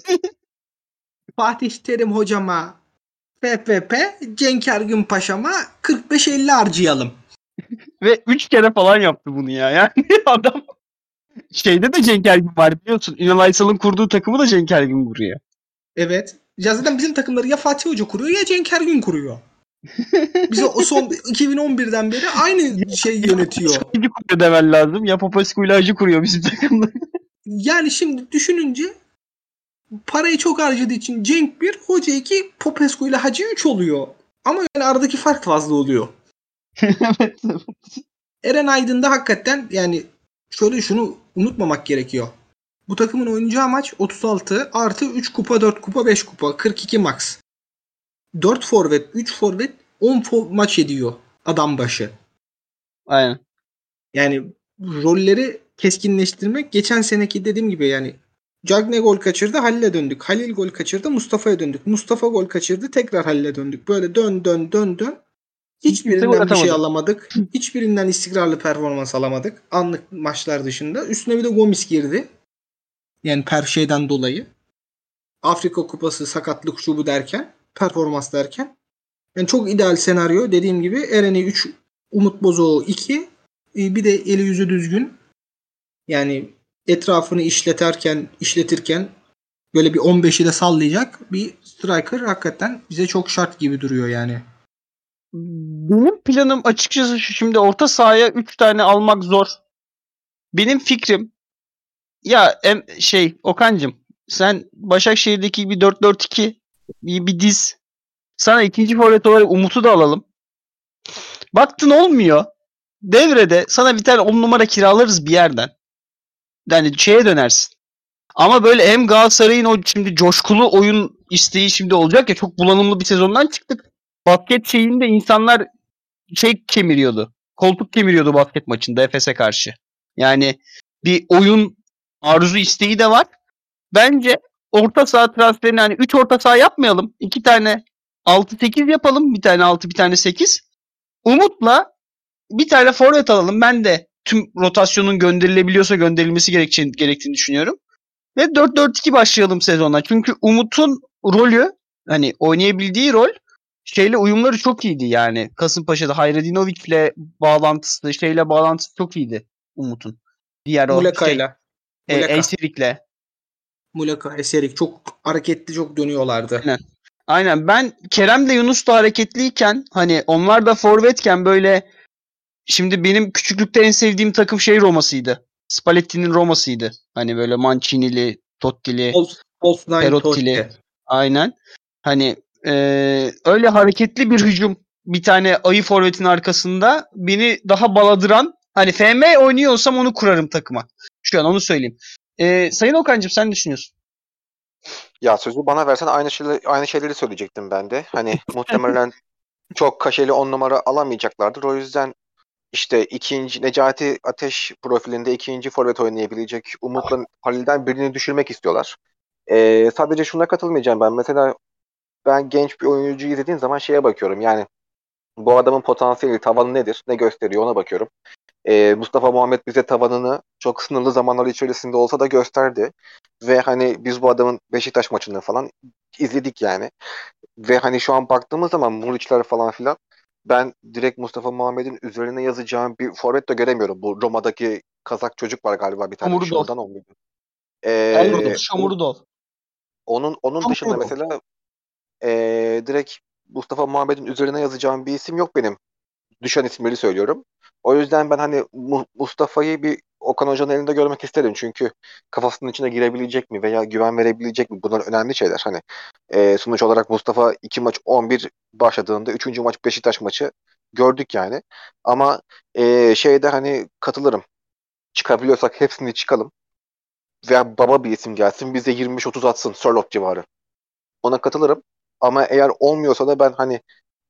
[SPEAKER 3] Fatih Terim hocama F F P, Cenk Ergün Paşa'ma kırk beş elli harcayalım.
[SPEAKER 4] Ve üç kere falan yaptı bunu ya. Yani adam şeyde de Cenk Ergün var biliyorsun. Ünal Aysal'ın kurduğu takımı da Cenk Ergün kuruyor.
[SPEAKER 3] Evet. Ya zaten bizim takımları ya Fatih Hoca kuruyor ya Cenk Ergün kuruyor. Bize o son iki bin on birden beri aynı şey yönetiyor.
[SPEAKER 4] Hacı kuruyor demen lazım. Ya Popescu ile Hacı kuruyor bizim takımda.
[SPEAKER 3] Yani şimdi düşününce parayı çok harcadığı için Cenk bir, Hoca iki, Popescu ile Hacı üç oluyor. Ama yani aradaki fark fazla oluyor.
[SPEAKER 4] Evet.
[SPEAKER 3] Eren Aydın'da hakikaten yani şöyle şunu unutmamak gerekiyor. Bu takımın oynayacağı maç otuz altı artı üç kupa dört kupa beş kupa kırk iki max. dört forvet üç forvet on fo- maç ediyor adam başı.
[SPEAKER 4] Aynen.
[SPEAKER 3] Yani rolleri keskinleştirmek geçen seneki dediğim gibi yani Cagney gol kaçırdı Halil'e döndük. Halil gol kaçırdı Mustafa'ya döndük. Mustafa gol kaçırdı tekrar Halil'e döndük. Böyle dön dön dön dön.
[SPEAKER 4] Hiç kimse gol
[SPEAKER 3] Hiçbirinden bir şey
[SPEAKER 4] atamadı.
[SPEAKER 3] alamadık. Hiçbirinden istikrarlı performans alamadık. Anlık maçlar dışında. Üstüne bir de Gomis girdi. Yani per şeyden dolayı. Afrika Kupası sakatlık şu bu derken. Performans derken. Yani çok ideal senaryo. Dediğim gibi Eren'i üç, Umut Bozok'u iki, bir de eli yüzü düzgün. Yani etrafını işletirken, işletirken böyle bir on beşi de sallayacak bir striker hakikaten bize çok şart gibi duruyor yani.
[SPEAKER 4] Benim planım açıkçası şu, şimdi orta sahaya üç tane almak zor. Benim fikrim ya em, şey Okan'cım sen Başakşehir'deki bir dört dört iki bir, bir diz. Sana ikinci forvet olarak Umut'u da alalım. Baktın olmuyor. Devrede sana bir tane on numara kiralarız bir yerden. Yani şeye dönersin. Ama böyle hem Galatasaray'ın o şimdi coşkulu oyun isteği şimdi olacak ya, çok bulanımlı bir sezondan çıktık. Basket şeyinde insanlar şey kemiriyordu. Koltuk kemiriyordu basket maçında Efes'e karşı. Yani bir oyun arzu isteği de var. Bence orta saha transferini hani üç orta saha yapmayalım. iki tane altı sekiz yapalım. Bir tane altı bir tane sekiz. Umut'la bir tane forvet alalım. Ben de tüm rotasyonun gönderilebiliyorsa gönderilmesi gerektiğini, gerektiğini düşünüyorum. Ve dört dört iki başlayalım sezona. Çünkü Umut'un rolü, hani oynayabildiği rol şeyle uyumları çok iyiydi yani. Kasımpaşa'da Hayredinović'le bağlantısı, şeyle bağlantısı çok iyiydi Umut'un. Diğer o şey
[SPEAKER 3] Muleka'yla.
[SPEAKER 4] e,
[SPEAKER 3] Muleka.
[SPEAKER 4] Elsirik'le.
[SPEAKER 3] Muleka, Eserik çok hareketli, çok dönüyorlardı.
[SPEAKER 4] Aynen. Aynen. Ben Kerem'le Yunus da hareketliyken hani onlar da forvetken böyle şimdi benim küçüklükte en sevdiğim takım şey Roma'sıydı. Spalletti'nin Roma'sıydı. Hani böyle Mancini'li, Totti'li,
[SPEAKER 3] Olsen,
[SPEAKER 4] Perotti'li.
[SPEAKER 3] Totti.
[SPEAKER 4] Aynen. Hani eee, öyle hareketli bir hücum bir tane ayı forvetin arkasında beni daha baladıran hani F M oynuyor olsam onu kurarım takıma. Şu an onu söyleyeyim. Eee, Sayın Okan'cığım sen ne düşünüyorsun?
[SPEAKER 2] Ya sözü bana versen aynı şeyleri, aynı şeyleri söyleyecektim ben de. Hani muhtemelen çok kaşeli on numara alamayacaklardır. O yüzden işte ikinci Necati Ateş profilinde ikinci forvet oynayabilecek Umut'la Halil'den birini düşürmek istiyorlar. Ee, sadece şuna katılmayacağım ben. Mesela ben genç bir oyuncuyu izlediğim zaman şeye bakıyorum. Yani bu adamın potansiyeli, tavanı nedir? Ne gösteriyor ona bakıyorum. Ee, Mustafa Muhammed bize tavanını çok sınırlı zamanlar içerisinde olsa da gösterdi. Ve hani biz bu adamın Beşiktaş maçını falan izledik yani. Ve hani şu an baktığımız zaman Muriçler falan filan ben direkt Mustafa Muhammed'in üzerine yazacağım bir forvet de göremiyorum. Bu Roma'daki Kazak çocuk var galiba bir tane.
[SPEAKER 4] Şomurudov.
[SPEAKER 2] Şuradan olmuyor.
[SPEAKER 4] Elrudov,
[SPEAKER 2] Ee,
[SPEAKER 4] Şomurudov.
[SPEAKER 2] onun onun dışında
[SPEAKER 3] Şomurudov.
[SPEAKER 2] mesela ee, direkt Mustafa Muhammed'in üzerine yazacağım bir isim yok benim. Düşen isimleri söylüyorum. O yüzden ben hani Mu- Mustafa'yı bir Okan Hoca'nın elinde görmek isterim. Çünkü kafasının içine girebilecek mi veya güven verebilecek mi? Bunlar önemli şeyler. Hani e, sonuç olarak Mustafa iki maç on bir başladığında üçüncü maç Beşiktaş maçı gördük yani. Ama e, şeyde hani katılırım. Çıkabiliyorsak hepsini çıkalım. Veya baba bir isim gelsin bize yirmi beş otuz atsın Sörloth civarı. Ona katılırım. Ama eğer olmuyorsa da ben hani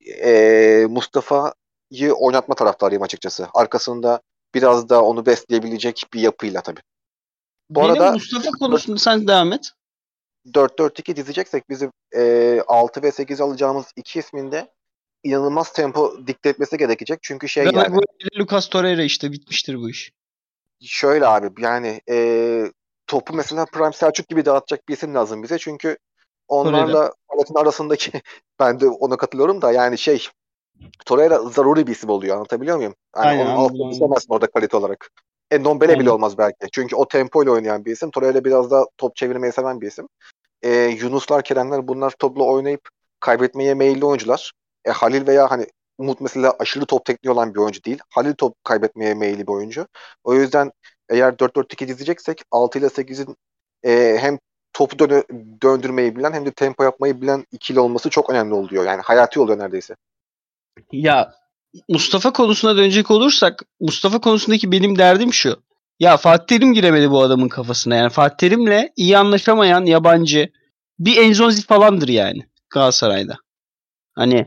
[SPEAKER 2] e, Mustafa'yı oynatma taraftarıyım açıkçası. Arkasında biraz da onu besleyebilecek bir yapıyla tabii. Bu
[SPEAKER 4] Benim
[SPEAKER 2] arada
[SPEAKER 4] Mustafa konusunda sen devam et.
[SPEAKER 2] dört dört iki dizeceksek bizim e, altı ve sekiz alacağımız iki isminde inanılmaz tempo dikte etmesi gerekecek. Çünkü şey yani
[SPEAKER 4] Ganaguay ile Lucas Torreira işte bitmiştir bu iş.
[SPEAKER 2] şöyle abi yani e, topu mesela Prime Selçuk gibi dağıtacak bir isim lazım bize. Çünkü
[SPEAKER 4] Torreira.
[SPEAKER 2] onlarla Palat'ın arasındaki ben de ona katılıyorum da yani şey Torreira zaruri bir isim oluyor. Anlatabiliyor muyum? Yani
[SPEAKER 4] Aynen
[SPEAKER 2] onun
[SPEAKER 4] anladım
[SPEAKER 2] altına
[SPEAKER 4] anladım.
[SPEAKER 2] düşemezsin orada kalite olarak. Endombele bile
[SPEAKER 4] Aynen.
[SPEAKER 2] olmaz belki. Çünkü o tempoyla oynayan bir isim. Torreira biraz daha top çevirmeyi seven bir isim. E, Yunuslar, Keremler bunlar topla oynayıp kaybetmeye meyilli oyuncular. E, Halil veya hani Umut mesela aşırı top tekniği olan bir oyuncu değil. Halil top kaybetmeye meyilli bir oyuncu. O yüzden eğer dört dört iki dizeceksek altı ile sekizin e, hem topu dönü- döndürmeyi bilen hem de tempo yapmayı bilen ikili olması çok önemli oluyor. Yani hayati oluyor neredeyse.
[SPEAKER 4] Ya Mustafa konusuna dönecek olursak Mustafa konusundaki benim derdim şu. Ya Fatih Terim giremedi bu adamın kafasına. Yani Fatih Terim'le iyi anlaşamayan yabancı bir Enzonzi falandır yani Galatasaray'da. Hani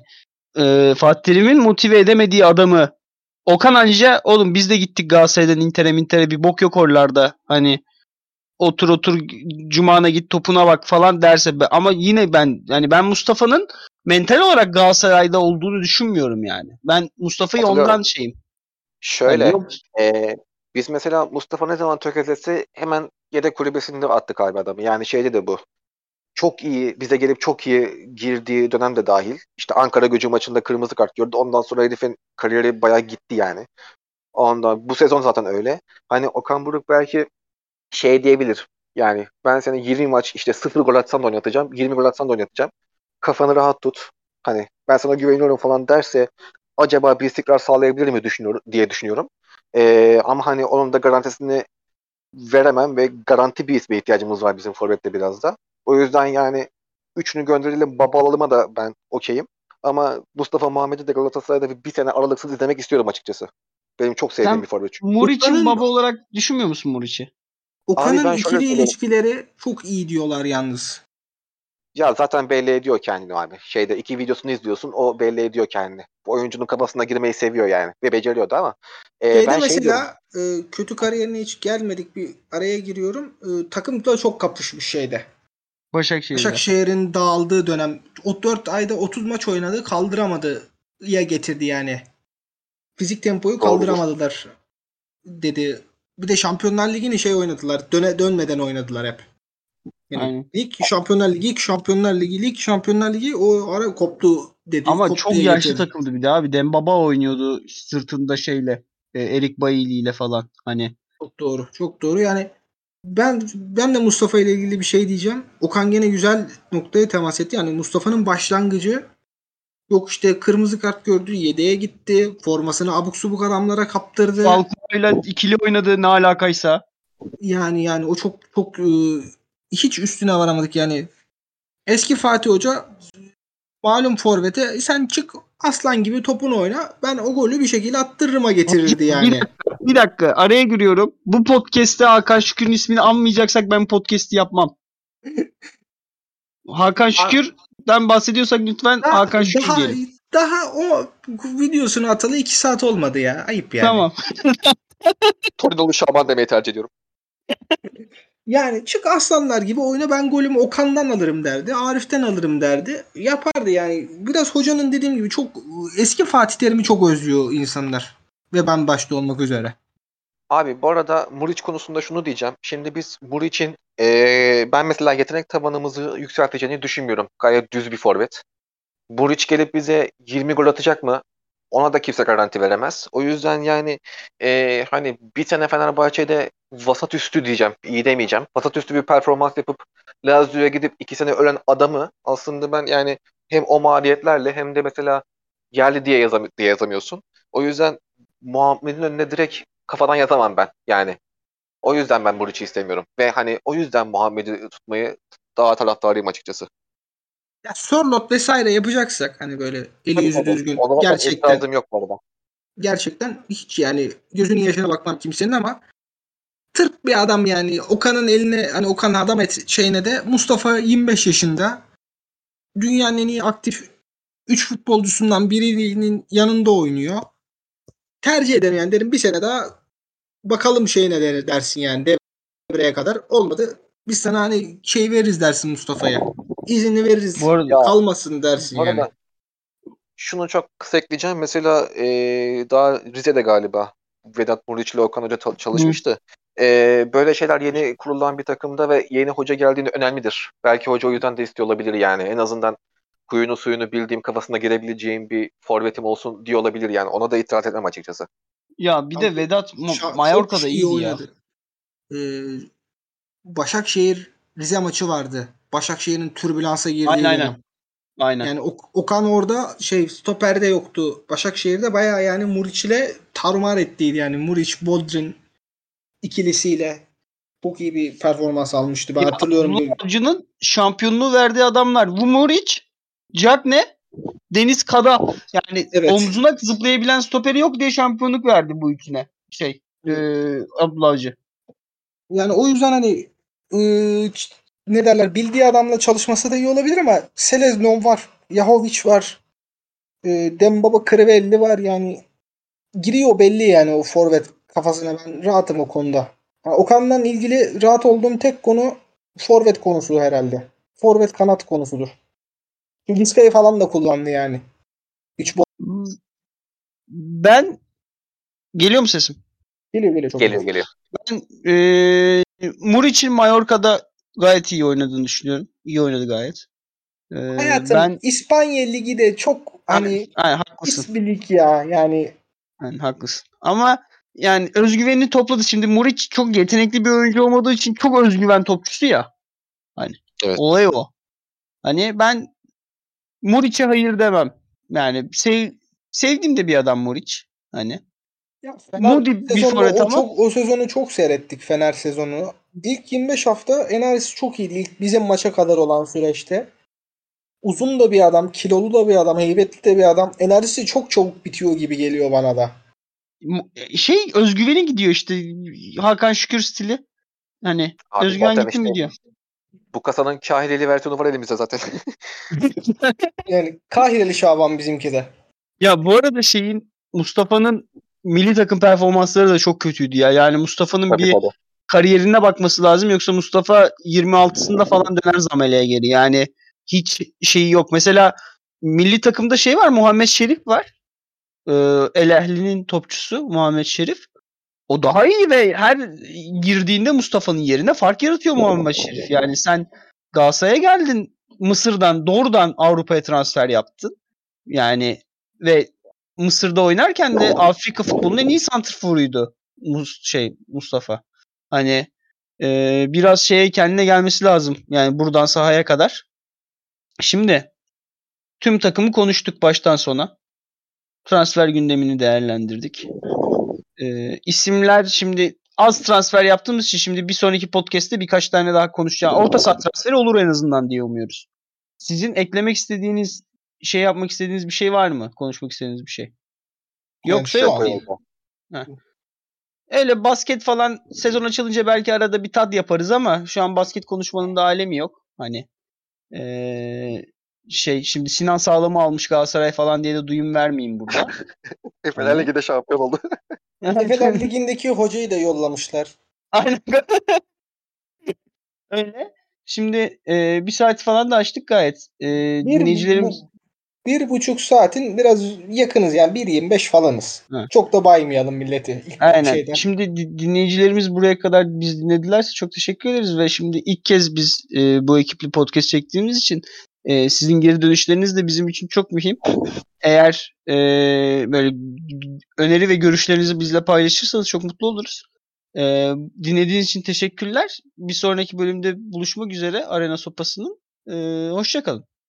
[SPEAKER 4] e, Fatih Terim'in motive edemediği adamı Okan Anca oğlum biz de gittik Galatasaray'dan Inter'e Minter'e bir bok yok oralarda. Hani otur otur Cuma'na git topuna bak falan derse be. Ama yine ben yani ben Mustafa'nın mental olarak Galatasaray'da olduğunu düşünmüyorum yani. Ben Mustafa'yı
[SPEAKER 2] Hatırlıyorum.
[SPEAKER 4] ondan şeyim. Hani
[SPEAKER 2] Şöyle
[SPEAKER 4] yok
[SPEAKER 2] e, biz mesela Mustafa ne zaman tökezletse hemen yedek kulübesinde attık abi adamı. Yani şeyde de bu. Çok iyi bize gelip çok iyi girdiği dönem de dahil. İşte Ankara Gücü maçında kırmızı kart gördü. Ondan sonra herifin kariyeri bayağı gitti yani. Ondan bu sezon zaten öyle. Hani Okan Buruk belki şey diyebilir. Yani ben seni yirmi maç işte sıfır gol atsan da oynatacağım. yirmi gol atsan da oynatacağım. Kafanı rahat tut. Hani ben sana güveniyorum falan derse acaba bir istikrar sağlayabilir mi düşünüyorum diye düşünüyorum. Ee, ama hani onun da garantisini veremem ve garanti bir isme ihtiyacımız var bizim forvette biraz da. O yüzden yani üçünü gönderelim baba alalım'a da ben okeyim. Ama Mustafa Muhammed'i de Galatasaray'da bir, bir sene aralıksız izlemek istiyorum açıkçası. Benim çok sevdiğim
[SPEAKER 4] sen
[SPEAKER 2] bir forvet çünkü.
[SPEAKER 4] Muriç'in
[SPEAKER 3] Okan'ın
[SPEAKER 4] baba olarak düşünmüyor musun Muriç'i?
[SPEAKER 2] Abi
[SPEAKER 3] Okan'ın
[SPEAKER 2] ben şöyle
[SPEAKER 3] ikili
[SPEAKER 2] söylüyorum.
[SPEAKER 3] ilişkileri çok iyi diyorlar yalnız.
[SPEAKER 2] Ya zaten belli ediyor kendini abi. Şeyde iki videosunu izliyorsun o belli ediyor kendini. Bu oyuncunun kafasına girmeyi seviyor yani. Ve beceriyordu ama. Ee,
[SPEAKER 3] Şeyde
[SPEAKER 2] ben şey diyorum.
[SPEAKER 3] mesela e, kötü kariyerine hiç gelmedik, bir araya giriyorum. E, takım da çok kapışmış şeyde.
[SPEAKER 4] Başakşehir'de.
[SPEAKER 3] Başakşehir'in dağıldığı dönem o dört ayda otuz maç oynadı, kaldıramadı ya getirdi yani. Fizik tempoyu
[SPEAKER 2] Doğrudur.
[SPEAKER 3] kaldıramadılar dedi. Bir de Şampiyonlar Ligi'ni şey oynadılar. Döne dönmeden oynadılar hep. Yani
[SPEAKER 4] Aynen.
[SPEAKER 3] lig Şampiyonlar Ligi, ilk Şampiyonlar Ligi, lig Şampiyonlar Ligi o ara koptu dedi.
[SPEAKER 4] Ama
[SPEAKER 3] Koptu
[SPEAKER 4] çok
[SPEAKER 3] diye
[SPEAKER 4] yaşlı
[SPEAKER 3] getirdi.
[SPEAKER 4] takıldı bir de abi. Dembaba oynuyordu sırtında şeyle. E, Erik Bailly ile falan. Hani
[SPEAKER 3] Çok doğru. Çok doğru. Yani Ben ben de Mustafa ile ilgili bir şey diyeceğim. Okan gene güzel noktaya temas etti. Yani Mustafa'nın başlangıcı yok işte kırmızı kart gördü, yedeğe gitti, formasını abuk subuk adamlara kaptırdı.
[SPEAKER 4] Falcao'yla ikili oynadı ne alakaysa.
[SPEAKER 3] Yani yani o çok çok ıı, hiç üstüne varamadık yani. Eski Fatih Hoca malum forvete sen çık aslan gibi topunu oyna. Ben o golü bir şekilde attırırıma getirirdi
[SPEAKER 4] Bir
[SPEAKER 3] yani.
[SPEAKER 4] dakika, bir dakika araya giriyorum. Bu podcast'te Hakan Şükür'ün ismini anmayacaksak ben podcast'i yapmam. Hakan Şükür'den bahsediyorsak lütfen
[SPEAKER 3] Daha,
[SPEAKER 4] Hakan Şükür
[SPEAKER 3] daha,
[SPEAKER 4] diyelim.
[SPEAKER 3] daha o videosunu atalı iki saat olmadı ya. Ayıp yani.
[SPEAKER 4] Tamam.
[SPEAKER 2] Torinolu Şaban demeyi tercih ediyorum.
[SPEAKER 3] Yani çık aslanlar gibi oyna, ben golümü Okan'dan alırım derdi. Arif'ten alırım derdi. Yapardı yani. Biraz hocanın dediğim gibi çok eski Fatih Terim'i çok özlüyor insanlar. Ve ben başta olmak üzere.
[SPEAKER 2] Abi bu arada Muriç konusunda şunu diyeceğim. Şimdi biz Muriç'in eee ben mesela yetenek tabanımızı yükselteceğini düşünmüyorum. Gayet düz bir forvet. Muriç gelip bize yirmi gol atacak mı? Ona da kimse garanti veremez. O yüzden yani eee, hani bir sene Fenerbahçe'de vasat üstü diyeceğim. İyi demeyeceğim. Vasat üstü bir performans yapıp Lazio'ya gidip iki sene ölen adamı aslında ben yani hem o maliyetlerle hem de mesela yerli diye, yazam diye yazamıyorsun. O yüzden Muhammed'in önüne direkt kafadan yazamam ben yani. O yüzden ben Muriç'i istemiyorum. Ve hani o yüzden Muhammed'i tutmayı daha taraftarıyım açıkçası.
[SPEAKER 3] Ya Sörloth vesaire yapacaksak hani böyle eli
[SPEAKER 2] Tabii
[SPEAKER 3] yüzü
[SPEAKER 2] tabii.
[SPEAKER 3] düzgün
[SPEAKER 2] Ona zaten
[SPEAKER 3] gerçekten
[SPEAKER 2] itirazım yok bu arada.
[SPEAKER 3] gerçekten hiç yani gözünün yaşına bakmam kimsenin ama tırt bir adam yani. Okan'ın eline hani Okan adam et şeyine de Mustafa yirmi beş yaşında dünyanın en iyi aktif üç futbolcusundan birinin yanında oynuyor. Tercih ederim yani, derim bir sene daha bakalım şeyine der, dersin yani devreye kadar. Olmadı biz sana hani şey veririz dersin Mustafa'ya. İzini veririz.
[SPEAKER 4] Bu arada
[SPEAKER 2] Ya
[SPEAKER 3] Kalmasın dersin
[SPEAKER 2] bu
[SPEAKER 3] yani.
[SPEAKER 2] arada şunu çok kısa ekleyeceğim. Mesela eee, daha Rize'de galiba Vedat Muriç ile Okan Hoca ta- çalışmıştı. Eee, böyle şeyler yeni kurulan bir takımda ve yeni hoca geldiğinde önemlidir. Belki hoca o yüzden de istiyor olabilir yani. En azından kuyunu suyunu bildiğim kafasına girebileceğim bir forvetim olsun diye olabilir yani. Ona da itiraz etmem açıkçası.
[SPEAKER 4] ya bir de
[SPEAKER 3] Abi,
[SPEAKER 4] Vedat Ma-
[SPEAKER 3] şa-
[SPEAKER 4] Mallorca'da
[SPEAKER 3] çok iyi
[SPEAKER 4] iyiydi ya.
[SPEAKER 3] oynadı. Ee, Başakşehir Rize maçı vardı. Başakşehir'in türbülansa girdiği
[SPEAKER 4] Aynen
[SPEAKER 3] dönem.
[SPEAKER 4] aynen. Aynen.
[SPEAKER 3] Yani Ok- Okan orada şey stoperde yoktu. Başakşehir'de bayağı yani Muriç ile tarumar ettiydi yani. Muriç Bodrin ikilisiyle çok iyi bir performans almıştı. Ben
[SPEAKER 4] Ya
[SPEAKER 3] hatırlıyorum.
[SPEAKER 4] Abdullah Avcı'nın şampiyonluğu verdiği adamlar Vumuric, Cagne, Deniz Kada. Yani
[SPEAKER 3] Evet.
[SPEAKER 4] omzuna zıplayabilen stoperi yok diye şampiyonluk verdi bu ikine. Şey, e, Abdullah Avcı.
[SPEAKER 3] Yani o yüzden hani ıı, ç- ne derler, bildiği adamla çalışması da iyi olabilir ama Seleznov var. Yahovic var. E, Dembaba Crivelli var yani. Giriyor belli yani o forvet kafasına, ben rahatım o konuda. Ha, Okan'dan ilgili rahat olduğum tek konu forvet konusu herhalde. Forvet kanat konusudur. Çünkü Vizca'yı falan da kullandı yani. Hiç bu
[SPEAKER 4] Ben geliyor mu sesim?
[SPEAKER 3] geliyor geliyor çok
[SPEAKER 2] Geliyor
[SPEAKER 3] güzel.
[SPEAKER 2] geliyor.
[SPEAKER 4] Ben e, Muric'in Mallorca'da gayet iyi oynadığını düşünüyorum. İyi oynadı gayet. E,
[SPEAKER 3] Hayatım
[SPEAKER 4] ben
[SPEAKER 3] İspanya Ligi de çok hani
[SPEAKER 4] aynen, haklısın.
[SPEAKER 3] pis bir lig ya yani.
[SPEAKER 4] Yani haklısın. Ama yani özgüvenini topladı. Şimdi Muric çok yetenekli bir oyuncu olmadığı için çok özgüven topçusu ya. Hani
[SPEAKER 2] Evet.
[SPEAKER 4] olay o. Hani ben Muric'e hayır demem. Yani sev, sevdiğim de bir adam Muric. Hani
[SPEAKER 3] Ya Fener
[SPEAKER 4] Moody bir
[SPEAKER 3] sezonunu
[SPEAKER 4] forvet
[SPEAKER 3] o
[SPEAKER 4] ama
[SPEAKER 3] çok o sezonu çok seyrettik, Fener sezonunu. İlk yirmi beş hafta enerjisi çok iyiydi. İlk bizim maça kadar olan süreçte. Uzun da bir adam, kilolu da bir adam, heybetli de bir adam. Enerjisi çok çabuk bitiyor gibi geliyor bana da.
[SPEAKER 4] mu- şey özgüveni gidiyor işte. Hakan Şükür stili. Hani
[SPEAKER 2] Abi
[SPEAKER 4] özgüven
[SPEAKER 2] zaten
[SPEAKER 4] gitti mi
[SPEAKER 2] işte
[SPEAKER 4] gidiyor.
[SPEAKER 2] bu kasanın kahileli versiyonu var elimizde zaten.
[SPEAKER 3] Yani Kahireli Şaban bizimki de.
[SPEAKER 4] Ya bu arada şeyin Mustafa'nın milli takım performansları da çok kötüydü ya. Yani Mustafa'nın
[SPEAKER 2] Tabii
[SPEAKER 4] bir
[SPEAKER 2] tabii.
[SPEAKER 4] kariyerine bakması lazım. Yoksa Mustafa yirmi altısında falan döner Zamele'ye geri. Yani hiç şeyi yok. Mesela milli takımda şey var. Muhammed Şerif var. Ee, El Ehli'nin topçusu Muhammed Şerif. O daha iyi ve her girdiğinde Mustafa'nın yerine fark yaratıyor Muhammed Şerif. Yani sen Galatasaray'a geldin. Mısır'dan doğrudan Avrupa'ya transfer yaptın. Yani ve Mısır'da oynarken de Afrika futbolunun en iyi santrforuydu Mus şey Mustafa. Hani Ee, biraz şeye kendine gelmesi lazım. Yani buradan sahaya kadar. Şimdi tüm takımı konuştuk baştan sona. Transfer gündemini değerlendirdik. Ee, isimler şimdi az transfer yaptığımız için şimdi bir sonraki podcast'te birkaç tane daha konuşacağım. Orta saha transferi olur en azından diye umuyoruz. Sizin eklemek istediğiniz, şey yapmak istediğiniz bir şey var mı? Konuşmak istediğiniz bir şey? Yoksa
[SPEAKER 3] şu
[SPEAKER 4] yok
[SPEAKER 3] an-
[SPEAKER 4] değil. Heh. Öyle basket falan sezon açılınca belki arada bir tad yaparız ama şu an basket konuşmanın da alemi yok. Hani ee, şey şimdi Sinan Sağlam'ı almış Galatasaray falan diye de duyum vermeyeyim burada.
[SPEAKER 2] Fener Ligi'de şampiyon oldu.
[SPEAKER 3] Efeler Ligi'ndeki hocayı da yollamışlar.
[SPEAKER 4] Aynen. Öyle. Şimdi e, bir saat falan da açtık gayet. E,
[SPEAKER 3] Bir,
[SPEAKER 4] dinleyicilerimiz...
[SPEAKER 3] bu- bir buçuk saatin biraz yakınız yani bir yirmi beş falanız.
[SPEAKER 4] Ha.
[SPEAKER 3] Çok da baymayalım milleti. İlk
[SPEAKER 4] Aynen.
[SPEAKER 3] şeyden.
[SPEAKER 4] Şimdi di- dinleyicilerimiz buraya kadar biz dinledilerse çok teşekkür ederiz ve şimdi ilk kez biz e, bu ekiple podcast çektiğimiz için e, sizin geri dönüşleriniz de bizim için çok mühim. Eğer e, böyle öneri ve görüşlerinizi bizle paylaşırsanız çok mutlu oluruz. E, dinlediğiniz için teşekkürler. Bir sonraki bölümde buluşmak üzere Arena Sopası'nın. E, hoşça kalın.